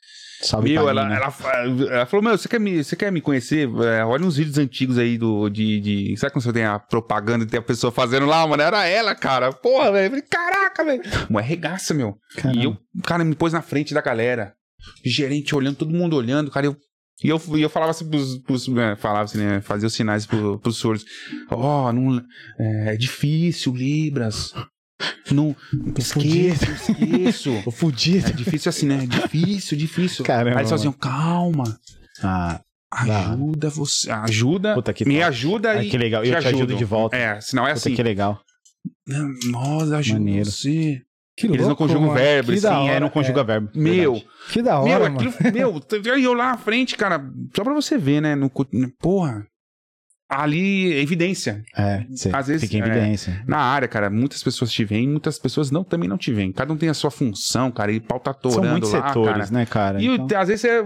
Salve, Meu, ela, Paulina. ela, ela falou, meu, você quer me, você quer me conhecer? É, olha uns vídeos antigos aí do, de, de... Sabe quando você tem a propaganda e tem a pessoa fazendo lá, mano? Era ela, cara. Porra, velho. Falei, caraca, velho. Mulher regaça, meu. Caramba. E eu, cara, me pôs na frente da galera. Gerente olhando, todo mundo olhando, cara. Eu, e eu, e eu falava assim pros... pros né, falava assim, né? Fazia os sinais pro, pros surdos. Ó, oh, não... É, é difícil, Libras. Não, não esqueço, esqueço. Tô fudido. É difícil assim, né? Difícil, difícil. Caramba, Aí eles falam assim, mano. calma. Ah, Ajuda você. Ajuda. Puta que me top. ajuda Ai, e. que legal. Eu te ajudo de volta. É, senão é puta, assim. que legal. Nossa, ajuda Maneiro. você. Que Eles não louco, conjugam mano. verbo, Que eles da sim, Sim, é, hora. não conjuga verbo. Meu, verdade. Que da hora, meu, mano. aquilo, meu, e eu lá na frente, cara, só pra você ver, né? No, cu- porra. Ali, evidência. É, você Às vezes, fica em é, evidência. Na área, cara, muitas pessoas te veem, muitas pessoas não, também não te veem. Cada um tem a sua função, cara, e o pau tá torando São muitos lá, setores, cara. né, cara? E Então- às vezes você...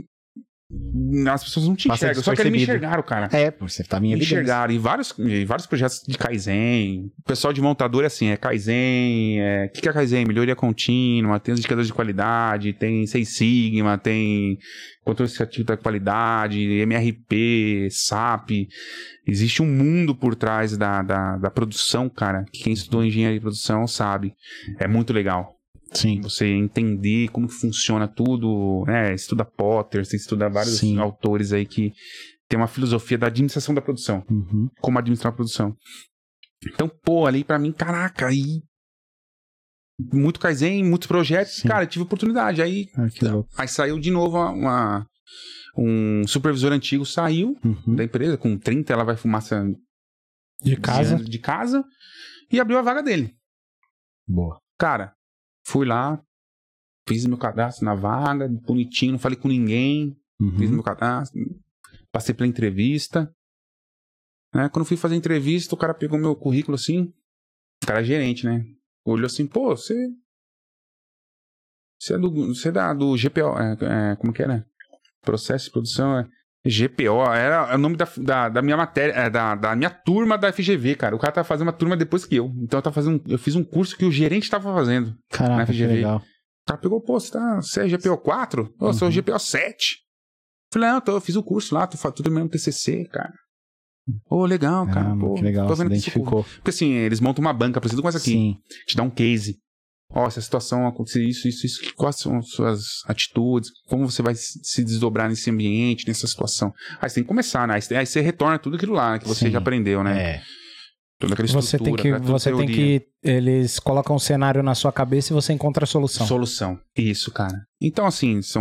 As pessoas não te Passa enxergam, só que eles me despercebido. enxergaram, cara. É, pô, você tá em Me evidência. enxergaram. E vários, e vários projetos de Kaizen. O pessoal de montador é assim, é Kaizen, é... o que que é Kaizen? Melhoria contínua, tem os indicadores de qualidade, tem Seis Sigma, tem controle científico da qualidade, M R P, S A P. Existe um mundo por trás da, da, da produção, cara, que quem estudou engenharia de produção sabe. É muito legal. Sim. Você entender como que funciona tudo, né? Estuda Potter, você estuda vários Sim. autores aí que tem uma filosofia da administração da produção, Uhum. como administrar a produção. Então, pô, ali pra mim, caraca, aí muito Kaizen, muitos projetos, Sim. cara, eu tive oportunidade. Aí, Ah, que louco. aí saiu de novo uma, uma- um supervisor antigo, saiu Uhum. da empresa, com trinta ela vai fumaça De casa. anos de casa e abriu a vaga dele. Boa. Cara, fui lá, fiz meu cadastro na vaga, bonitinho, não falei com ninguém, fiz Uhum. meu cadastro, passei pela entrevista. Né? Quando fui fazer a entrevista, o cara pegou meu currículo assim, o cara é gerente, né? Olhou assim, pô, você. Você é do, você é da, do G P O, é, é, como que era? Processo de produção, é G P O, era o nome da, da, da minha matéria, é, da, da minha turma da F G V, cara. O cara tava fazendo uma turma depois que eu. Então eu, tava fazendo, eu fiz um curso que o gerente tava fazendo. Na Caraca, F que G V. legal. O cara pegou, pô, você, tá, você é G P O quatro? Ô, eu sou Uhum. G P O sete. Falei, não, tô, eu fiz o curso lá, tô, fa- tô terminando o T C C, cara. Ô, legal, cara. Caramba, Pô, que legal, tô se vendo que isso- identificou. Porque assim, eles montam uma banca, parecido com essa aqui. Sim. Te dá um case. Ó, se a situação acontecer isso, isso, isso, quais são as suas atitudes, como você vai se se desdobrar nesse ambiente, nessa situação. Aí você tem que começar, né? Aí você- Aí você retorna tudo aquilo lá que você Sim. já aprendeu, né? É. Toda aquela Você tem estrutura, que, aquela você tem teoria. que, eles colocam um cenário na sua cabeça e você encontra a solução. Solução. Isso, cara. Então, assim, são...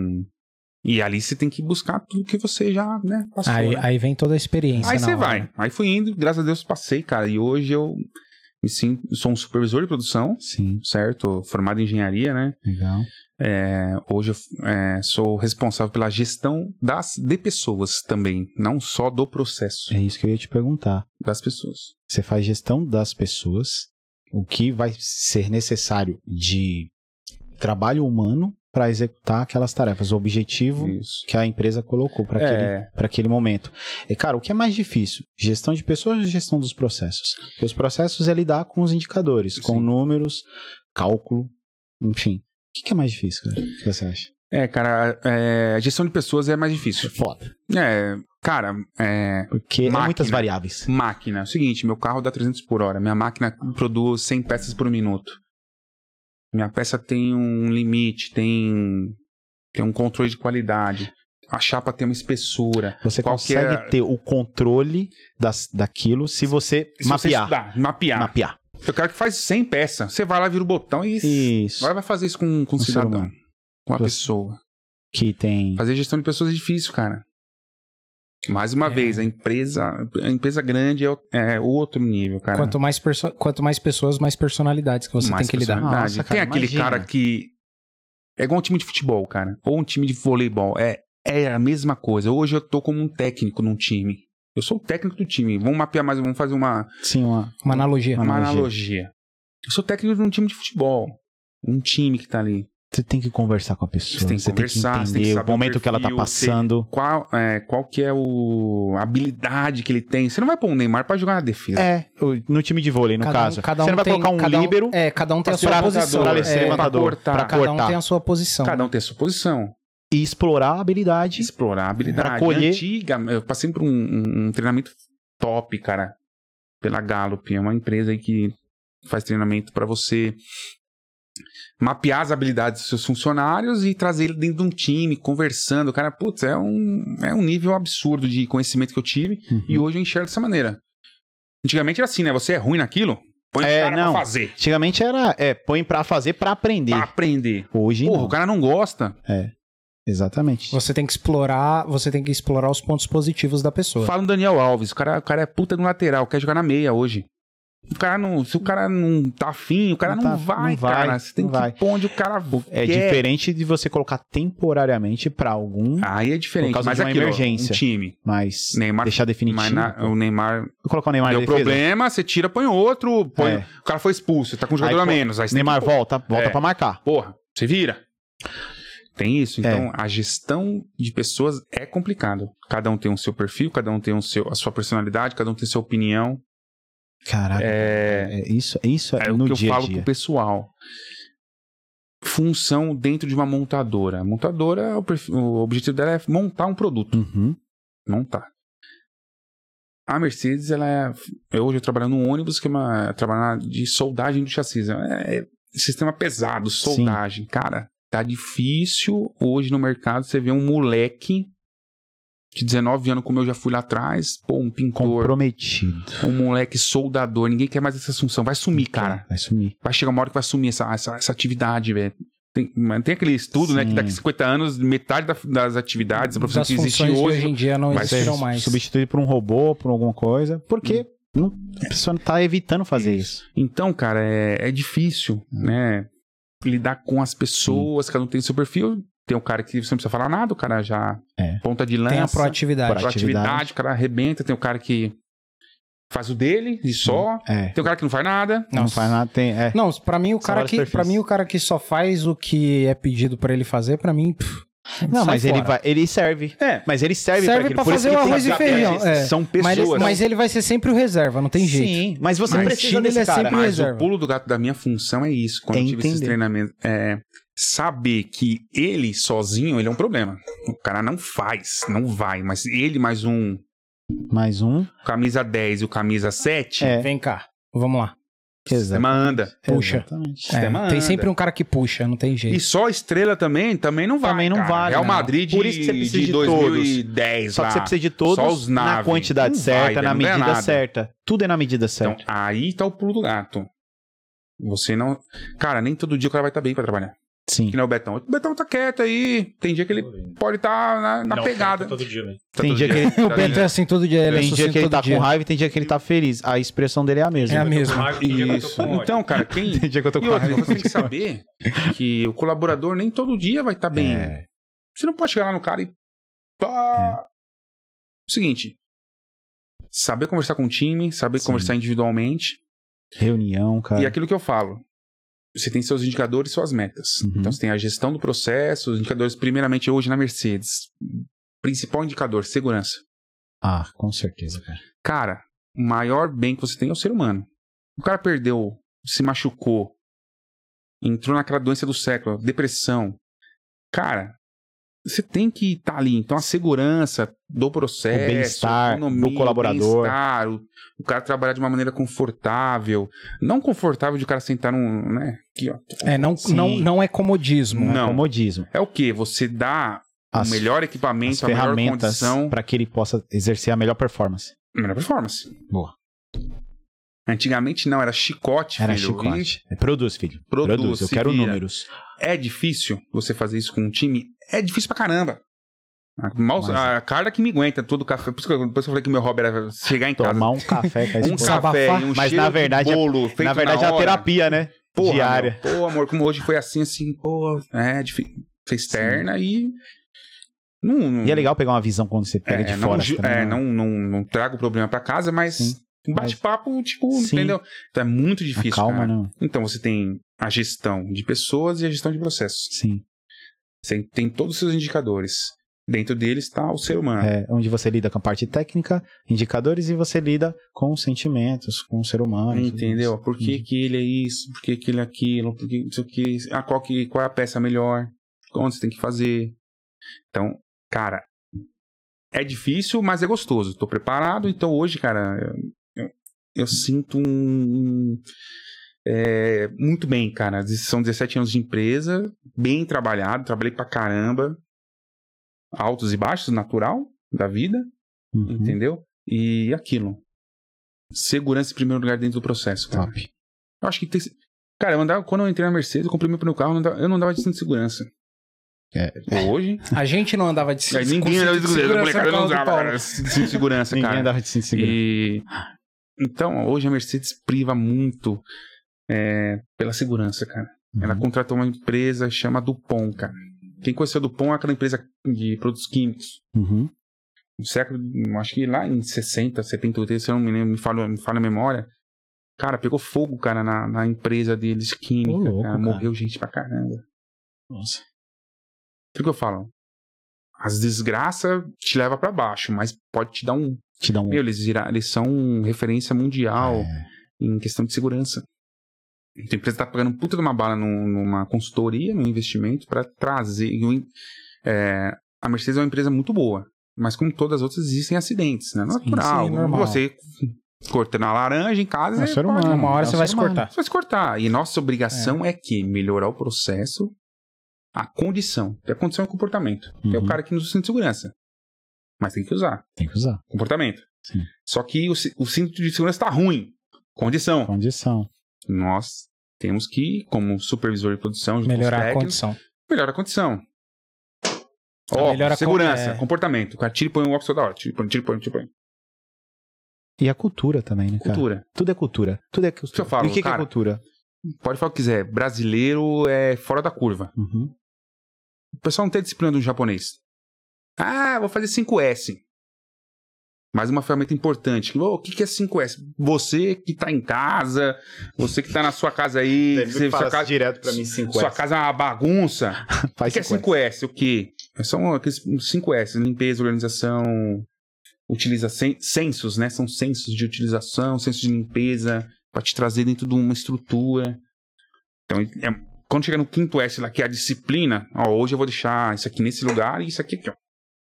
E ali você tem que buscar tudo que você já, né, passou, Aí, né? aí vem toda a experiência. Aí na você hora. vai. Aí fui indo, graças a Deus passei, cara. E hoje eu me sinto, sou um supervisor de produção, Sim. certo? Formado em engenharia, né? Legal. É, hoje eu é, sou responsável pela gestão das, de pessoas também, não só do processo, É isso que eu ia te perguntar. das pessoas. Você faz gestão das pessoas, o que vai ser necessário de trabalho humano para executar aquelas tarefas, o objetivo Isso. que a empresa colocou para aquele, É, para aquele momento. E, cara, o que é mais difícil? Gestão de pessoas ou gestão dos processos? Porque os processos é lidar com os indicadores, com Sim. números, cálculo, enfim. O que que é mais difícil, cara? O que você acha? é, cara, é, a gestão de pessoas é mais difícil. Foda. É, cara, é, Porque é Máquina. muitas variáveis. máquina. É o seguinte, meu carro dá trezentos por hora, minha máquina produz cem peças por minuto. Minha peça tem um limite, tem, tem um controle de qualidade. A chapa tem uma espessura. Você Qual que é- consegue ter o controle das, daquilo se você Se você mapear. estudar, mapear. Mapear. Eu quero que faz cem peças. Você vai lá, vira o botão e... Isso. Agora vai fazer isso com, com um Um ser cidadão. humano. Com uma Você- pessoa. Que tem. Fazer gestão de pessoas é difícil, cara. Mais uma É. vez, a empresa, a empresa grande é, o- é outro nível, cara. Quanto mais, perso- quanto mais pessoas, mais personalidades que você Mais tem que lidar. personalidade. Nossa, Tem cara, aquele imagina. cara que... É igual um time de futebol, cara. Ou um time de voleibol. É, é a mesma coisa. Hoje eu tô como um técnico num time. Eu sou o técnico do time. Vamos mapear mais, vamos fazer uma, Sim, uma. Uma analogia. uma Analogia. analogia. Eu sou técnico de um time de futebol. Um time que tá ali. Você tem que conversar com a pessoa. Você tem que conversar, você tem que entender saber o o momento que ela tá perfil, passando. Qual, é, qual que é o, a habilidade que ele tem. Você não vai pôr um Neymar pra jogar na defesa. É, o- no time de vôlei, no Cada um- caso. cada um você não vai tem- colocar um cada um- líbero É, cada um tem a pra sua ser posição. levantador, pra ser É, levantador, pra cortar. pra Cada um cortar. tem a sua posição. Cada um tem a sua posição. E explorar a habilidade. Explorar a habilidade. Pra colher- Antiga, eu passei por um, um- um treinamento top, cara, pela Gallup. É uma empresa aí que faz treinamento pra você mapear as habilidades dos seus funcionários e trazer ele dentro de um time, conversando. Cara, putz, é um, é um nível absurdo de conhecimento que eu tive Uhum. e hoje eu enxergo dessa maneira. Antigamente era assim, né? Você é ruim naquilo, põe É, o cara não. pra fazer. Antigamente era, é, põe pra fazer pra aprender. Pra aprender. Hoje Porra, não. o cara não gosta. Exatamente. Você tem que explorar, você tem que explorar os pontos positivos da pessoa. Fala no Daniel Alves, o cara, o cara é puta no lateral, quer jogar na meia hoje. O cara não, se o cara não tá afim, o cara Não não, tá- vai, não vai, cara. Você tem não que vai. ir pra onde o cara É quer. diferente de você colocar temporariamente pra algum, Aí é diferente, Por causa mas de uma aquilo, ó, emergência. um time. mas Neymar- deixar definitivo. Mas na- o Neymar Vou colocar o Neymar deu na defesa. problema, você tira, põe outro, põe, É. o cara foi expulso, tá com um jogador Aí, a pô, menos. Aí você tem Neymar que- volta, volta É. pra marcar. Porra, você vira. Tem isso. É. Então, a gestão de pessoas é complicado. Cada um tem o seu perfil, cada um tem o seu, a sua personalidade, cada um tem a sua opinião. Caraca. É, É, isso, isso é, é o no que eu dia a falo dia. pro pessoal. Função dentro de uma montadora. A montadora, o, perfil- o objetivo dela é montar um produto. Uhum. Montar. A Mercedes, ela é... Eu hoje eu trabalho num ônibus que é uma... Trabalhar de soldagem do chassi. É, é sistema pesado, soldagem. Cara, tá difícil hoje no mercado você ver um moleque de dezenove anos, como eu já fui lá atrás, pô, um pintor, Comprometido. um moleque soldador. Ninguém quer mais essa função. Vai sumir, cara. Vai sumir. Vai chegar uma hora que vai sumir essa, essa, essa atividade, velho. Tem, mas tem aquele estudo, né, Sim. que daqui a cinquenta anos, metade da- das atividades, da profissão Das que existe funções de hoje, hoje em dia não vai existirão ser mais. Substituído por um robô, por alguma coisa. Porque não, a pessoa não tá evitando fazer isso. Então, cara, é, é difícil, né? Lidar com as pessoas, cada um tem seu perfil. Tem um cara que você não precisa falar nada, o cara já É. ponta de lança. Tem a proatividade. Proatividade. proatividade, o cara arrebenta. Tem o cara que faz o dele e só. É. Tem o cara que não faz nada. Não Nossa. faz nada, tem. É. Não, pra mim o São cara vários que, perfis. para mim o cara que só faz o que é pedido pra ele fazer, pra mim, pff, Não, sai mas ele, fora. vai, ele serve. É. Mas ele serve, Serve pra aquilo. pra Por fazer isso o que tem arroz e a- feijão, é. São Mas, pessoas. mas ele vai ser sempre o reserva, não tem jeito. Sim, mas você Mas precisa time, desse ele é cara. sempre Mas reserva. o pulo do gato da minha função é isso. Quando É eu tive esses entender. treinamentos. É saber que ele sozinho, ele é um problema. O cara não faz, não vai. Mas ele mais um Mais um. camisa dez e o camisa sete, É. Vem cá, vamos lá. o sistema anda. Puxa. Exatamente. É, Sistema tem anda. sempre um cara que puxa, não tem jeito. E só estrela também, também não vale. Também não cara. vale, Real não. Madrid de, Por isso que você precisa de de dois mil e dez Só lá. que você precisa de todos Só os na nave. quantidade Não certa, vai, na velho, não ganha medida nada. certa. Tudo é na medida Então, certa. aí tá o pulo do gato. Você não... Cara, nem todo dia o cara vai estar bem pra trabalhar. Sim. Que nem o Betão. O Betão tá quieto aí. Tem dia que ele pode estar na, na Não, pegada. Todo dia mesmo. Tá Tem todo dia que ele- O Bento é assim todo dia, ele é Tem dia sucinto que ele todo tá dia. com raiva e tem dia que ele tá feliz. A expressão dele é a mesma. É a Eu tô com mesma. raiva, tem dia que eu tô Isso. com ódio. Então, cara, quem... Tem dia que eu tô E com outra, raiva. você tem que saber que o colaborador nem todo dia vai estar bem. É. Você não pode chegar lá no cara e... Pá. Seguinte. Saber conversar com o time, saber Sim. conversar individualmente. Reunião, cara. E aquilo que eu falo. Você tem seus indicadores e suas metas. Uhum. Então você tem a gestão do processo, os indicadores, primeiramente hoje na Mercedes. Principal indicador, segurança. Ah, com certeza, cara. Cara, o maior bem que você tem é o ser humano. O cara perdeu, se machucou, entrou naquela doença do século, depressão. Cara, você tem que estar ali. Então a segurança do processo, O bem-estar a economia, do colaborador. O, bem-estar, o, o cara trabalhar de uma maneira confortável. Não confortável de o cara sentar num, né? Aqui, ó. É, não, Sim. não, não é comodismo. Não, é Não. comodismo. É o quê? Você dá As- o melhor As equipamento, a melhor ferramentas condição, para que ele possa exercer a melhor performance. a melhor performance. Boa. Antigamente não, era chicote, Era filho. chicote. É, produz, filho. Produz, Produz. Eu se quero vira. números. E é difícil você fazer isso com um time? É difícil pra caramba. A, mal, Mas- a Carla que me aguenta todo o café. Por isso que eu, depois eu falei que meu hobby era chegar em casa. Tomar um café com a um esposa. café e um Mas cheiro na verdade, de bolo feito Na verdade, é a hora. terapia, né? Porra, Diária. meu, pô, amor, como hoje foi assim, assim, pô, é difícil. Foi externa e... Não, não, E é legal pegar uma visão quando você pega é, de não, fora. ju- também, é, né? não, não, não trago o problema pra casa, mas Sim. um bate-papo, tipo, Sim. entendeu? Então é muito difícil, Calma, cara. não. Então você tem a gestão de pessoas e a gestão de processos. Sim. Você tem todos os seus indicadores. Dentro deles está o ser humano. É, onde você lida com a parte técnica, indicadores, e você lida com os sentimentos, com o ser humano. e tudo Entendeu? isso. Por que, que ele é isso? Por que, que ele é aquilo? Por que, não sei o que. Ah, qual, que, qual é a peça melhor? Onde você tem que fazer? Então, cara, é difícil, mas é gostoso. Tô preparado, então hoje, cara, eu, eu, eu sinto um... É, muito bem, cara. São dezessete anos de empresa, bem trabalhado, trabalhei pra caramba. Altos e baixos, natural da vida, Uhum. entendeu? E aquilo. Segurança em primeiro lugar dentro do processo, cara. Top. Eu acho que tem... Cara, eu andava, quando eu entrei na Mercedes, eu comprei meu primeiro carro, eu não andava, eu não andava de cinto de segurança. É. Hoje... A gente não andava de Aí ninguém andava de segurança. Eu falei, cara, eu não por causa do andava, Paulo. cara, cinto de segurança, Ninguém cara. andava de cinto de segurança. E... Então, hoje a Mercedes priva muito é, pela segurança, cara. Ela Uhum. contratou uma empresa, chama Dupont, cara. Quem conheceu a Dupont é aquela empresa de produtos químicos. Uhum. No século, acho que lá em sessenta, setenta, oitenta, se eu não me lembro, me falha, me falha a memória. Cara, pegou fogo, cara, na, na empresa deles química, Ô, louco, cara. cara. Morreu gente pra caramba. Nossa. O que eu falo? As desgraças te levam pra baixo, mas pode te dar um... Te dá um... Meu, eles, vira, eles são referência mundial É. em questão de segurança. Então, a empresa tá pagando um puta de uma bala num- numa consultoria, num investimento pra trazer... e o- é, a Mercedes é uma empresa muito boa, mas como todas as outras existem acidentes, né? Natural. sim, normal. Você cortando a laranja em casa... É um é ser pode- humano. Uma hora É um você vai ser se humano. cortar. Você vai se cortar. E nossa obrigação é, que melhorar o processo, a condição. Porque a condição é o comportamento. Que é o Uhum. cara que não usa cinto de segurança. Mas tem que usar. Tem que usar. Comportamento. Sim. Só que o, ci- o cinto de segurança tá ruim. Condição. Condição. Nós temos que, como supervisor de produção, junto com os Melhorar a técnicos, condição. melhorar a condição. Ah, Ó, melhora a con- segurança, é. comportamento. O cara tira e põe o óculos toda hora. Tira e põe, tira e põe, tira e põe. E a cultura também, né, cara? Cultura. Tudo é cultura. Tudo é cultura. Isso eu falo, e o que, que é cara. cultura? Pode falar o que quiser. Brasileiro é fora da curva. Uhum. O pessoal não tem disciplina do japonês. Ah, vou fazer cinco S. Mais uma ferramenta importante. Oh, o que que é cinco S? Você que tá em casa, você que tá na sua casa aí, que você- sua, casa, direto pra mim cinco sua casa é uma bagunça. O Faz que é cinco S? O quê? São aqueles cinco S, limpeza, organização, utiliza sen- censos, né? São censos de utilização, censos de limpeza, para te trazer dentro de uma estrutura. Então, é- quando chega no quinto S lá, que é a disciplina, ó, hoje eu vou deixar isso aqui nesse lugar e isso aqui aqui, ó.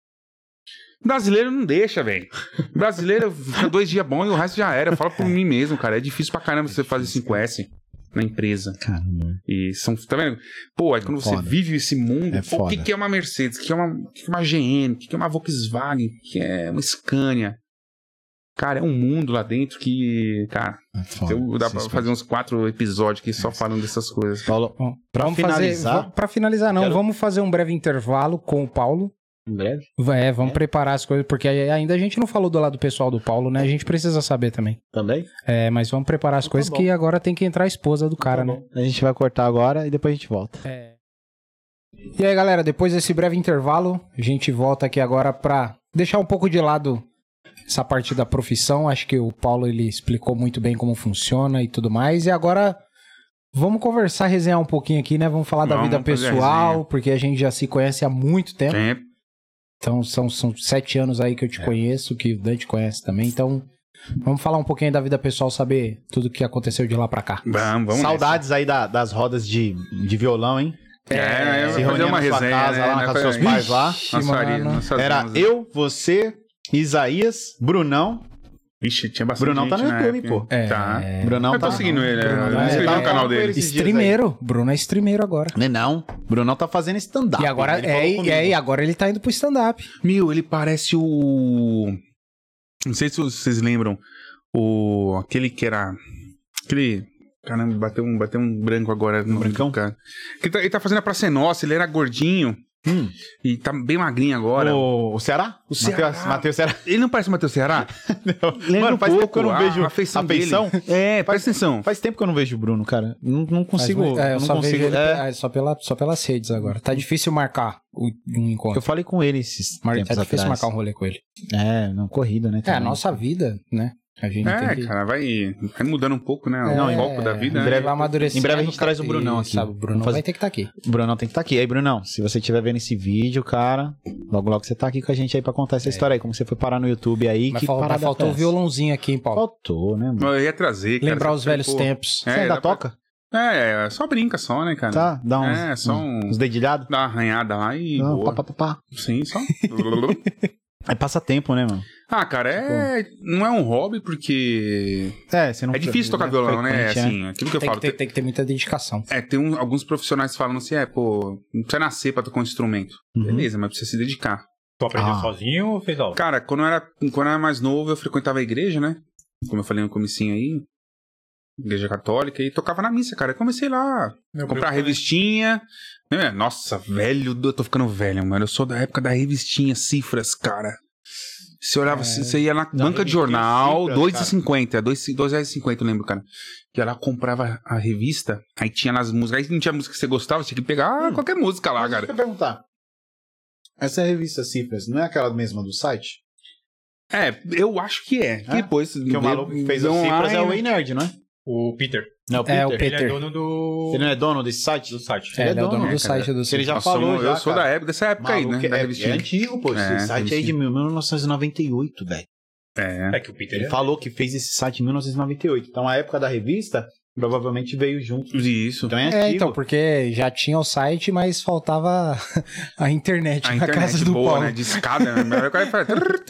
Brasileiro não deixa, velho. Brasileiro fica dois dias bom e o resto já era. Eu falo por mim mesmo, cara. É difícil pra caramba você fazer cinco S na empresa. Caramba. E são, tá vendo? Pô, aí quando você Foda. vive esse mundo, É pô, o que, foda. que é uma Mercedes? O que, que é uma, o que, que é uma G M? O que, que é uma Volkswagen? O que, que é uma Scania? Cara, é um mundo lá dentro que, cara, É foda. eu, dá Esse pra fazer uns quatro episódios aqui só falando dessas coisas. Paulo, Bom, pra vamos finalizar... Fazer, pra finalizar, não. Quero- Vamos fazer um breve intervalo com o Paulo. Em breve? É, vamos É? preparar as coisas, porque aí ainda a gente não falou do lado pessoal do Paulo, né? A gente precisa saber também. Também? É, mas vamos preparar as Então tá coisas bom. que agora tem que entrar a esposa do cara, né? A gente vai cortar agora e depois a gente volta. É. E aí, galera, depois desse breve intervalo, a gente volta aqui agora pra deixar um pouco de lado essa parte da profissão. Acho que o Paulo, ele explicou muito bem como funciona e tudo mais. E agora vamos conversar, resenhar um pouquinho aqui, né? Vamos falar da Vamos vida fazer a pessoal, resenha. porque a gente já se conhece há muito tempo. Tempo. Então são, são sete anos aí que eu te conheço, que o Dante conhece também. Então vamos falar um pouquinho da vida pessoal, saber tudo que aconteu de lá pra cá. Vamos, vamos Saudades aí da- das rodas de, de violão, hein? nessa. É, Se eu vou fazer reunia uma na sua resenha, casa, né? lá na casa dos seus pais lá. Ixi, Nós faria- mano. nós Era fazíamos- eu, você, Isaías, Brunão. Ixi, tinha bastante Brunão tá gente no na YouTube, época. pô. É, Tá. Brunão Eu tô tá... seguindo ele, Bruno, eu né? me inscrevi Tá no canal com dele. ele. esses dias Streameiro. Bruno é streameiro agora. Não, é não. Brunão tá fazendo stand-up. E agora, Ele é, falou e comigo. é, e agora ele tá indo pro stand-up. Meu, ele parece o... Não sei se vocês lembram. O... Aquele que era... Aquele... Caramba, bateu um, bateu um branco agora. No brancão? Cara. Ele, tá, ele tá fazendo a Praça é Nossa, ele era gordinho. Hum. E tá bem magrinho agora. O, o Ceará? O Ceará. Matheus, Matheus Ceará. Ele não parece o Matheus Ceará? Lembra Mano, um faz tempo que eu não pouco, vejo a feição a feição. dele. É, presta atenção. Faz tempo que eu não vejo o Bruno, cara. Não, não consigo. Mas, é, eu não só consigo. vejo ele é, é, só, pela, só pelas redes agora. Tá difícil marcar o- um encontro. eu falei com ele esses Mar- tempos é difícil atrás. marcar um rolê com ele. É, não, corrida, né? É, a também. nossa vida, né? A gente É, tem que... cara, vai, vai mudando um pouco, né? É, o foco da vida. em né? breve- vai amadurecendo, em breve a gente cara, traz o Brunão e, aqui. Sabe, o Brunão Vamos fazer- vai ter que estar aqui. O Brunão tem que estar aqui. Aí, Brunão, se você estiver vendo esse vídeo, cara, logo logo você tá aqui com a gente aí pra contar essa história aí. Como você foi parar no YouTube aí, Mas, que fal- mas parada faltou é o essa? violãozinho aqui, hein, Paulo? Faltou, né, mano? Eu ia trazer, cara. Lembrar você- os velhos pô, tempos. Você É, ainda dá pra- toca? É, só brinca só, né, cara? Tá, dá uns, É, só uns, um- uns dedilhados. Dá uma arranhada lá e Não, boa. pá, pá, pá, pá. Sim, só. É passatempo, né, mano? Ah, cara, é... não é um hobby porque... É, você não É difícil tocar não é violão, né? frequente, Assim, aquilo que eu Tem falo. que, ter, tem que ter muita dedicação. É, tem um- alguns profissionais que falam assim, é, pô, não precisa nascer pra tocar um instrumento. Uhum. Beleza, mas precisa se dedicar. Tu aprendeu Ah. sozinho ou fez aula? Cara, quando eu, era, quando eu era mais novo, eu frequentava a igreja, né? Como eu falei no comecinho aí. Igreja católica. E tocava na missa, cara. Eu comecei lá Meu comprar primo revistinha. Né? Nossa, velho, eu tô ficando velho, mano. Eu sou da época da revistinha Cifras, cara. Você olhava, É. você ia na Da banca de revistinha jornal, Cifras, dois cara. reais e cinquenta. dois reais e cinquenta, eu lembro, cara. Que ela comprava a revista, aí tinha nas músicas. Aí não tinha música que você gostava, você tinha que pegar Hum. qualquer música lá, Deixa cara. eu perguntar. Essa revista Cifras, não é aquela mesma do site? É, eu acho que é. Que É? depois. Que o maluco que fez o Cifras é o Way Nerd, não é? O Peter. Não, o É, o Peter. Ele é Peter. dono do, Ele não é dono desse site? do site. É, ele é o dono né, do cara? site do Ele já Nós falou, somos- já, eu sou cara. da época dessa época aí, né? Maluco, Da é, revistinha. é antigo, pô. Esse É, site aí é de revistinha. mil novecentos e noventa e oito, velho. É. É que o Peter Ele é... falou que fez esse site em mil novecentos e noventa e oito. Então a época da revista provavelmente veio junto. Isso. Então é antigo. É, então, porque já tinha o site, mas faltava a internet A na internet casa do boa, Paulo. né? De escada, né? O cara faz...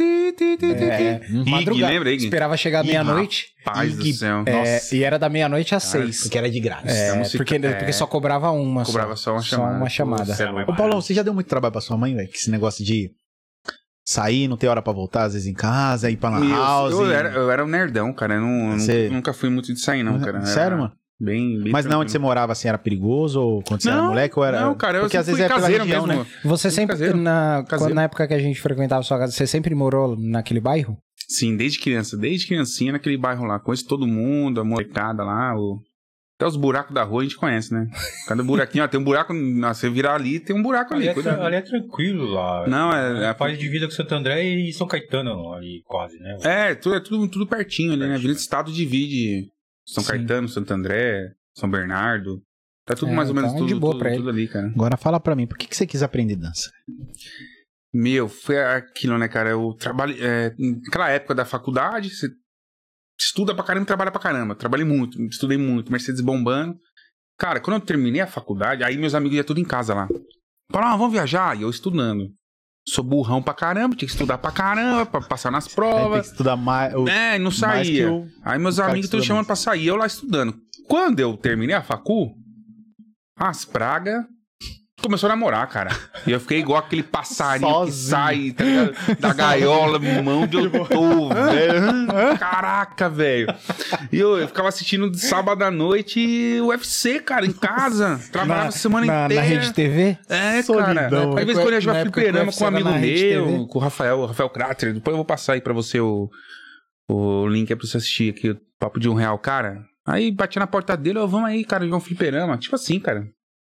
É, Ig, madrugada. lembra, Ig? Esperava chegar Ig, meia-noite. Paz do Ig, céu. é, Nossa. e era da meia-noite às Cara, seis. Porque era de graça. É, Vamos ficar- porque, é. porque só cobrava uma. Cobrava só uma chamada. Só uma chamada. Pô, sério, Ô, Paulão, você já deu muito trabalho pra sua mãe, velho? Que esse negócio de sair, não ter hora pra voltar, às vezes em casa, ir pra lan Meu, house. eu, e- era, eu era um nerdão, cara. Eu não, Você- nunca, nunca fui muito de sair, não, cara. Eu Sério, era mano? Bem, bem Mas não onde você tranquilo. morava, assim, era perigoso? Ou quando você era Não, moleque? Ou era... não, cara. Eu Porque às sempre vezes é fui pela caseiro região, mesmo. né? Você Fui sempre, caseiro. na, Caseiro. quando- na época que a gente frequentava a sua casa, você sempre morou naquele bairro? Sim, desde criança. Desde criancinha naquele bairro lá. Conheço todo mundo, a molecada lá. O... Até os buracos da rua a gente conhece, né? Cada buraquinho, ó, tem um buraco. ah, Você virar ali, tem um buraco ali. Ali é, cuidado. tra- ali é tranquilo lá. Não, é- é- Faz divisa com Santo André e São Caetano ali quase, né? É, tudo, é tudo, tudo pertinho ali, né? A Avenida Estado divide São Sim. Caetano, Santo André, São Bernardo. Tá tudo É, mais ou menos então é tudo, de boa tudo, pra ele. tudo ali, cara. Agora fala pra mim, por que, que você quis aprender dança? Meu, foi aquilo, né, cara? Eu trabalhei. É, naquela época da faculdade, você estuda pra caramba e trabalha pra caramba. Trabalhei muito, estudei muito, Mercedes bombando. Cara, quando eu terminei a faculdade, aí meus amigos iam tudo em casa lá. Falaram, ah, vamos viajar. E eu estudando. Sou burrão pra caramba, tinha que estudar pra caramba, pra passar nas Aí tem provas. que estudar mais... o- É, não mais que saía. o- Aí meus cara que amigos estão estuda chamando mais. pra sair, eu lá estudando. Quando eu terminei a facu, as pragas começou a namorar, cara. E eu fiquei igual aquele passarinho que Sozinho. sai, tá ligado? Da gaiola, mão de eu tô, velho. Caraca, velho. E eu, eu ficava assistindo de sábado à noite o U F C, cara, em casa. Trabalhava a semana na, inteira. na Rede T V? É, Solidão. cara. Aí, às vezes, quando eu ia Na jogar época que o fliperama U F C com um era amigo na Rede T V. meu, com o Rafael, o Rafael Crater. Depois eu vou passar aí pra você o, o link aí pra você assistir aqui, o papo de um real, cara. Aí bati na porta dele, ó, vamos aí, cara, jogar um fliperama. Tipo assim, cara.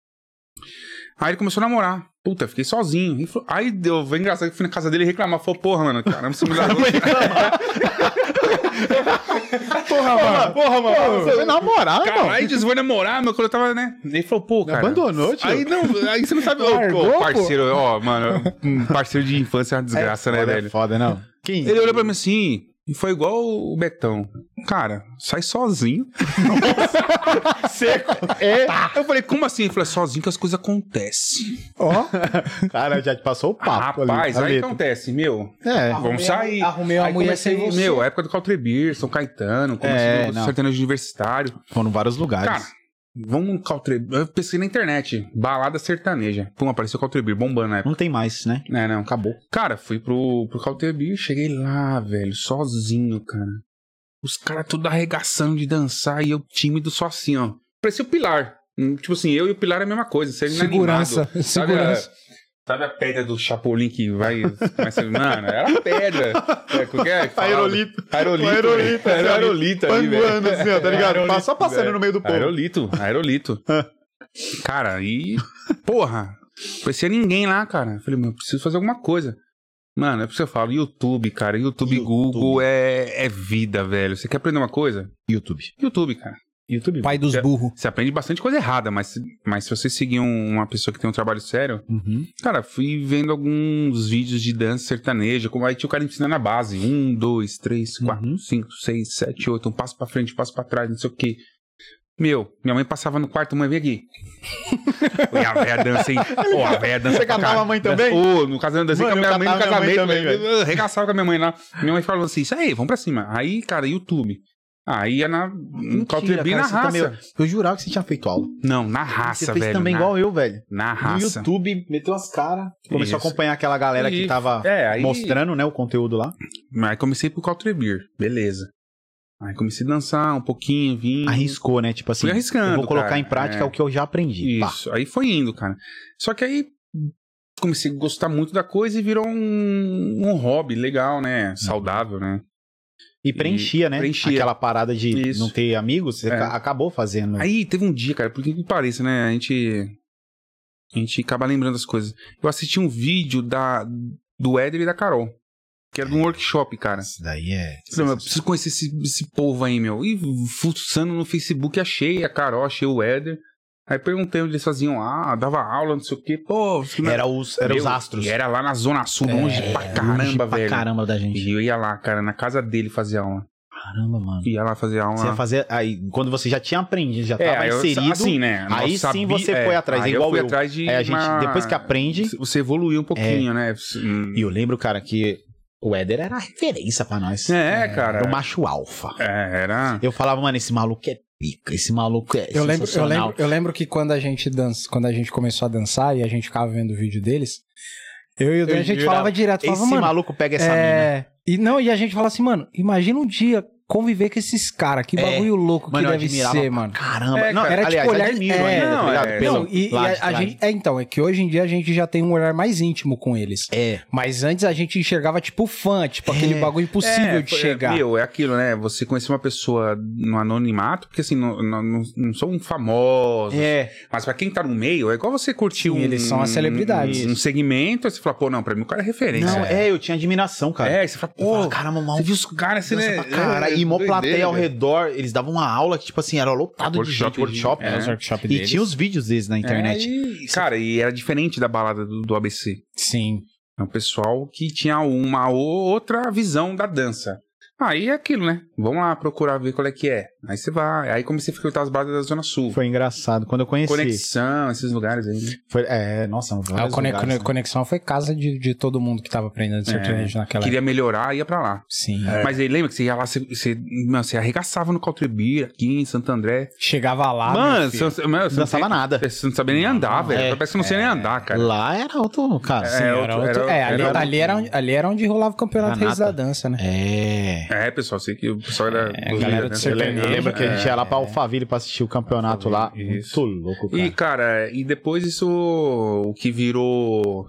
Aí ele começou a namorar. Puta, fiquei sozinho. E falou- Aí deu, foi engraçado que eu fui na casa dele reclamar. Falou, porra, mano, caramba, você me largou. Porra, mano. Porra, mano. Você vai namorar, Cara, irmão. aí disse, vou namorar, meu, quando eu tava, né? Ele falou, pô, cara. Abandonou, tio. Aí não, aí você não sabe. Ô, Largou, pô, pô. parceiro, ó, mano, um parceiro de infância é uma desgraça, né, foda, velho? É foda, não. Quem? Ele olhou pra mim assim, e foi igual o Betão. Cara, sai sozinho. Seco. É. Eu falei, como assim? Ele falou, sozinho que as coisas acontecem. Ó. Cara, já te passou o papo ali. Rapaz, a aí letra. acontece, meu. É. Vamos sair. Arrumei uma Aí mulher comecei, sem você. meu, época do Caltrebir, São Caetano, comecei É, no não. sertanejo universitário. Foram vários lugares. Cara, vamos no Caltrebir. Eu pesquei na internet, balada sertaneja. Pum, apareceu o Caltrebir, bombando na época. Não tem mais, né? É, não. Acabou. Cara, fui pro, pro Caltrebir, cheguei lá, velho, sozinho, cara. Os caras tudo arregaçando de dançar e eu tímido só assim, ó. Parecia o Pilar. Hum, Tipo assim, eu e o Pilar é a mesma coisa. Ser Segurança, inanimado. Sabe a- segurança. Sabe a pedra do Chapolin que vai... começa- Mano, era a pedra. É, qual que é? que falava? Aerolito. Aerolito. Aerolito, velho. Era assim, aerolito ali, velho. Panguando assim, ó, tá ligado? Aerolito, Só passando velho. no meio do povo. Aerolito, aerolito. Cara, e... Porra, parecia ninguém lá, cara. Falei, meu, eu preciso fazer alguma coisa. Mano, é por isso que eu falo, YouTube, cara. YouTube, YouTube. Google é, é vida, velho. Você quer aprender uma coisa? YouTube. YouTube, cara. YouTube. Pai dos É. burros. Você aprende bastante coisa errada, mas, mas se você seguir um- uma pessoa que tem um trabalho sério... Uhum. Cara, fui vendo alguns vídeos de dança sertaneja, como aí tinha o cara ensinando a base. Um, dois, três, quatro, Uhum. cinco, seis, sete, oito. Um passo pra frente, um passo pra trás, não sei o quê. Meu, minha mãe passava no quarto, mãe, vem aqui. E a véia dança, hein? Ô, a véia dança. Você catava a mãe também? Ô, no casamento, dancei com a Mano, minha eu mãe no catava minha mãe casamento, também, velho. Eu arregaçava com a minha mãe lá. Minha mãe falou assim, isso aí, vamos pra cima. Aí, cara, YouTube. Aí ia na... No Caltrebi na cara, você raça. também- eu jurava que você tinha feito aula. Não, na raça, Você fez velho. também na, igual eu, velho. Na No raça. YouTube, meteu as caras. Começou Isso. a acompanhar aquela galera que E- tava é, aí- mostrando, né, o conteúdo lá. Aí comecei pro Caltrebir, beleza. Aí comecei a dançar um pouquinho, vim. Arriscou, né? Tipo assim, Fui arriscando, eu vou colocar cara. em prática É. o que eu já aprendi. Pá. Isso, aí foi indo, cara. Só que aí comecei a gostar muito da coisa e virou um, um hobby legal, né? Saudável, né? E preenchia, né? preenchia. Aquela parada de Isso. não ter amigos, você É. ca- acabou fazendo. Aí teve um dia, cara, por que que pareça, né? A gente. A gente acaba lembrando as coisas. Eu assisti um vídeo da, do Éder e da Carol. Que era de um workshop, cara. Isso daí é. Falei, eu preciso conhecer esse, esse povo aí, meu. E fuçando no Facebook, achei a Carol, achei o Éder. Aí perguntei onde eles faziam, ah, dava aula, não sei o quê. Pô, Era os, era os meu, astros. E era lá na Zona Sul, longe pra caramba, Longe pra velho. caramba da gente. E eu ia lá, cara, na casa dele fazer aula. Caramba, mano. Ia lá fazer aula. Você ia fazer. Aí, quando você já tinha aprendido, já É, tava aí eu- inserido. assim, né? aí Eu sim você foi atrás, aí é igual eu fui eu. atrás de Aí a gente, uma- depois que aprende. Você evoluiu um pouquinho, né? Hum. E eu lembro, cara, que o Éder era a referência pra nós. É, cara. Era o macho alfa. É, era... Eu falava, mano, esse maluco é pica, esse maluco é Eu lembro, eu, sensacional. lembro, eu lembro que quando a gente dança, quando a gente começou a dançar e a gente ficava vendo o vídeo deles, eu e o Dan, a gente jurava, falava direto, falava, Esse mano, maluco pega essa mina. é... E não, e a gente fala assim, mano, imagina um dia conviver com esses caras, que É. bagulho louco Mano, que eu deve admirava ser, pra mano. Caramba. É, não, cara, Era aliás, tipo olhar... admiro é, ainda, não, tá ligado? é, Pelo não, e, e lado a, de a trás. gente, é, então, é que hoje em dia a gente já tem um olhar mais íntimo com eles. É. Mas antes a gente enxergava tipo fã, tipo É. aquele bagulho impossível É, de foi- chegar. Meu, é aquilo, né? Você conhecer uma pessoa no anonimato, porque assim, não, não, não, não são famosos. É. Mas pra quem tá no meio, é igual você curtir Sim, um... eles são as celebridades. Um, um segmento, aí você fala, pô, não, pra mim o cara é referência. Não, é, eu tinha admiração, cara. É, aí você fala, Eu pô, falava, caramba, mal. você viu os caras, você, Dança né? pra caralho. é, E mó doideira, plateia ao velho. redor, eles davam uma aula que, tipo assim, era lotado Workshop, de gente, workshop, né? é. os workshops E deles. tinha os vídeos deles na internet. É, e, cara, e era diferente da balada do, do A B C. Sim. É um pessoal que tinha uma ou outra visão da dança. Aí é aquilo, né? Vamos lá procurar ver qual é que é. Aí você vai. Aí comecei a frequentar as baladas da Zona Sul. Foi engraçado. Quando eu conheci. Conexão, esses lugares aí. Né? Foi, é, nossa, A vários Cone- lugares, Cone- né? Conexão foi casa de, de todo mundo que tava aprendendo sertanejo naquela Queria melhorar, ia pra lá. época. Sim. Mas aí lembra que você ia lá, você, você, mano, você arregaçava no Caltrebir, aqui em Santo André. Chegava lá, meu mano, filho. você, mano, você Não dançava tem- nada. Você não sabia nem andar, velho. é, Parece que você não sabia nem andar, cara. Lá era outro, cara. É, Sim, outro- Era outro- era- é, ali, era- ali, era onde, ali era onde rolava o campeonato Na Reis nata. da Dança, né? É. É, pessoal, sei que o pessoal era. É, dos galera líderes, do né? Eu lembro, eu lembro que a gente É. ia lá pra Alphaville pra assistir o campeonato lá. Isso. Muito louco, cara. E, cara, e depois isso, o que virou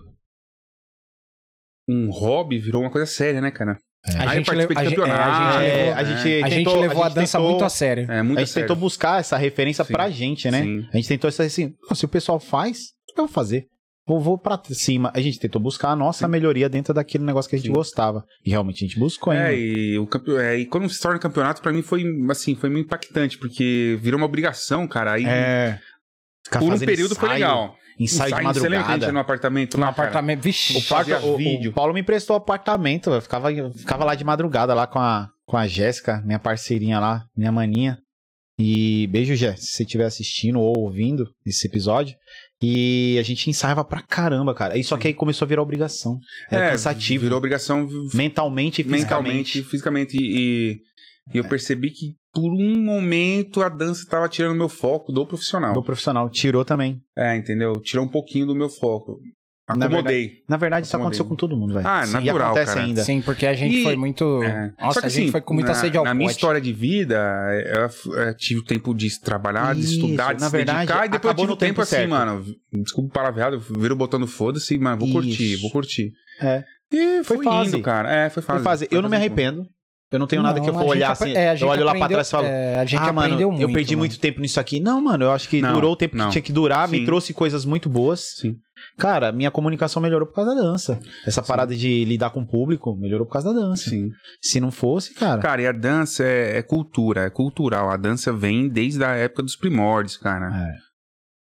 um hobby, virou uma coisa séria, né, cara? A Aí eu gente participei le- de a gente- campeonato. é, a gente É, levou- a gente A gente tentou- levou a, gente dança tentou- muito a sério. É A muito gente tentou buscar essa referência Sim. pra gente, né? Sim. A gente tentou isso assim, "Pô, se o pessoal faz, eu vou fazer. Vou, vou pra cima. A gente tentou buscar a nossa melhoria dentro daquele negócio que a gente Sim. gostava. E realmente a gente buscou, hein? É, e, o campe... é, e quando se torna campeonato, pra mim foi, assim, foi meio impactante, porque virou uma obrigação, cara. Aí, É. Ficar por um fazendo período foi ensaio, legal. Ensaio, de Você lembra que a gente madrugada. ia no apartamento No lá, cara? apartamento, vixi. O, parto, fazia o, vídeo. o Paulo me emprestou o apartamento, eu ficava, eu ficava lá de madrugada, lá com a, com a Jéssica, minha parceirinha lá, minha maninha. E beijo, Jé, se você estiver assistindo ou ouvindo esse episódio. E a gente ensaiava pra caramba, cara. E só que aí começou a virar obrigação. Era cansativo. Virou obrigação Mentalmente e mentalmente, fisicamente. fisicamente. E, e eu percebi que por um momento a dança tava tirando meu foco do profissional. Do profissional. Tirou também. É, entendeu? Tirou um pouquinho do meu foco. Na Acomodei. Na verdade, isso Acomodei. aconteceu com todo mundo, velho. Ah, Sim, natural, E acontece cara. ainda. Sim, porque a gente E- foi muito... É. Nossa, Só que a gente assim, foi com muita na, sede ao Na minha pote. história de vida, eu, eu tive o tempo de trabalhar, de Isso, estudar, de na se verdade, dedicar, e depois eu acabou tive no o tempo, tempo assim, certo. mano, desculpa o palavreado, eu viro botando foda-se, mano, vou Isso. curtir, vou curtir. É. E Foi foi, fase. indo, cara. É, foi fase. Foi fazer. Eu não me arrependo. Eu não tenho nada que eu Não, for a olhar gente assim. apre- é, a eu gente olho lá pra aprendeu- trás e falo. é, a gente ah, mano, aprendeu eu muito, perdi mano. muito tempo nisso aqui. Não, mano, eu acho que Não, durou o tempo não. que tinha que durar, me Sim. trouxe coisas muito boas. Sim. Cara, minha comunicação melhorou por causa da dança. Essa parada de lidar com o público melhorou por causa da dança. Sim. Se não fosse, cara. Cara, e a dança é, é cultura, é cultural. A dança vem desde a época dos primórdios, cara. É.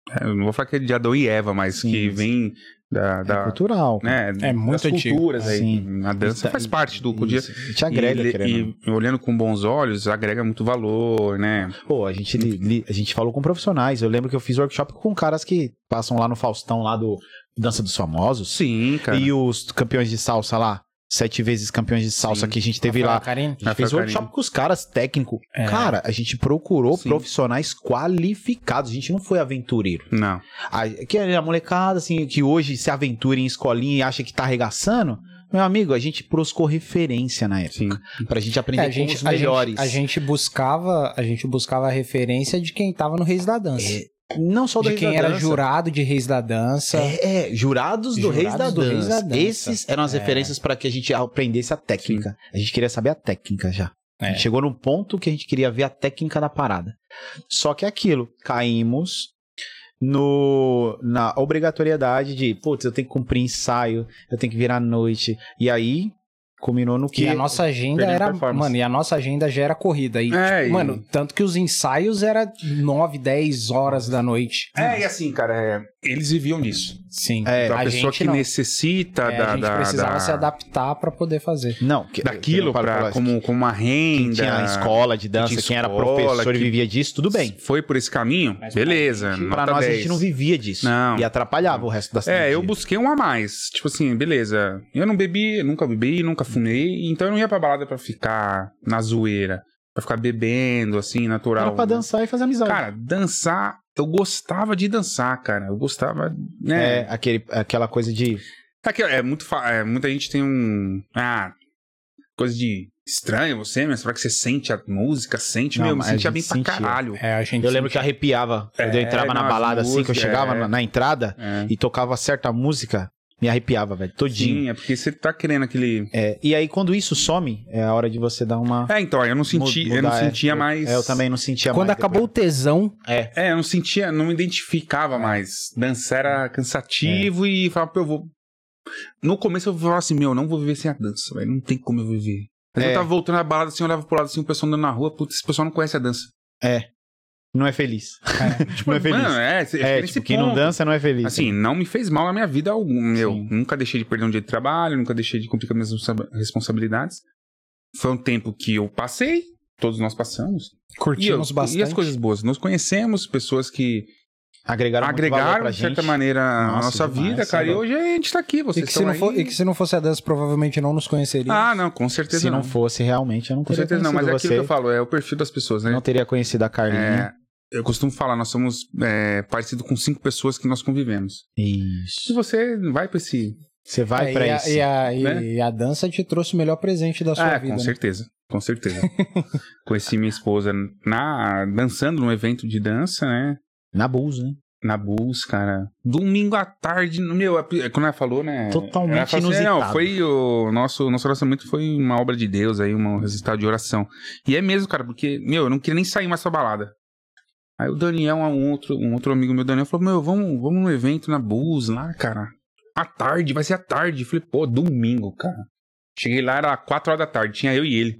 É, eu não vou falar que é de Adão e Eva, mas Sim, que sim. vem da... É da cultural. né, É muito das antigo. culturas aí. Sim. A dança Isso- faz parte do dia. isso. Te agrega, e, querendo. e, e olhando com bons olhos, agrega muito valor, né? Pô, a gente, li- li- a gente falou com profissionais. Eu lembro que eu fiz workshop com caras que passam lá no Faustão, lá do Dança dos Famosos. Sim, cara. E os campeões de salsa lá. Sete vezes campeões de salsa Sim. que a gente teve lá. Karine? A gente Rafael fez workshop Carino. com os caras técnicos. É. Cara, a gente procurou Sim. profissionais qualificados. A gente não foi aventureiro. Não. A, que é a molecada, assim, que hoje se aventura em escolinha e acha que tá arregaçando. Meu amigo, a gente buscou referência na época. Sim. Pra gente aprender É, a, com gente, os a, melhores. gente, a gente buscava a gente buscava a referência de quem tava no Reis da Dança. É, não só do de Reis quem da era Dança. jurado de Reis da Dança. É, é, jurados do, Jurados Reis, da do Reis Dança. da Dança. Esses eram as É. referências para que a gente aprendesse a técnica. A gente queria saber a técnica já. A É. gente chegou num ponto que a gente queria ver a técnica da parada. Só que é aquilo, caímos no, na obrigatoriedade de, putz, eu tenho que cumprir ensaio, eu tenho que vir à noite. E aí, culminou no que... E a nossa agenda perdendo era, performance. mano, e a nossa agenda já era corrida. E, É, tipo, e- mano, tanto que os ensaios era nove, dez horas da noite. É, e assim, cara, é, eles viviam disso. Sim. É, Então, a, a pessoa gente que não. necessita É, da, a gente da- precisava da- se adaptar pra poder fazer. Não, que, daquilo que eu pra, falo, como, como uma quem renda. tinha escola de dança, tinha quem era escola, professor e que- vivia disso, tudo bem. Foi por esse caminho? Mas pra Beleza. gente- Pra nota nós, a dez. gente não vivia disso. Não. E atrapalhava o resto da É, eu dia. busquei um a mais. Tipo assim, beleza. Eu não bebi, nunca bebi, nunca fumei. Então eu não ia pra balada pra ficar na zoeira. Pra ficar bebendo, assim, natural. Era pra dançar e fazer amizade. Cara, dançar, eu gostava de dançar, cara. Eu gostava, né? É, aquele, aquela coisa de... É, que é muito fa- é, muita gente tem um. Ah, coisa de estranho você, mas será que você sente a música? Sente, Não, meu, eu me mas a sentia gente bem pra sentia. caralho. É, a gente Eu lembro que arrepiava. Quando eu É, entrava na nas balada assim, que eu músicas, chegava é. na, na entrada É. e tocava certa música, me arrepiava, velho, todinho. Sim, é porque você tá querendo aquele. É, e aí, quando isso some, é a hora de você dar uma... É, então, eu não senti, mu- eu não mudar, é. sentia Eu- mais. É, eu também não sentia Quando mais. acabou o tesão, depois. É, É, eu não sentia, não me identificava mais. Dançar era cansativo e falava, pô, eu vou. No começo eu falava assim, meu, eu não vou viver sem a dança, velho. Não tem como eu viver. Mas É. eu tava voltando na balada assim, eu olhava pro lado assim, o pessoal andando na rua, putz, esse pessoal não conhece a dança. não é feliz. não é feliz. Mano, é, eu é, fiquei nesse tipo, quem não ponto. dança não é feliz. Assim, não me fez mal na minha vida algum, meu. Sim. Nunca deixei de perder um dia de trabalho, nunca deixei de cumprir com as minhas responsa- responsabilidades. Foi um tempo que eu passei, todos nós passamos. E, eu- curtimos bastante. e as coisas boas. Nos conhecemos, pessoas que Agregaram, muito valor agregaram, pra de certa gente. maneira, a Nossa, nossa demais, vida, cara. sim. E hoje a gente tá aqui, E vocês que, se estão não aí. for, e que se não fosse a dança, provavelmente não nos conheceríamos. Ah, não, com certeza Se não não. fosse, realmente, eu não Com teria certeza não, mas é conhecido aquilo que eu você. falo, é o perfil das pessoas, né? Não teria conhecido a Carlinha. É, eu costumo falar, nós somos é, parecidos com cinco pessoas que nós convivemos. Se Isso. você vai pra esse... Você vai É, pra e, a, isso. e, a, e- né? e a dança te trouxe o melhor presente da sua Ah, vida. com né? certeza, com certeza. Conheci minha esposa na, dançando num evento de dança, né? Na Bulls, né? Na Bulls, cara. Domingo à tarde, meu, é- quando ela falou, né? Totalmente ela falou assim, inusitado. não, foi o nosso, nosso relacionamento foi uma obra de Deus aí, um resultado de oração. E é mesmo, cara, porque, meu, eu não queria nem sair mais pra balada. Aí o Daniel, um outro, um outro amigo meu, Daniel, falou, meu, vamos, vamos num evento na Bulls lá, cara. À tarde, vai ser à tarde. Eu falei, pô, domingo, cara. Cheguei lá, era quatro horas da tarde, tinha eu e ele.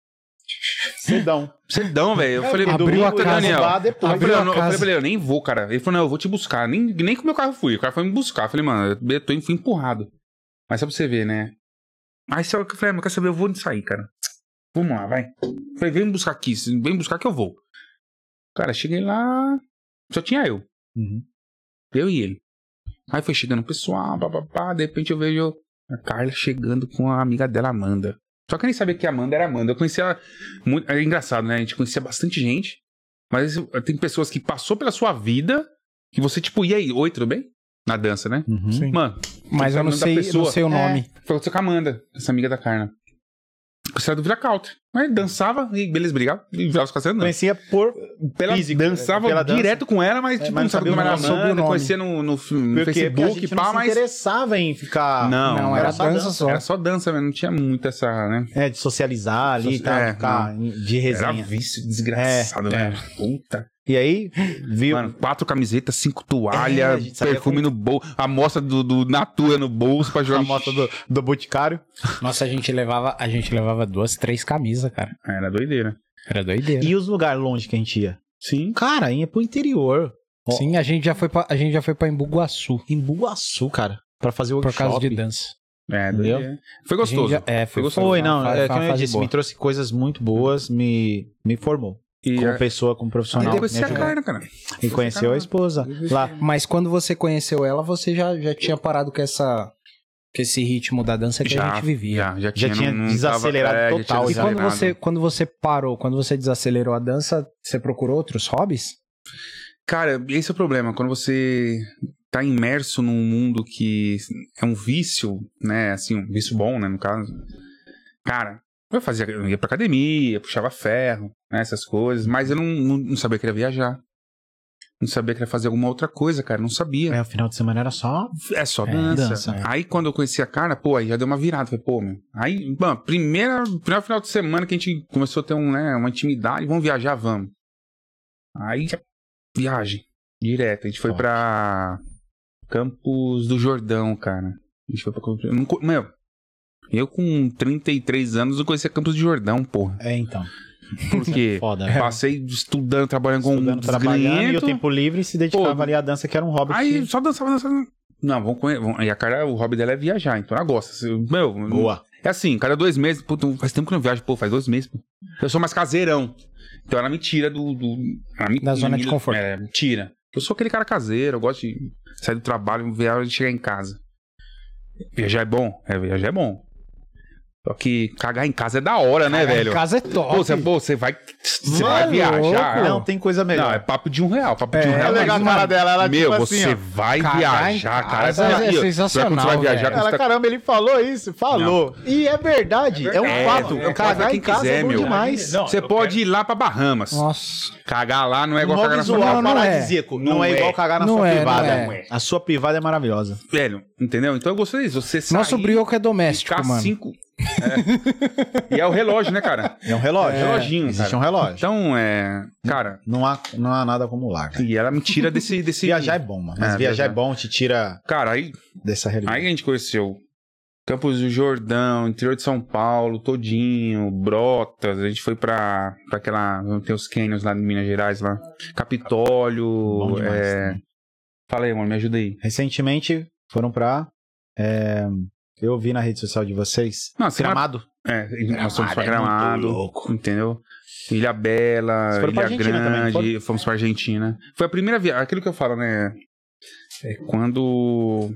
Cedão. Cedão, velho. Eu falei, Abriu domingo, a casa Daniel. lá depois. Eu Abriu falei, a eu, não- eu casa. falei pra ele, eu nem vou, cara. Ele falou, não, eu vou te buscar. Nem, nem com o meu carro eu fui. O cara foi me buscar. Eu falei, mano, eu tô, fui empurrado. Mas só pra você ver, né? Aí eu falei, mas quer saber, eu vou sair, cara. Vamos lá, vai. Eu falei, vem me buscar aqui. Vem me buscar que eu vou. Cara, cheguei lá, só tinha eu. Uhum. Eu e ele. Aí foi chegando o pessoal, papapá. De repente eu vejo a Carla chegando com a amiga dela, Amanda. Só que eu nem sabia que a Amanda era a Amanda. Eu conhecia ela muito. É engraçado, né? A gente conhecia bastante gente. Mas tem pessoas que passou pela sua vida que você, tipo, e aí? Oi, tudo bem? Na dança, né? Uhum. Sim. Mano, Mas eu não o nome da sei, pessoa. não sei o nome. foi o seu com a Amanda, essa amiga da Carla. Você era do Vira Country. Mas dançava e beleza, brigava. E virava os caras andando. Conhecia por Pela, físico, dançava pela dança. direto com ela, mas, É, tipo, mas não sabia não como era a sabia o Amanda, nome. conhecia no, no, no Porque, porque a Facebook, gente pá, não mas... se interessava em ficar... Não, Não, era era só dança dança, só. Era só dança, velho. Não tinha muito essa, né? É, de socializar ali e Soci- tal, é, ficar de Era resenha. vício desgraçado, É, velho. Puta. E aí, viu... Mano, quatro camisetas, cinco É, a toalhas, gente sabia perfume no bolso, a amostra do, do Natura no bolso pra jogar a moto do, do Boticário. Nossa, a gente levava, a gente levava duas, três camisas, cara. Era doideira. Era doideira. E os lugares longe que a gente ia? Sim. Cara, ia pro interior. Sim, a gente já foi pra, a gente já foi pra Embu-Guaçu Em Bugaçu, cara, pra fazer o por workshop. causa de dança. É, Entendeu? doideira. Foi A gente gostoso. já- é, foi, gostoso. Foi, uma não, fase- é foi como uma eu fase disse, boa. me trouxe coisas muito boas, me, me formou. E como a- pessoa, como Aí profissional. eu conheci me a ajudou. Carna, cara. E conheceu a esposa lá. Mas quando você conheceu ela, você já, já tinha parado com essa com esse ritmo da dança que a gente vivia. Já, já Já tinha, tinha não- não desacelerado tava- é, já total, tinha E quando desacelerado. você, quando você parou, quando você desacelerou a dança, você procurou outros hobbies? Cara, esse é o problema. Quando você tá imerso num mundo que é um vício, né? Assim, um vício bom, né? No caso. Cara, eu fazia, eu ia pra academia, puxava ferro, né? Essas coisas. Mas eu não, não, não sabia que era viajar. Não sabia que era fazer alguma outra coisa, cara. Não sabia. É, o final de semana era só. É só É, dança. dança, é. Aí quando eu conheci a cara, pô, aí já deu uma virada. Falei, pô, meu. Aí, bom, primeira, primeiro final de semana que a gente começou a ter um, né, uma intimidade, vamos viajar, vamos. Aí já viagem, direto. A gente foi Forte. pra Campos do Jordão, cara. A gente foi pra Campos do Jordão. Não co- Meu, eu com trinta e três anos não conhecia Campos do Jordão, porra. É, então. Por quê? Foda, né? Passei estudando, trabalhando com Estudando, um trabalhando e o desgranhento. tempo livre se dedicava Pô, ali à dança, que era um hobby. Aí que... só dançava, dançava. Não, vamos conhecer. Vamos... E a cara, o hobby dela é viajar, então ela gosta. Meu, Boa. é assim, cada dois meses, puta, faz tempo que eu não viajo, pô, faz dois meses. Pô. Eu sou mais caseirão. Então ela me tira do. do ela me, Da zona me- de conforto. É, me tira. Eu sou aquele cara caseiro, eu gosto de sair do trabalho, viajar e chegar em casa. Viajar é bom? É, viajar é bom. Só que cagar em casa é da hora, né, velho? Em casa é top. Pô, você, pô, você vai. Você Mano, vai viajar. louco. Não, tem coisa melhor. Não, é papo de um real. Papo É, de um real. é legal mas, a cara mano, dela, ela, meu, tipo você assim, ó, vai cagar em viajar, cara. casa Essa- é e, ó, sensacional, Quando você vai viajar, velho. quando você Ela, tá- caramba, ele falou isso, falou. E é verdade, é, um É, fato. é, Cagar pra em quem casa quiser, é bom meu. demais. Não, Você eu pode quero- ir lá pra Bahamas. Nossa. Cagar lá não é igual No cagar na visual sua Não, não paradisíaco. Não, Não é é. igual cagar na Não sua é, privada. não é. A sua privada é maravilhosa. Velho, entendeu? Então eu gostei disso. Você sair, Nosso brioco é doméstico, ficar mano. cinco... É. E é o relógio, né, cara? É um relógio. É. Reloginho, Existe cara. um relógio. Então, é... Cara, Não há, não há nada como lá, cara. e ela me tira desse... desse... Viajar é bom, mano. Mas É, viajar viajar. é bom, te tira Cara, aí, dessa realidade. aí a gente conheceu Campos do Jordão, interior de São Paulo, todinho, Brotas. A gente foi pra, pra aquela... Tem os canyons lá de Minas Gerais, lá. Capitólio. Bom demais, é... né? Fala aí, mano, me ajuda aí. Recentemente foram pra. é, eu vi na rede social de vocês. Não, semana- Gramado. É, nós fomos pra Gramado é muito Gramado, louco. entendeu? Ilha Bela, Vocês foram pra Ilha Argentina também, não Grande, fomos pra Argentina. Foi a primeira viagem, aquilo que eu falo, né? É quando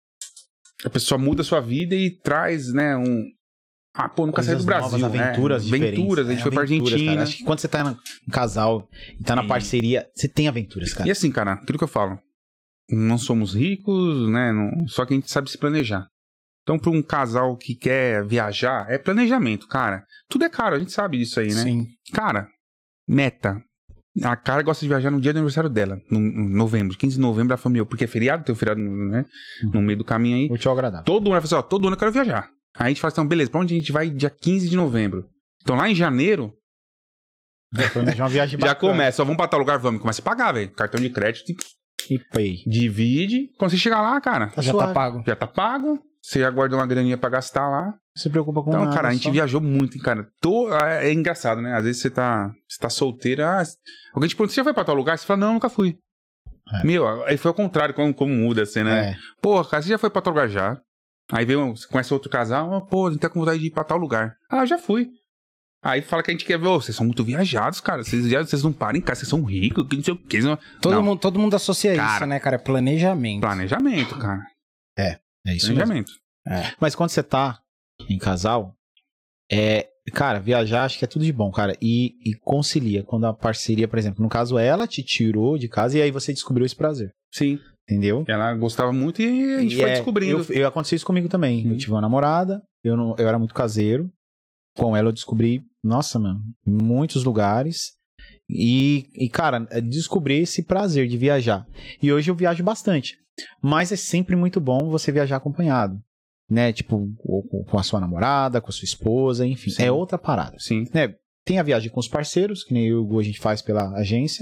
a pessoa muda a sua vida e traz, né, um... Ah, pô, nunca saí do Coisas Brasil, novas, aventuras né? diferentes. Aventuras, a gente É, foi pra aventuras, Argentina. cara. Acho que quando você tá no casal e tá na E- parceria, você tem aventuras, cara. E assim, cara, aquilo que eu falo, não somos ricos, né? Não- só que a gente sabe se planejar. Então, para um casal que quer viajar, é planejamento, cara. Tudo é caro, a gente sabe disso aí, né? Sim. Cara, meta. A cara gosta de viajar no dia do aniversário dela, no, no novembro, quinze de novembro, a família, porque é feriado, tem um feriado, né? No meio do caminho aí. Útil ao agradável. Todo ano, ela fala assim, ó, todo ano eu quero viajar. Aí a gente fala assim, então, beleza, pra onde a gente vai dia quinze de novembro? Então lá em janeiro, Planejar uma viagem já bacana. começa, ó, vamos pra tal lugar, vamos. Começa a pagar, velho. Cartão de crédito, E pay. divide. Quando você chegar lá, cara, Tá Já suave. tá pago. já tá pago. Você já guardou uma graninha pra gastar lá. Não se preocupa com Então, nada. cara, a gente só- viajou muito, hein, cara. Tô, é é engraçado, né? Às vezes você tá, você tá solteira. Ah, alguém te pergunta, você já foi pra tal lugar? Você fala, não, nunca fui. É. Meu, aí foi ao contrário, como, como muda, assim, né? É. Pô, cara, você já foi pra tal lugar já? Aí vem, um- você conhece outro casal, ah, pô, a gente tá com vontade de ir pra tal lugar. Ah, já fui. Aí fala que a gente quer ver, ô, vocês são muito viajados, cara. Vocês, viajam, vocês não param em casa, vocês são ricos, que não sei o que. Não... Todo, Não, mundo, todo mundo associa Cara, isso, né, cara? É planejamento. planejamento, cara. É isso mesmo. Planejamento. Mas quando você tá em casal, é. Cara, viajar acho que é tudo de bom, cara. E, e concilia. Quando a parceria, por exemplo, no caso, ela te tirou de casa e aí você descobriu esse prazer. Sim. Entendeu? Ela gostava muito e a gente E foi é, descobrindo. Eu, eu, aconteceu isso comigo também. Uhum. Eu tive uma namorada, eu, não, eu era muito caseiro. Com ela eu descobri, nossa, mano, muitos lugares. E, e, cara, descobri esse prazer de viajar. E hoje eu viajo bastante. Mas é sempre muito bom você viajar acompanhado. Né? Tipo, ou com- com a sua namorada, com a sua esposa, enfim. Sim. É outra parada. Sim. Né? Tem a viagem com os parceiros, que nem eu e o Gu a gente faz pela agência.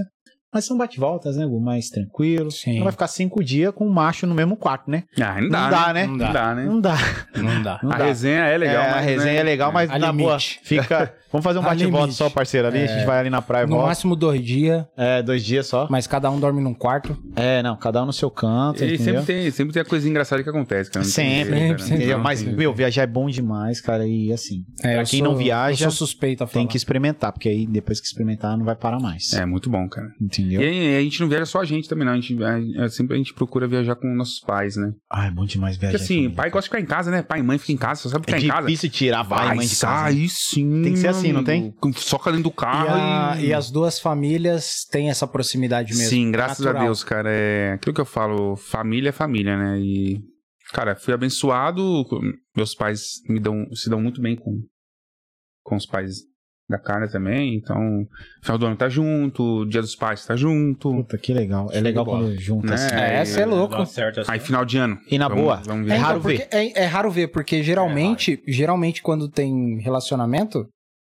Mas são bate-voltas, né, Gu? Mais tranquilo. Sim. Não vai ficar cinco dias com um macho no mesmo quarto, né? Ah, não Não dá, dá, né? né? Não dá, né? Não dá. Não dá. Não a dá. resenha é legal, É, mas... a resenha né? é legal, mas A na limite. boa, fica... Vamos fazer um A bate-volta limite. só, parceiro, ali. A gente vai ali na praia e No volta. máximo dois dias, É, dois dias só. mas cada um dorme num quarto. É, não, cada um no seu canto, E entendeu? sempre tem, sempre tem a coisa engraçada que acontece, cara. Não tem Sempre, jeito, cara. sempre, Entendeu? Não Mas, tem meu, viajar é bom demais, cara, e assim, É, pra eu quem sou- não viaja, Eu sou suspeito a falar. tem que experimentar, porque aí depois que experimentar não vai parar mais. É muito bom, cara. Entendeu? E aí, a gente não viaja só a gente também, não. A gente, a, a- sempre a gente procura viajar com nossos pais, né? Ah, é bom demais viajar. Porque assim, também, pai cara. gosta de ficar em casa, né? Pai e mãe ficam em casa, só sabe É ficar em casa. difícil tirar pai e mãe de casa. né? Aí sim. Tem que ser meu assim, não amigo. Com- Soca dentro do E, carro a- e... e as duas famílias têm essa proximidade mesmo. Sim, graças natural. a Deus, cara. É aquilo que eu falo, família é família, né? E, cara, fui abençoado. Meus pais me dão, se dão muito bem com, com os pais da cara também. Então, final do ano tá junto, dia dos pais tá junto. Puta, que legal. É Show legal de bola. quando junta Né? assim. É, essa é louco. Dá certo assim. Aí, final de ano. E na vamos- boa, vamos é ver. então, raro ver. porque- É, é raro ver, porque geralmente, geralmente quando tem relacionamento,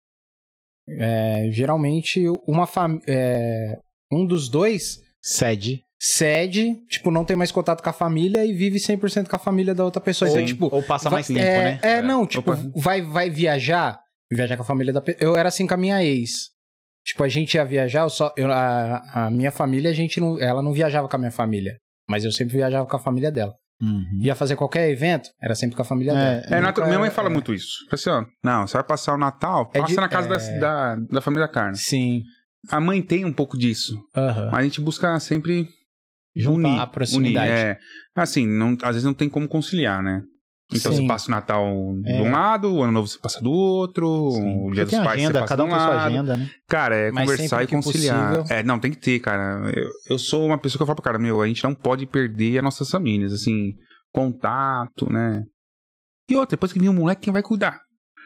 é, geralmente uma fam... é, um dos dois Cede. cede, tipo, não tem mais contato com a família e vive cem por cento com a família da outra pessoa. Então, Ou, tipo, ou passa vai- mais tempo, é, né? É, não, tipo, Opa. vai, vai viajar, viajar com a família da pessoa. Eu era assim com a minha ex. Tipo, a gente ia viajar, eu só, eu- a, a minha família, a gente não, ela não viajava com a minha família. Mas eu sempre viajava com a família dela. Uhum. Ia fazer qualquer evento, era sempre com a família É, dela. É, natu- Nunca- minha mãe fala muito isso. Fala assim, ó, não, você vai passar o Natal, É passa de- na casa é. da, da, da família Carne. Sim. A mãe tem um pouco disso, Aham. mas a gente busca sempre Juntar unir. a proximidade. Unir, é. Assim, não, às vezes não tem como conciliar, né? Então Sim. você passa o Natal É. de um lado, o Ano Novo você passa do outro, Sim. o Dia Porque dos tem Pais você agenda, passa cada um de tem um sua lado. agenda, né? Cara, é Mas conversar sempre e que conciliar. possível. É, não, tem que ter, cara. Eu, eu sou uma pessoa que eu falo pro cara, meu, a gente não pode perder as nossas famílias, assim, contato, né? E outra, depois que vir um moleque, quem vai cuidar?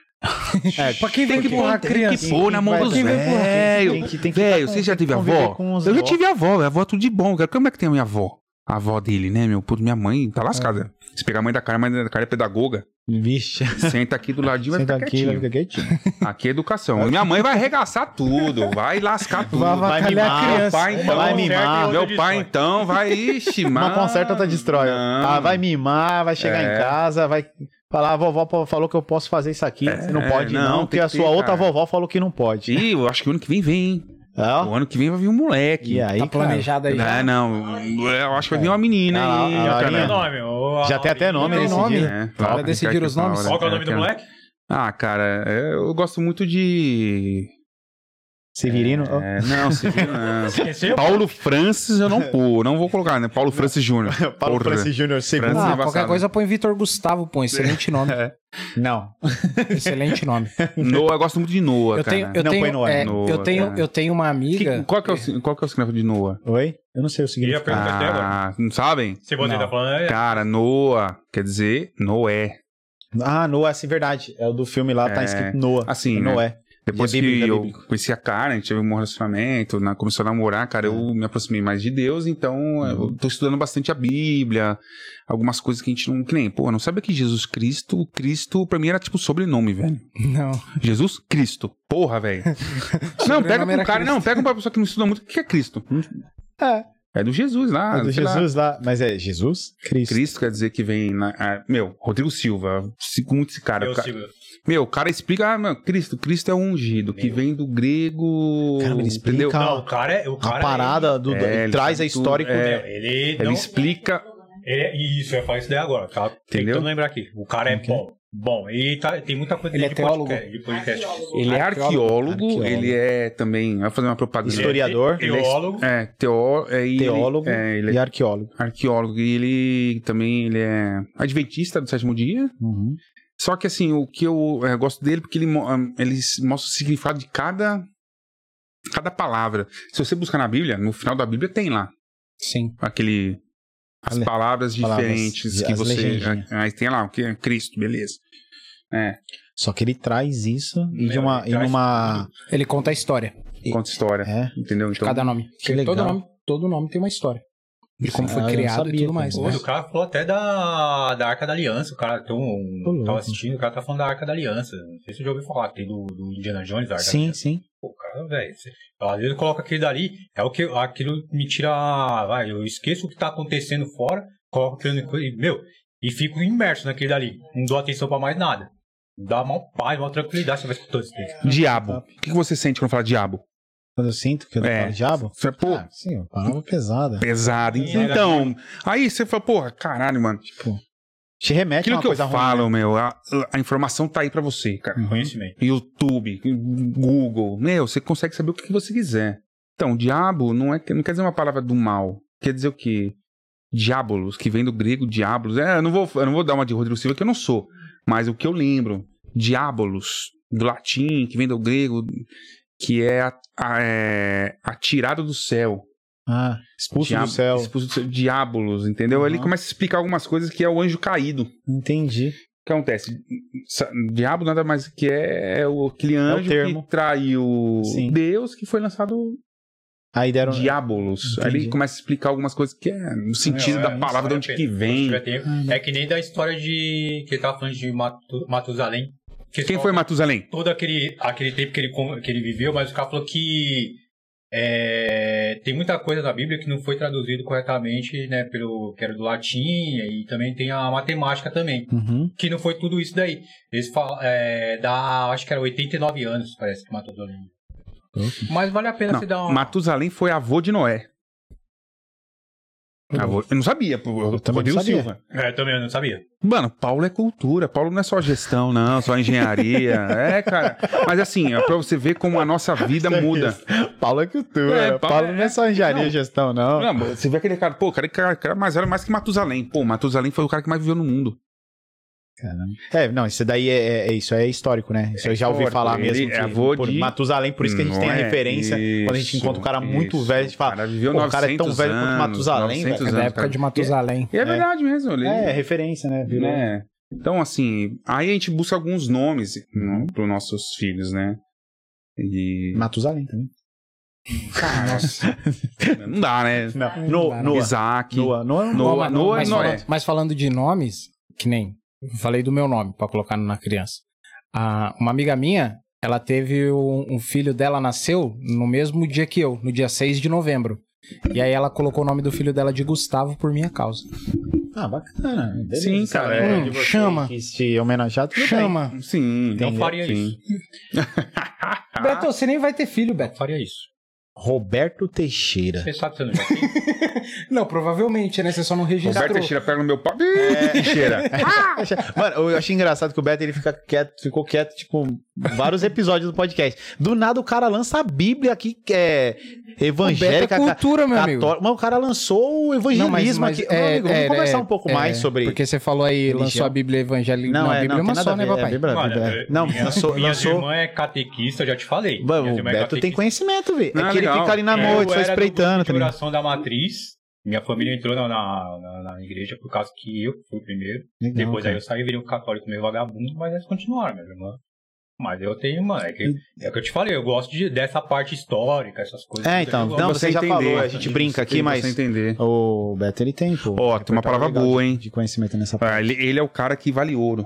É, Pra quem Tem vai que empurrar a pôr- tem criança? que pôr na mão Vai- dos quem vai empurrar? velhos. Tem que- tem que Velho, tá você com- já teve conviver avó? com os Eu já avó. tive avó, minha avó é tudo de bom, cara. Como é que tem a minha avó? A avó dele, né, meu? Puto, minha mãe tá lascada. Se pegar a mãe da cara, a mãe da cara é pedagoga. Vixe. Senta aqui do ladinho, vai Senta ficar aqui, vai quietinho. ficar quietinho. Aqui é educação. Minha mãe vai arregaçar tudo, vai lascar tudo. Vai Vai avacalhar a mimar, Meu criança. pai, então, vai mimar. Meu pai, então, vai. Ixi, Uma mano. conserta, outra destrói. Não. Ah, vai mimar, vai chegar É. em casa, vai falar, a vovó falou que eu posso fazer isso aqui. Você não É, pode não, não, tem porque que a sua ter, outra cara. vovó falou que não pode. Ih, eu acho que o ano que vem vem, hein? Ó, O ano que vem vai vir um moleque. e aí, Tá cara? planejado aí já? É, não. Eu acho que vai vir uma menina Ah, aí. a ó, Laurinha. cara. Tem nome, ô, Já a tem até nome Tem nesse nome? dia. É, Já claro, decidiram fica os aqui nomes? na hora. Qual que é o nome do É, moleque? Ah, cara, é, eu gosto muito de. Severino, ó. É, não, Severino não. Esqueceu? Paulo Francis eu não pôr, não vou colocar, né? Paulo Francis Júnior. Paulo Porra. Francis Júnior segundo. Francis Ah, embaçado. qualquer coisa põe Vitor Gustavo, põe. Excelente nome. É. Não. Excelente nome. Noah, eu gosto muito de Noah, Eu cara. tenho, eu Não tenho, põe Noah, é, Noah, eu tenho, cara. eu tenho uma amiga. Que- qual, que é o, qual que é o significado de Noah? Oi? Eu não sei o Ia significado. perguntar até agora. Ah, não sabem? Se você Não. tá falando, é... Cara, Noah quer dizer Noé. Ah, Noah, sim, verdade. É o do filme lá, tá É, escrito Noah. assim, É né? Noé. Depois E é bíblico, que é eu bíblico. conheci a Karen, a gente teve um relacionamento, na, começou a namorar, cara, eu me aproximei mais de Deus, então eu tô estudando bastante a Bíblia, algumas coisas que a gente não... Que nem, pô, não sabe que Jesus Cristo, o Cristo, pra mim era tipo sobrenome, velho. Não. Jesus Cristo. Porra, velho. Não, pega Sobrenome era pro cara, Cristo. não, pega pra pessoa que não estuda muito, o que é Cristo? É, É do Jesus lá. é do sei lá. Jesus lá. Mas é Jesus? Cristo. Cristo quer dizer que vem na... ah, meu, Rodrigo Silva, sigo muito esse cara. Eu o ca- sigo. Meu, o cara explica, ah, meu, Cristo, Cristo é um ungido, que vem do grego, Caramba, ele explica entendeu? Calma. Não, o cara é... O cara A parada do, do- É, ele traz a sabe história tudo, e é. Meu, ele Ele não... explica, Ele é... Isso, eu ia falar isso daí agora. Tá Entendeu? tentando lembrar aqui. O cara é Como que é? bom. Bom, e tá, tem muita coisa Ele é de, teólogo. podcast, de podcast. ele é arqueólogo, Arqueólogo. ele é também, vai fazer uma propaganda. Ele é Historiador. te- Teólogo. É, teó, é, e teólogo ele, é, ele e é arqueólogo. arqueólogo, e ele também ele é adventista do sétimo dia. Uhum. Só que assim, o que eu é, gosto dele, porque ele, mo- ele mostra o significado de cada, cada palavra. Se você buscar na Bíblia, no final da Bíblia tem lá Sim. aquele as Ale- palavras palavras, diferentes que as você legendinhas. aí tem lá o que é Cristo, beleza. É, Só que ele traz isso e de Meu, uma, ele e traz numa... Ele conta a história conta história, É, entendeu? Então, de cada nome. Que legal. Todo nome, todo nome tem uma história. de como Ah, foi eu não criado sabia, e tudo cara. mais. Pô, o cara falou até da, da Arca da Aliança. O cara tem um, Tô louco. tava assistindo, o cara tá falando da Arca da Aliança. Não sei se você já ouviu falar, tem do, do Indiana Jones, a Arca da Sim, Aliança. sim. Pô, cara, velho, você- às vezes eu coloco aquele dali, é o que, aquilo me tira, vai, eu esqueço o que tá acontecendo fora, coloco aquilo no coisa e, meu, e fico imerso naquele dali. Não dou atenção pra mais nada. Dá uma paz, uma tranquilidade, você vai escutando esse texto. Diabo. O que que você sente quando fala diabo? Quando eu sinto que eu É. falo diabo? Você, pô, Ah, sim, uma palavra pesada. pesado. É, Então, aí você fala, porra, caralho, mano. Tipo, te remete Aquilo a uma que eu coisa ruim, falo, né? meu, a, a informação tá aí pra você, cara. Conhecimento. YouTube, Google, meu, você consegue saber o que você quiser. Então, diabo não, é, não quer dizer uma palavra do mal. Quer dizer o quê? Diabolos, que vem do grego diabolos. É, eu não vou, eu não vou dar uma de Rodrigo Silva, que eu não sou. Mas o que eu lembro, diabolos, do latim, que vem do grego, que é, a, a, é atirado do céu. Ah, expulso Diabo- do céu. Expulso do céu. Diabolos, entendeu? Uhum. Ele começa a explicar algumas coisas que é o anjo caído. Entendi. O que acontece? Sa- Diabo nada mais que é, é o, aquele anjo termo. que traiu Sim. Deus, que foi lançado Aí deram... Diabolos. Aí Entendi. ele começa a explicar algumas coisas que é no sentido É, da é, palavra, de onde vale a que pena. vem. Se tiver tempo. É que nem da história de. Que ele tava falando de Matu- Matusalém. Que Quem só- foi Matusalém? Todo aquele, aquele tempo que ele, con- que ele viveu, mas o cara falou que é, tem muita coisa na Bíblia que não foi traduzido corretamente, né? Pelo, que era do latim, e também tem a matemática também. Uhum. Que não foi tudo isso daí. Eles falam, é, dá, acho que era oitenta e nove anos, parece que Matusalém. Mas vale a pena você dar Não, uma. Matusalém foi avô de Noé. Avô- Eu não sabia, pô, eu também não Rodrigo sabia. Silva. É, também eu não sabia. Mano, Paulo é cultura. Paulo não é só gestão, não, só engenharia. É, cara. Mas assim, é pra você ver como a nossa vida muda. Paulo é cultura. É, Paulo, Paulo não é só engenharia não. e gestão, não. Não, você vê aquele cara, pô, o cara, cara, cara mais velho mais que Matusalém. Pô, Matusalém foi o cara que mais viveu no mundo. Caramba. É, não, isso daí é, é- é- isso é histórico, né? Isso É eu já ouvi histórico, falar ele mesmo. é que, avô por de- Matusalém, por isso que a gente Não tem a é? referência. Quando a gente Isso, encontra um cara muito isso. velho, a gente fala, O cara viveu pô, o cara é tão novecentos velho quanto anos, Matusalém, novecentos velho. É da anos, época cara. de Matusalém. E é verdade mesmo. Ele, É, é referência, né? Virou- né? Então, assim, aí a gente busca alguns nomes para os nossos filhos, né? E. Matusalém também. Nossa. Não dá, né? Não, Não No, dá, Noah. Isaac. Noah. Noah. Noah, mas, Noah mas, e Noé. falando, mas falando de nomes, que nem eu falei do meu nome pra colocar na criança. Ah, uma amiga minha, ela teve um, um filho dela, nasceu no mesmo dia que eu, no dia seis de novembro. E aí ela colocou o nome do filho dela de Gustavo por minha causa. Ah, bacana. Beleza. Sim, Se cara, alguém é. de vocês Chama. quis te homenagear, tudo Chama. Sim, Não faria sim. isso. Beto, você nem vai ter filho, Eu Beto. faria isso. Roberto Teixeira. Você sabe que você não já tem? Não, provavelmente, né? Você só não registrou. Roberto Teixeira pega no meu pau. Ih, Teixeira. Mano, eu achei engraçado que o Beto ele fica quieto, ficou quieto, tipo, vários episódios do podcast. Do nada o cara lança a Bíblia aqui, que é evangélica. O Beto é cultura, meu amigo. católica. Mas o cara lançou o evangelismo aqui. Meu amigo, vamos conversar um pouco é, mais sobre. Porque você falou aí, religião. lançou a Bíblia evangélica. Não, Não, é, a Bíblia não, é uma tem só, nada a né, ver, é papai? Bíblia- Olha, Bíblia- eu- Não, minha, lançou- minha lançou- irmã é catequista, eu já te falei. Mano, Minha o irmã é Beto tem catequista. conhecimento, velho. Ah, É que ele legal. fica ali na É, noite, eu só era do espreitando, grupo tá de ligado? oração da matriz. Minha família entrou na, na, na- na igreja por causa que eu fui o primeiro. Legal, Depois cara. aí eu saí e virei um católico meio vagabundo, mas eles continuaram, minha irmã. Mas eu tenho, mano, é que, é o que eu te falei, eu gosto de, dessa parte histórica, essas coisas. É, Eu então, gosto. não, você já entender. falou, a gente brinca aqui, Pra mas você entender. o Beto ele tem, pô. Ó, tem uma palavra legal boa, de- hein? De conhecimento nessa parte. Ah, ele, ele é o cara que vale ouro.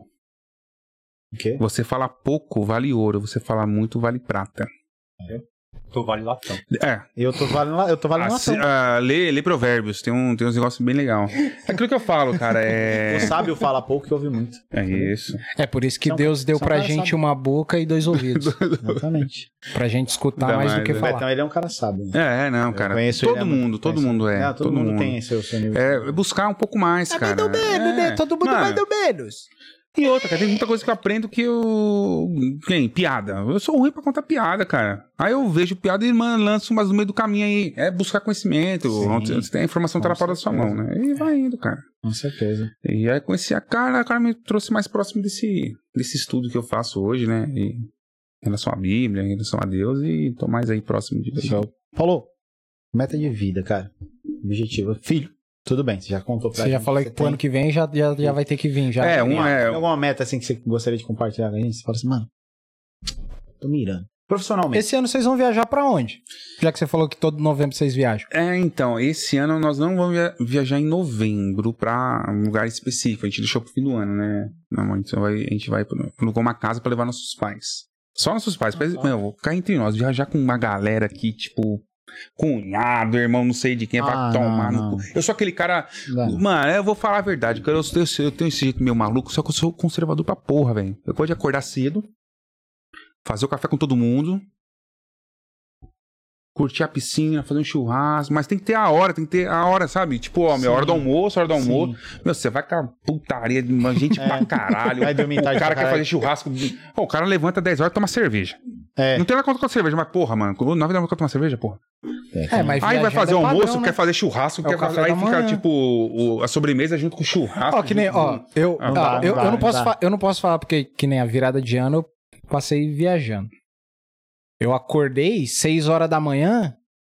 O quê? Você fala pouco, vale ouro. Você fala muito, vale prata. Tô vale latão. É. Eu tô valendo, lá- eu tô valendo Assim, latão. ah, lê, lê provérbios. Tem, um, tem uns negócios bem legais. É aquilo que eu falo, cara. É, O sábio fala pouco e ouve muito. é isso. É por isso que São- Deus deu são pra cara gente sábio. uma boca e dois ouvidos. Exatamente. Pra gente escutar Ainda mais do mais, que né? O falar. Betão, ele é um cara sábio. né? É, não, Eu cara. conheço Todo ele há mundo, muito- todo conheço- mundo é. Não, todo, mundo, tem seu, seu nível. É buscar um pouco mais, cara. É. todo mundo Mano, mais ou menos. E outra, cara, tem muita coisa que eu aprendo que eu. Quem? Piada. Eu sou ruim pra contar piada, cara. Aí eu vejo piada e mano, lanço umas no meio do caminho aí. É buscar conhecimento. Sim. Onde você tem a informação tá Com na palma da sua mão, certeza. né? E vai indo, cara. Com certeza. E aí conheci a cara, a cara me trouxe mais próximo desse, desse estudo que eu faço hoje, né? E, em relação à Bíblia, em relação a Deus, e tô mais aí próximo de Deus. Show. Paulo, meta de vida, cara. Objetivo. Filho. Tudo bem, você já contou pra Você já gente falou que que pro ano tem. que vem já, já, já vai ter que vir. Já. É, um Tem é. alguma meta assim que você gostaria de compartilhar com a gente? Você fala assim, mano, tô mirando. Profissionalmente. Esse ano vocês vão viajar pra onde? Já que você falou que todo novembro vocês viajam. É, então, esse ano nós não vamos via- viajar em novembro pra um lugar específico. A gente deixou pro fim do ano, né? Não, a gente vai, a gente vai alugar uma casa pra levar nossos pais. Só nossos pais. Mas, meu, vou ficar entre nós. Viajar com uma galera aqui, tipo, cunhado, irmão, não sei de quem, Ah, vai tomar não, no não. cu. Eu sou aquele cara. Não. Mano, eu vou falar a verdade, cara. Eu, eu, eu tenho esse jeito meio maluco, só que eu sou conservador pra porra, velho. Eu gosto de acordar cedo, fazer o café com todo mundo, curtir a piscina, fazer um churrasco, mas tem que ter a hora, tem que ter a hora, sabe? Tipo, ó, minha Sim. hora do almoço, hora do Sim. almoço. Meu, você vai com a putaria de uma gente pra caralho. Vai dormir O tarde cara pra quer caralho. fazer churrasco. Pô, o cara levanta dez horas e toma cerveja. É. Não tem nada contra com a cerveja, mas porra, mano. nove da manhã tomar cerveja, porra. É, mas Aí vai viajando fazer é o padrão, almoço, né? quer fazer churrasco, É o quer café fazer, aí da fica manhã. tipo o- a sobremesa junto com o churrasco. Ó, que nem, ó, eu, Ah, ó, dá, eu, não eu dá, não posso não dá. fa- eu não posso falar porque que nem a virada de ano eu passei viajando. Eu acordei seis horas da manhã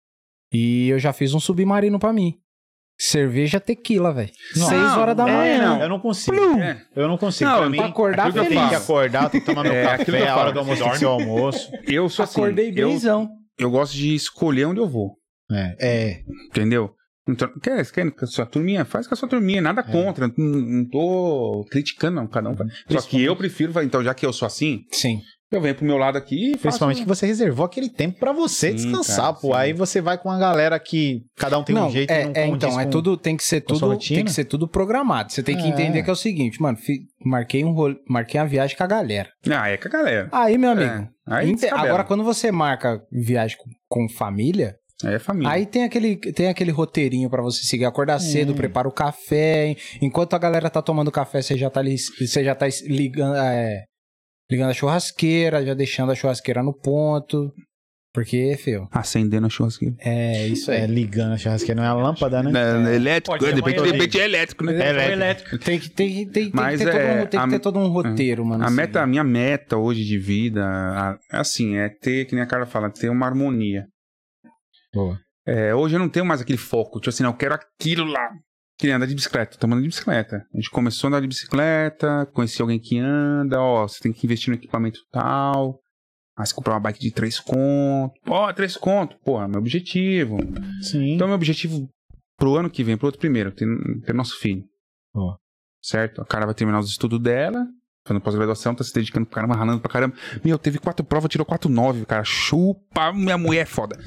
e eu já fiz um submarino pra mim. Cerveja tequila, velho. Não, seis horas da é, manhã. não, eu não consigo. É. Eu não consigo. Não, pra eu mim, pra acordar eu tenho feliz. que acordar, eu tenho que tomar meu É, aquilo que café, eu a hora falo. do almoço tem que ser o almoço. Eu sou assim. Acordei eu, benzão. eu gosto de escolher onde eu vou. É. é. Entendeu? Então, quer, quer com a sua turminha? Faz com a sua turminha, nada contra. Não, não tô criticando, não, cada um. faz. Só que eu prefiro, então, já que eu sou assim, Sim. eu venho pro meu lado aqui e faço... Principalmente que você reservou aquele tempo pra você Sim, descansar, cara, pô. sim. Aí você vai com uma galera que cada um tem não, um jeito é, e não é, condiz então, é com- tudo, tem que ser com a sua tudo, rotina? tem que ser tudo programado. Você tem que É. entender que é o seguinte, mano, fi- marquei um rolo, marquei uma viagem com a galera. Ah, é com a galera. Aí, meu amigo, É, aí inte- descabela. agora quando você marca viagem com, com família, É família. aí tem aquele, tem aquele roteirinho pra você seguir, acordar cedo, prepara o café, enquanto a galera tá tomando café, você já tá, li- você já tá ligando, é, ligando a churrasqueira, já deixando a churrasqueira no ponto, porque, filho, Acendendo a churrasqueira. é isso aí. É, ligando a churrasqueira, não é a lâmpada, né? É, elétrico, Pode ser de repente, uma de repente é elétrico, né? É elétrico. elétrico. Tem que, tem, que- tem, tem Mas que ter, é, todo, um, tem que a- ter todo um roteiro, mano. A assim. meta, a minha meta hoje de vida, a- assim, é ter, que nem a Carla fala, ter uma harmonia. Boa. É, hoje eu não tenho mais aquele foco, tipo assim, não, eu quero aquilo lá. Queria andar de bicicleta, tô andando de bicicleta. A gente começou a andar de bicicleta, conheci alguém que anda, ó, você tem que investir no equipamento tal. Aí você comprar uma bike de três conto. Ó, três conto, pô, é meu objetivo. Sim. Então, meu objetivo pro ano que vem, pro outro primeiro, ter, ter nosso filho. Ó. Certo? A cara vai terminar os estudos dela, fazendo pós-graduação, tá se dedicando pro caramba, ralando pra caramba. Meu, teve quatro provas, tirou quatro nove, cara. Chupa, minha mulher é foda.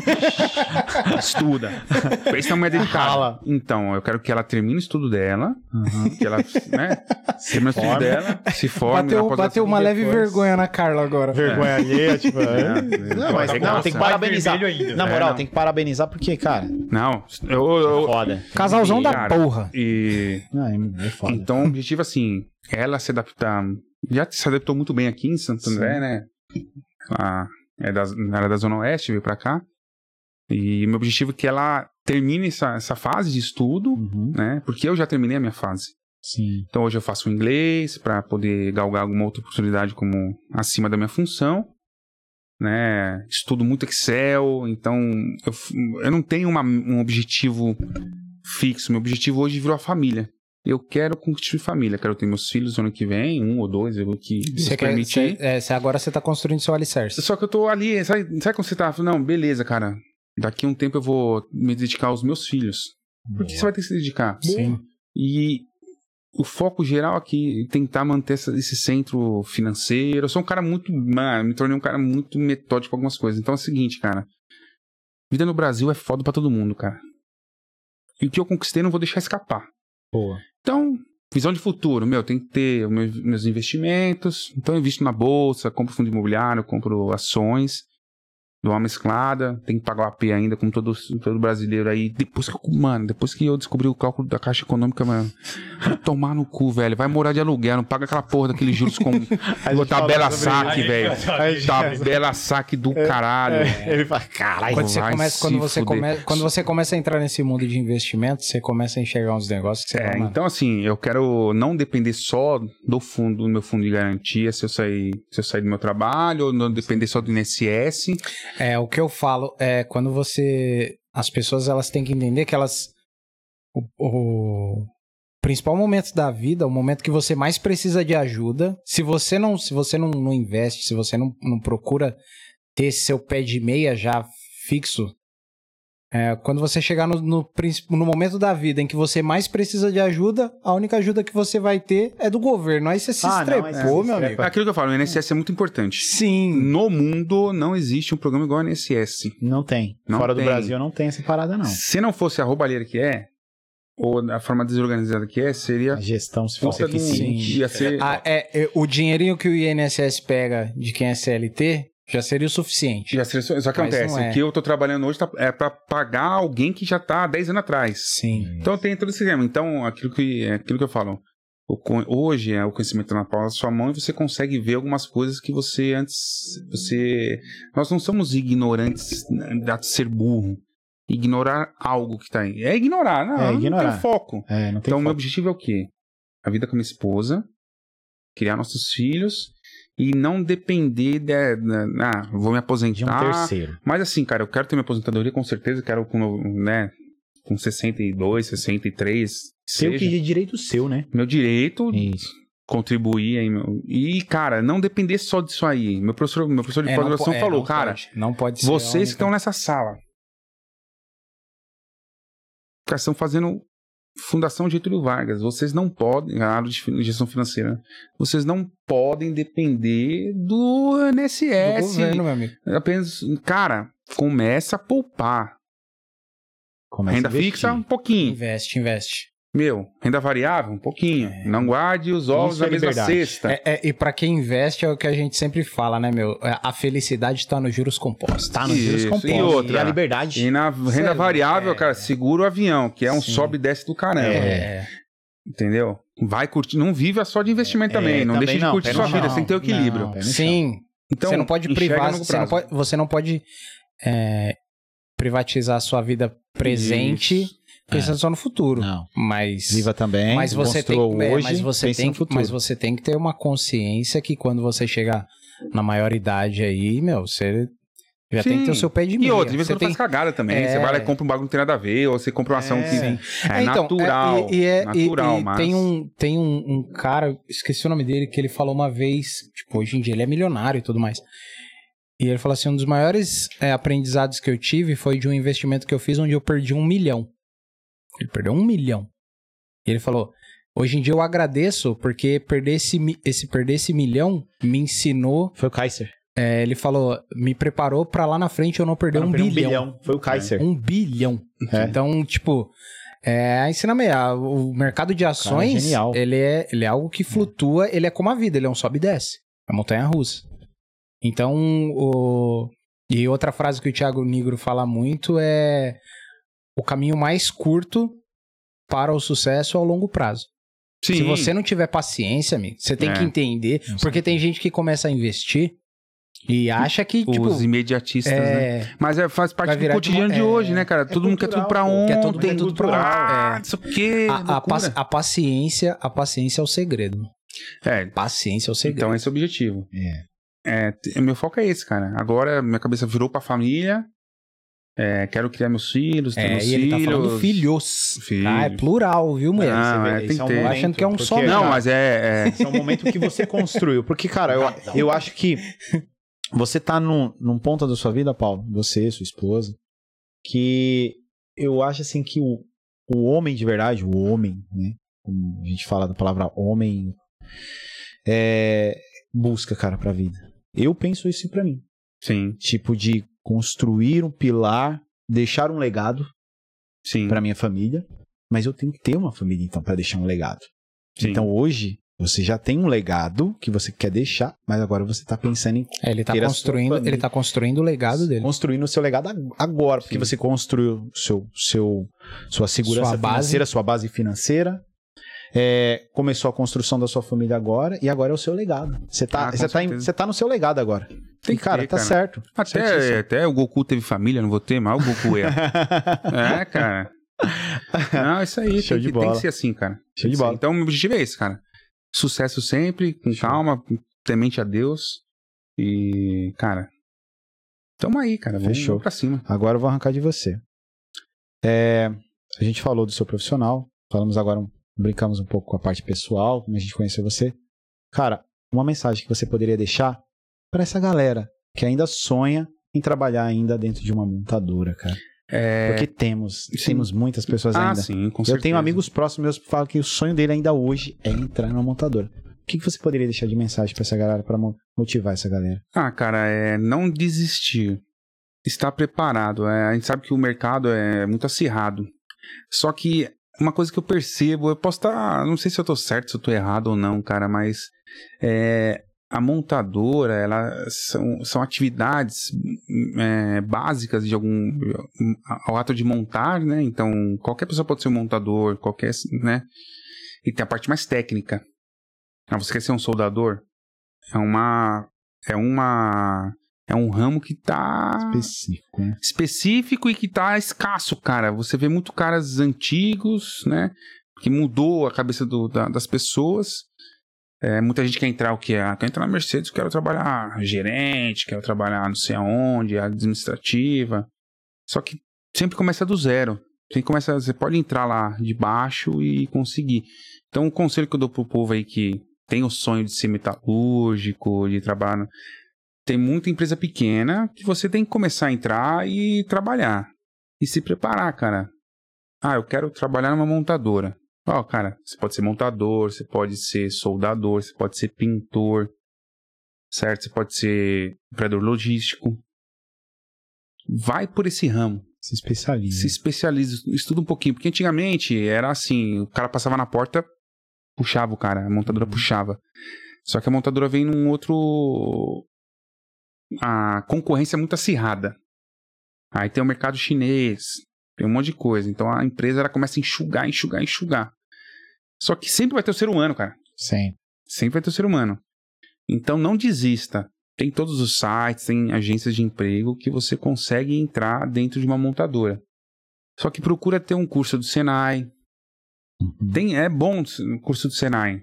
Estuda. Pensa na mulher dedicada. Rala. Então, eu quero que ela termine o estudo dela, Uhum. que ela, né, termine o estudo forme. dela, se forme. Bateu, na pós-graduação. bateu uma leve depois. vergonha na Carla agora. Vergonha alheia, tipo. é. É, Não, mas é não, graça. tem que Mais parabenizar. vermelho ainda. Na É, moral, não. tem que parabenizar porque, cara, Não, eu... eu foda. Casalzão da Cara, porra. E... Não, é foda. Então, o objetivo, assim, ela se adaptar. Já se adaptou muito bem aqui em Santo André, né? Ela é da, ela era da Zona Oeste, veio pra cá. E meu objetivo é que ela termine essa, essa fase de estudo, Uhum. né? Porque eu já terminei a minha fase. Sim. Então, hoje eu faço inglês pra poder galgar alguma outra oportunidade como acima da minha função. Né? Estudo muito Excel, então eu, f- eu não tenho uma- um objetivo fixo. Meu objetivo hoje virou a família. Eu quero constituir família, quero ter meus filhos no ano que vem, um ou dois, eu que Deus Você quer, permitir. cê- é, cê agora você tá construindo seu alicerce. Só que eu tô ali, sabe, sabe quando você tá falando, não, beleza, cara, daqui a um tempo eu vou me dedicar aos meus filhos. Porque você vai ter que se dedicar. Sim. E o foco geral aqui é tentar manter essa- esse centro financeiro. Eu sou um cara muito, mano, me tornei um cara muito metódico com algumas coisas. Então é o seguinte, cara, vida no Brasil é foda pra todo mundo, cara. E o que eu conquistei eu não vou deixar escapar. Boa. Então, visão de futuro, meu, tem que ter os meus, meus investimentos. Então, eu invisto na bolsa, compro fundo imobiliário, compro ações, dou uma mesclada, tem que pagar o A P ainda, como todo, todo brasileiro aí. Depois que eu, mano, depois que eu descobri o cálculo da Caixa Econômica, mano, vai tomar no cu, velho. Vai morar de aluguel, não paga aquela porra daqueles juros com gente tabela fala sobre saque, isso. velho. Aí, Tabela saque do caralho. É, ele fala, caralho. Quando você, vai começa, quando, se você fuder. come, quando você começa a entrar nesse mundo de investimento, você começa a enxergar uns negócios que você É, fala, mano, então assim, eu quero não depender só do fundo, do meu fundo de garantia, se eu sair, se eu sair do meu trabalho, ou não depender só do I N S S. É, o que eu falo é quando você... As pessoas, elas têm que entender que elas... O, o principal momento da vida, o momento que você mais precisa de ajuda, se você não, se você não, não investe, se você não, não procura ter seu pé de meia já fixo, é, quando você chegar no, no, princi- no momento da vida em que você mais precisa de ajuda, a única ajuda que você vai ter é do governo. Aí você se Ah, não, estrepou, aí você se meu estrepa. amigo. É aquilo que eu falo, o I N S S é muito importante. Sim. No mundo não existe um programa igual ao I N S S. Não tem. Não Fora tem. do Brasil não tem essa parada, não. Se não fosse a roubalheira que é, ou a forma desorganizada que é, seria... A gestão, se fosse puta de um- eficiente. Ia ser... Ah, é, é, o dinheirinho que o I N S S pega de quem é C L T já seria o suficiente. Já seria, só que Mas acontece, não é. o que eu tô trabalhando hoje tá- é pra pagar alguém que já tá há dez anos atrás. Sim. Então tem todo esse esquema. Então, aquilo que, é aquilo que eu falo, o con- hoje é o conhecimento na palma da sua mão e você consegue ver algumas coisas que você antes, você, nós não somos ignorantes de ser burro, ignorar algo que tá aí. É ignorar, não, É, não ignorar. tem foco. É, não tem Então, o meu foco. objetivo é o quê? A vida com a minha esposa, criar nossos filhos e não depender de, de, ah, vou me De um aposentar. terceiro. Mas assim, cara, eu quero ter minha aposentadoria, com certeza, quero com, né, com sessenta e dois, sessenta e três, Seu seja que de direito seu, né? meu direito, Isso. contribuir aí, meu- e, cara, não depender só disso aí. Meu professor, meu professor de É, não pós-graduação po- é, falou, não cara, pode. Não pode ser a vocês que única- estão nessa sala, que estão fazendo Fundação Getúlio Vargas, vocês não podem, a área de fin- gestão financeira, vocês não podem depender do I N S do S. governo, meu amigo. Apenas, cara, começa a poupar. Começa Renda a investir. fixa, um pouquinho. Investe, investe. Meu, renda variável, um pouquinho. Não guarde os ovos Isso na é mesma liberdade. cesta. É, é, e pra quem investe é o que a gente sempre fala, né, meu? É, A felicidade tá nos juros compostos. Tá nos juros Isso. compostos. E outra, a liberdade. E na renda Sério, variável, é. cara, segura o avião, que é um Sim. sobe e desce do caramba. É. Entendeu? Vai curtir, não vive só de investimento É, também. Não também deixa de não, curtir pé sua no vida, chão. você tem que ter o equilíbrio. Não, pé no Sim. Então, você não pode enxerga privar, no longo você não prazo. pode, você não pode é, privatizar a sua vida presente Isso. pensando só no futuro. Não. Mas Viva também. mas você tem, construa é, hoje, mas você pense tem, no que- futuro. mas você tem que ter uma consciência que quando você chegar na maioridade aí, meu, você já tem que ter o Sim. seu pé de E meia. outra, de vez em Você quando tem faz cagada também. É. Você vai lá e compra um bagulho que não tem nada a ver, ou você compra uma ação É. que Sim. é então, natural. é, e, e é- natural, e- e mas... tem um tem um, um cara, esqueci o nome dele, que ele falou uma vez, tipo, hoje em dia ele é milionário e tudo mais. E ele falou assim, um dos maiores é, aprendizados que eu tive foi de um investimento que eu fiz onde eu perdi um milhão. Ele perdeu um milhão. E ele falou, hoje em dia eu agradeço porque perder esse, mi- esse, perder esse milhão me ensinou, Foi o Kaiser. é, ele falou, me preparou pra lá na frente eu não perder Não, um, perdeu bilhão. Foi o Kaiser. Um bilhão. É. Então, tipo, é, ensinamento. ah, O mercado de ações, genial. ele é, ele é algo que flutua, ele é como a vida, ele é um sobe e desce. É montanha russa. Então, o... e outra frase que o Thiago Nigro fala muito é o caminho mais curto para o sucesso ao longo prazo. Sim. Se você não tiver paciência, amigo, você tem É. que entender, porque tem gente que começa a investir e acha que, tipo, Os imediatistas, né? é, Mas é, faz parte Vai do virar cotidiano de de, uma- hoje, é- né, cara? Todo mundo quer tudo pra cultural, pô. ontem. Quer tudo- tem tudo pra ontem, Ah, é. não sei o quê. a, a, loucura. paci- a paciência, a paciência é o segredo. É, Paciência é o segredo. então esse é o objetivo. É. É, t- meu foco é esse, cara. Agora minha cabeça virou pra família. É, quero criar meus filhos, ter É, meus e ele tá filhos. falando filhos. Filhos. Ah, é plural, viu, mulher? Ah, Você vê, é, esse tem é um que ter. momento, Achando que é um porque, só, Não, cara, mas é... é... esse é um momento que você construiu. Porque, cara, eu, eu acho que você tá num, num ponto da sua vida, Paulo, você, sua esposa, que eu acho assim que o, o homem de verdade, o homem, né? Como a gente fala da palavra homem, é, busca, cara, pra vida. Eu penso isso pra mim. Sim, Tipo de construir um pilar, deixar um legado sim. pra minha família, mas eu tenho que ter uma família, então, pra deixar um legado. sim. Então, hoje, você já tem um legado que você quer deixar, mas agora você tá pensando em É, ele tá ter a sua construindo, família. ele tá construindo o legado dele. construindo o seu legado ag- agora, porque Sim. você construiu seu, seu, sua segurança Sua base. financeira, sua base financeira, é, começou a construção da sua família agora, e agora é o seu legado. Você tá, Ah, com você tá, em- certeza. você tá no seu legado agora. Tem e, que cara, ter, tá cara. certo. Até, Certíssimo. até o Goku teve família, não vou ter, mas o Goku é. É, cara. Não, isso aí. Show tem, de que, tem bola. que ser assim, cara. Show Tem de que ser. bola. Então, o meu objetivo é esse, cara. Sucesso sempre, com Show. calma, temente a Deus. E, cara, tamo aí, cara. Vamos, Fechou. vamos pra cima. Agora eu vou arrancar de você. É, a gente falou do seu profissional, falamos agora, um- brincamos um pouco com a parte pessoal, como a gente conheceu você. Cara, uma mensagem que você poderia deixar para essa galera que ainda sonha em trabalhar ainda dentro de uma montadora, cara. É... Porque temos, Sim. temos muitas pessoas Ah, ainda. sim, com Eu certeza. tenho amigos próximos meus que falam que o sonho dele ainda hoje é entrar numa montadora. O que, que você poderia deixar de mensagem pra essa galera, pra mo- motivar essa galera? Ah, cara, é não desistir. Estar preparado. É, a gente sabe que o mercado é muito acirrado. Só que uma coisa que eu percebo, eu posso estar... Não sei se eu tô certo, se eu tô errado ou não, cara, mas... É, a montadora, ela são, são atividades é, básicas de algum... Ao ato de montar, né? Então, qualquer pessoa pode ser um montador, qualquer... né? E tem a parte mais técnica. Ah, você quer ser um soldador? É uma... É uma... É um ramo que tá... Específico, né? específico e que tá escasso, cara. Você vê muito caras antigos, né? Que mudou a cabeça do, da, das pessoas. É, muita gente quer entrar o que é? Quer entrar na Mercedes, quero trabalhar gerente, quero trabalhar não sei aonde, administrativa. Só que sempre começa do zero. Você, começa, você pode entrar lá de baixo e conseguir. Então, o conselho que eu dou pro povo aí que tem o sonho de ser metalúrgico, de trabalhar... No... Tem muita empresa pequena que você tem que começar a entrar e trabalhar. E se preparar, cara. Ah, eu quero trabalhar numa montadora. Ó, oh, cara, você pode ser montador, você pode ser soldador, você pode ser pintor, certo? Você pode ser operador logístico. Vai por esse ramo. Se especializa. Se especializa, estuda um pouquinho. Porque antigamente era assim, o cara passava na porta, puxava o cara, a montadora puxava. Só que a montadora vem num outro... A concorrência é muito acirrada. Aí tem o mercado chinês, tem um monte de coisa. Então a empresa ela começa a enxugar, enxugar, enxugar. Só que sempre vai ter o ser humano, cara. Sim. Sempre vai ter o ser humano. Então não desista. Tem todos os sites, tem agências de emprego que você consegue entrar dentro de uma montadora. Só que procura ter um curso do Senai. Uhum. Tem, é bom o curso do Senai.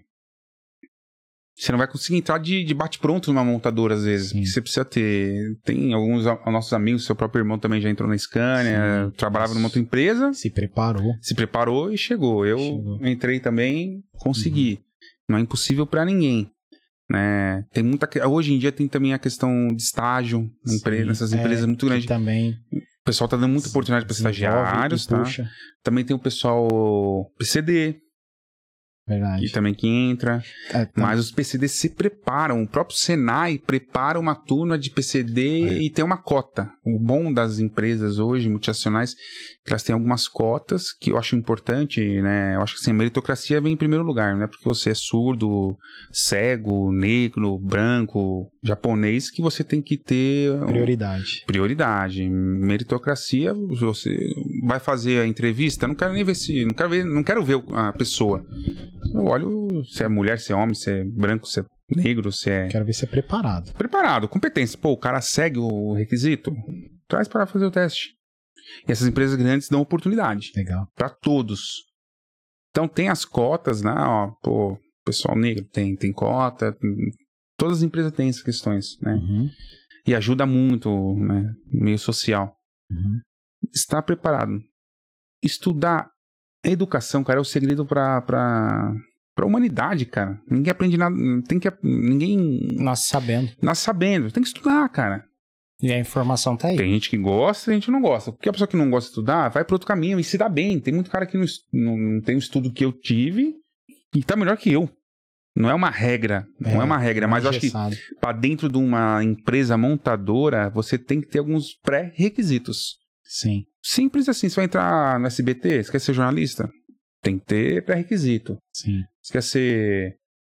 Você não vai conseguir entrar de, de bate-pronto numa montadora, às vezes. Porque você precisa ter... Tem alguns a, nossos amigos, seu próprio irmão também já entrou na Scania, sim, trabalhava numa outra empresa. Se preparou. Se preparou e chegou. Eu chegou. Entrei também, consegui. Uhum. Não é impossível para ninguém. Né? Tem muita... Hoje em dia tem também a questão de estágio sim, nessas empresas é, muito grandes. Também... O pessoal tá dando muita oportunidade para estagiários, tá? Puxa. Também tem o pessoal P C D. Verdade. E também que entra. É, tá. Mas os P C D se preparam. O próprio Senai prepara uma turma de P C D é. E tem uma cota. O bom das empresas hoje, multinacionais, que elas têm algumas cotas que eu acho importante, né? Eu acho que assim, a meritocracia vem em primeiro lugar, não é porque você é surdo, cego, negro, branco, japonês, que você tem que ter... Prioridade. Prioridade. Meritocracia, você vai fazer a entrevista, não quero nem ver se... Não quero ver, não quero ver a pessoa. Eu olho se é mulher, se é homem, se é branco, se é negro, se é... Quero ver se é preparado. Preparado, competência. Pô, o cara segue o requisito, traz para fazer o teste. E essas empresas grandes dão oportunidade. Legal. Para todos. Então tem as cotas, né? Ó, pô, pessoal negro tem, tem cota. Todas as empresas têm essas questões, né? Uhum. E ajuda muito, né? No meio social. Uhum. Estar preparado. Estudar. A educação, cara, é o segredo pra, pra, pra humanidade, cara. Ninguém aprende nada. Tem que. Ninguém. Nasce sabendo. Nasce sabendo. Tem que estudar, cara. E a informação tá aí. Tem gente que gosta e a gente não gosta. Porque a pessoa que não gosta de estudar vai para outro caminho e se dá bem. Tem muito cara que não, não, não tem o estudo que eu tive e tá melhor que eu. Não é uma regra. É, não é uma regra, mas eu acho que para dentro de uma empresa montadora, você tem que ter alguns pré-requisitos. Sim. Simples assim. Você vai entrar no S B T, você quer ser jornalista? Tem que ter pré-requisito. Sim. Você quer ser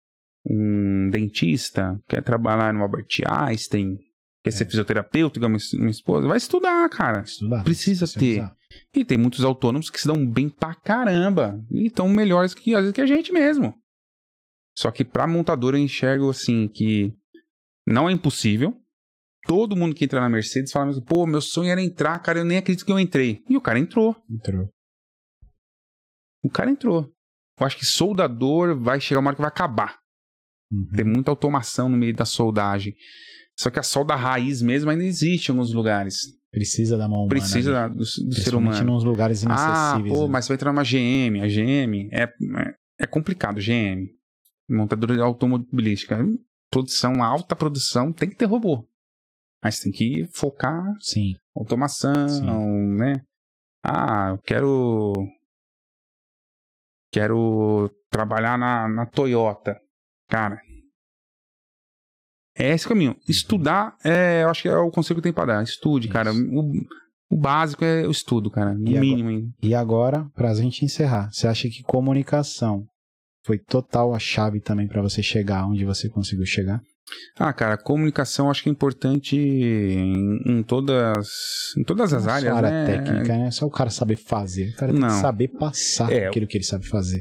um dentista? Quer trabalhar no Albert Einstein? Quer é. ser fisioterapeuta, igual minha esposa? Vai estudar, cara. Estudar. Precisa ter. E tem muitos autônomos que se dão bem pra caramba. E estão melhores que, às vezes, que a gente mesmo. Só que pra montadora eu enxergo assim que não é impossível. Todo mundo que entra na Mercedes fala, pô, meu sonho era entrar, cara, eu nem acredito que eu entrei. E o cara entrou. Entrou. O cara entrou. Eu acho que soldador vai chegar uma hora que vai acabar. Uhum. Tem muita automação no meio da soldagem. Só que a solda raiz mesmo ainda existe em alguns lugares. Precisa da mão humana. Precisa da, do, do ser humano. Nos lugares inacessíveis. Ah, pô, né? mas você vai entrar numa G M. A G M é, é, é complicado, G M. Montadora automobilística. Produção, alta produção, tem que ter robô. Aí você tem que focar Sim. automação, Sim. né? Ah, eu quero... Quero trabalhar na, na Toyota. Cara, é esse o caminho. Estudar, é, eu acho que é o conselho que tem pra dar. Estude, Isso. cara. O, o básico é o estudo, cara. O E mínimo. Hein? E agora, pra gente encerrar, você acha que comunicação foi total a chave também pra você chegar onde você conseguiu chegar? Ah, cara, comunicação eu acho que é importante em, em todas, em todas as Não é áreas, só área né? técnica, né? É só o cara saber fazer. O cara tem Não. que saber passar É. aquilo que ele sabe fazer.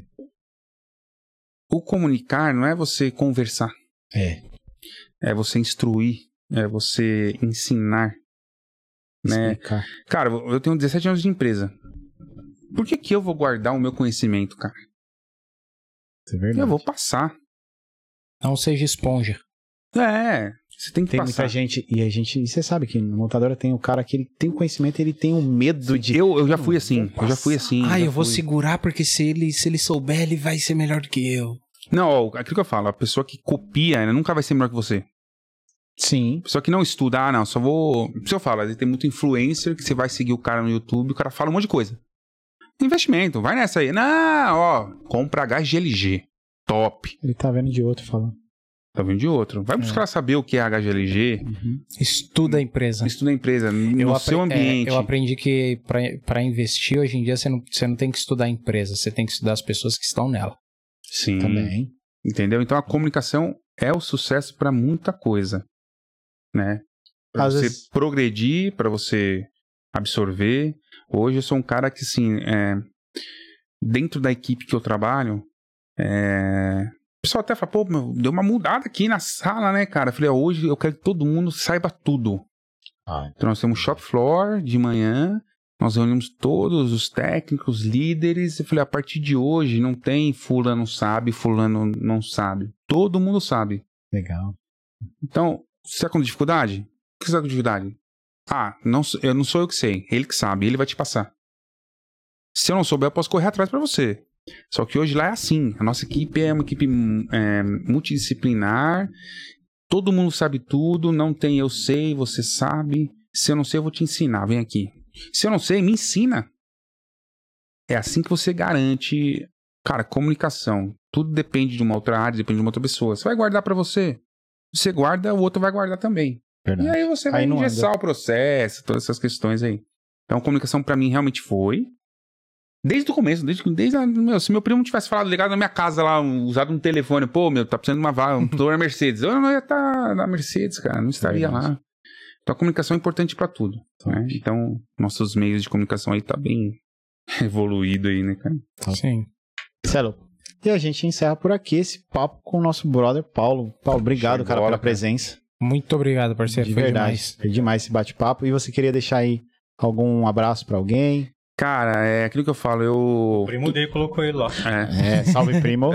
O comunicar não é você conversar. É. É você instruir. É você ensinar. Né? Explicar. Cara, eu tenho dezessete anos de empresa. Por que que eu vou guardar o meu conhecimento, cara? Isso é verdade. Eu vou passar. Não seja esponja. É, você tem que Tem passar. muita gente, e a gente, e você sabe que no montadora tem o cara que ele tem o conhecimento, ele tem o medo de... Eu, eu já fui assim, Vou eu já fui assim. Ah, já eu vou fui. segurar porque se ele, se ele souber, ele vai ser melhor do que eu. Não, ó, aquilo que eu falo, a pessoa que copia, ela nunca vai ser melhor que você. Sim. A pessoa que não estuda, ah, não, só vou... Por isso eu falo, tem muito influencer que você vai seguir o cara no YouTube, o cara fala um monte de coisa. Investimento, vai nessa aí. Não, ó, compra H G L G. Top. Ele tá vendo de outro falando. Tá vendo de outro. Vai buscar saber o que é H G L G. Uhum. Estuda a empresa. Estuda a empresa, no Eu seu apre- ambiente. é, eu aprendi que para investir hoje em dia você não, você não tem que estudar a empresa, você tem que estudar as pessoas que estão nela. Sim. Também. Entendeu? Então a comunicação é o sucesso para muita coisa, né? Para Às você vezes- progredir, para você absorver. Hoje eu sou um cara que, assim, é, dentro da equipe que eu trabalho, é, o pessoal até fala, pô, meu, deu uma mudada aqui na sala, né, cara? Eu falei, ó, hoje eu quero que todo mundo saiba tudo. Ah, Então nós temos shop floor de manhã, nós reunimos todos os técnicos, líderes. Eu falei, a partir de hoje não tem fulano sabe, fulano não sabe. Todo mundo sabe. legal. Então, você está com dificuldade? O que você está com dificuldade? Ah, não, sou- eu não sou eu que sei. Ele que sabe, ele vai te passar. Se eu não souber, eu posso correr atrás para você. Só que hoje lá é assim. A nossa equipe é uma equipe é, multidisciplinar. Todo mundo sabe tudo. Não tem eu sei, você sabe. Se eu não sei, eu vou te ensinar. Vem aqui. Se eu não sei, me ensina. É assim que você garante, cara, comunicação. Tudo depende de uma outra área, depende de uma outra pessoa. Você vai guardar para você. Você guarda, o outro vai guardar também. Verdade. E aí você vai Aí não engessar anda. o processo, todas essas questões aí. Então, comunicação pra mim realmente foi. Desde o começo, desde, desde a, meu, se meu primo tivesse falado ligado na minha casa lá, um- usado um telefone, pô, meu, tá precisando de uma vaga, um tutor Mercedes. Eu não ia estar na Mercedes, cara, não estaria Verdade. lá. Então, a comunicação é importante pra tudo. Top. Né? Então, nossos meios de comunicação aí tá bem evoluído aí, né, cara? Sim. Celo. E a gente encerra por aqui esse papo com o nosso brother Paulo. Paulo, obrigado, Show de cara, bola, pela cara. presença. Muito obrigado, parceiro. De Foi verdade. demais. Foi demais esse bate-papo. E você queria deixar aí algum abraço pra alguém? Cara, é aquilo que eu falo, eu... O primo dele colocou ele lá. É. É, salve, primo.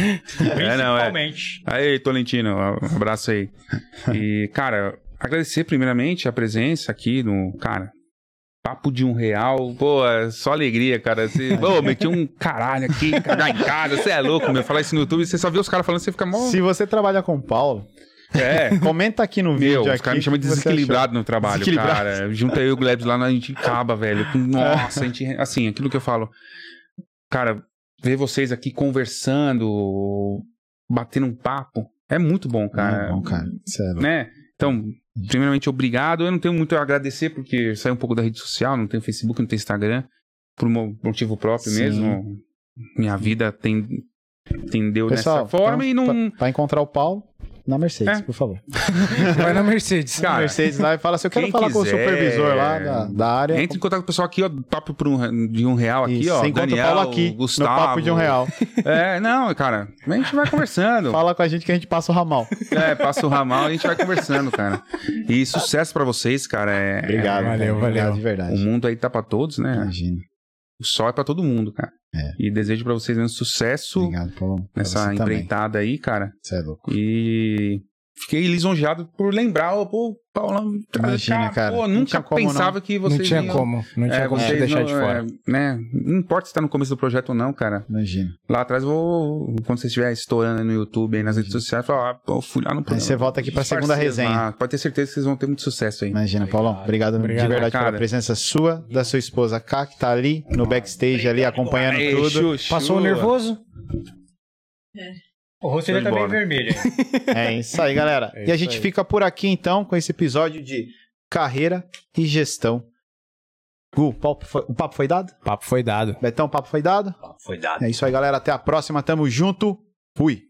É, não, é. Principalmente. Aí, Tolentino, um abraço aí. E, cara, agradecer primeiramente a presença aqui no, cara, papo de um real. Pô, é só alegria, cara. Você, pô, meti um caralho aqui, cara, em casa. Você é louco, meu. Falar isso no YouTube, você só vê os caras falando, você fica mó... Se você trabalha com o Paulo, É. comenta aqui no vídeo. Meu, os aqui, caras me chamam de o que você desequilibrado no trabalho, Desequilibrado. cara. Junta eu e o Glebs lá, a gente acaba, velho. Nossa, a gente... Assim, aquilo que eu falo. Cara, ver vocês aqui conversando, batendo um papo, é muito bom, achou? cara. Muito bom, cara. Sério. Né? Então, primeiramente, obrigado. Eu não tenho muito a agradecer, porque saí um pouco da rede social, não tenho Facebook, não tenho Instagram, por um motivo próprio Sim. mesmo. Minha vida tem, tendeu Pessoal, dessa forma então, e não... pra, pra encontrar o Paulo, na Mercedes, É. por favor. Vai na Mercedes. Cara, Na Mercedes lá e fala assim, eu quero quem falar com o quiser, supervisor lá da, da área. Entre em contato com o pessoal aqui, ó, papo por um, de um real aqui, Isso, ó. você encontra Daniel, o Paulo aqui, Gustavo. no papo de um real. É, não, cara, a gente vai conversando. Fala com a gente que a gente passa o ramal. É, passa o ramal e a gente vai conversando, cara. E sucesso pra vocês, cara. É, Obrigado. Valeu, cara, valeu. Obrigado de O verdade. mundo aí tá pra todos, né? Imagina. O sol é pra todo mundo, cara. É. E desejo pra vocês mesmo sucesso Obrigado, Paulo. Pra nessa você também. empreitada aí, cara. Você é louco. E fiquei lisonjeado por lembrar, ó, pô, Paulão, Imagina, cara, pô, não nunca tinha como, pensava não. que vocês Não tinha iam- como, não tinha É, como te vocês deixar não, de fora. é, né? Não importa se tá no começo do projeto ou não, cara. Imagina. Lá atrás, eu vou, quando você estiver estourando aí no YouTube, aí nas redes sociais, falar, ah, pô, eu fui lá no programa. você volta aqui pra Os segunda parceiros resenha. lá, pode ter certeza que vocês vão ter muito sucesso aí. Imagina, Paulão. Obrigado, Obrigado, de verdade cara. pela presença sua, da sua esposa Ká, que tá ali no backstage, ali acompanhando Aê, tudo. chuchu. Passou nervoso? O rosto dele Foi tá bem embora. vermelho. hein? É isso aí, galera. É e a isso gente aí. fica por aqui, então, com esse episódio de carreira e gestão. Gu, o papo foi, o papo foi dado? O papo foi dado. Betão, o papo foi dado? Foi dado. É isso aí, galera. Até a próxima. Tamo junto. Fui.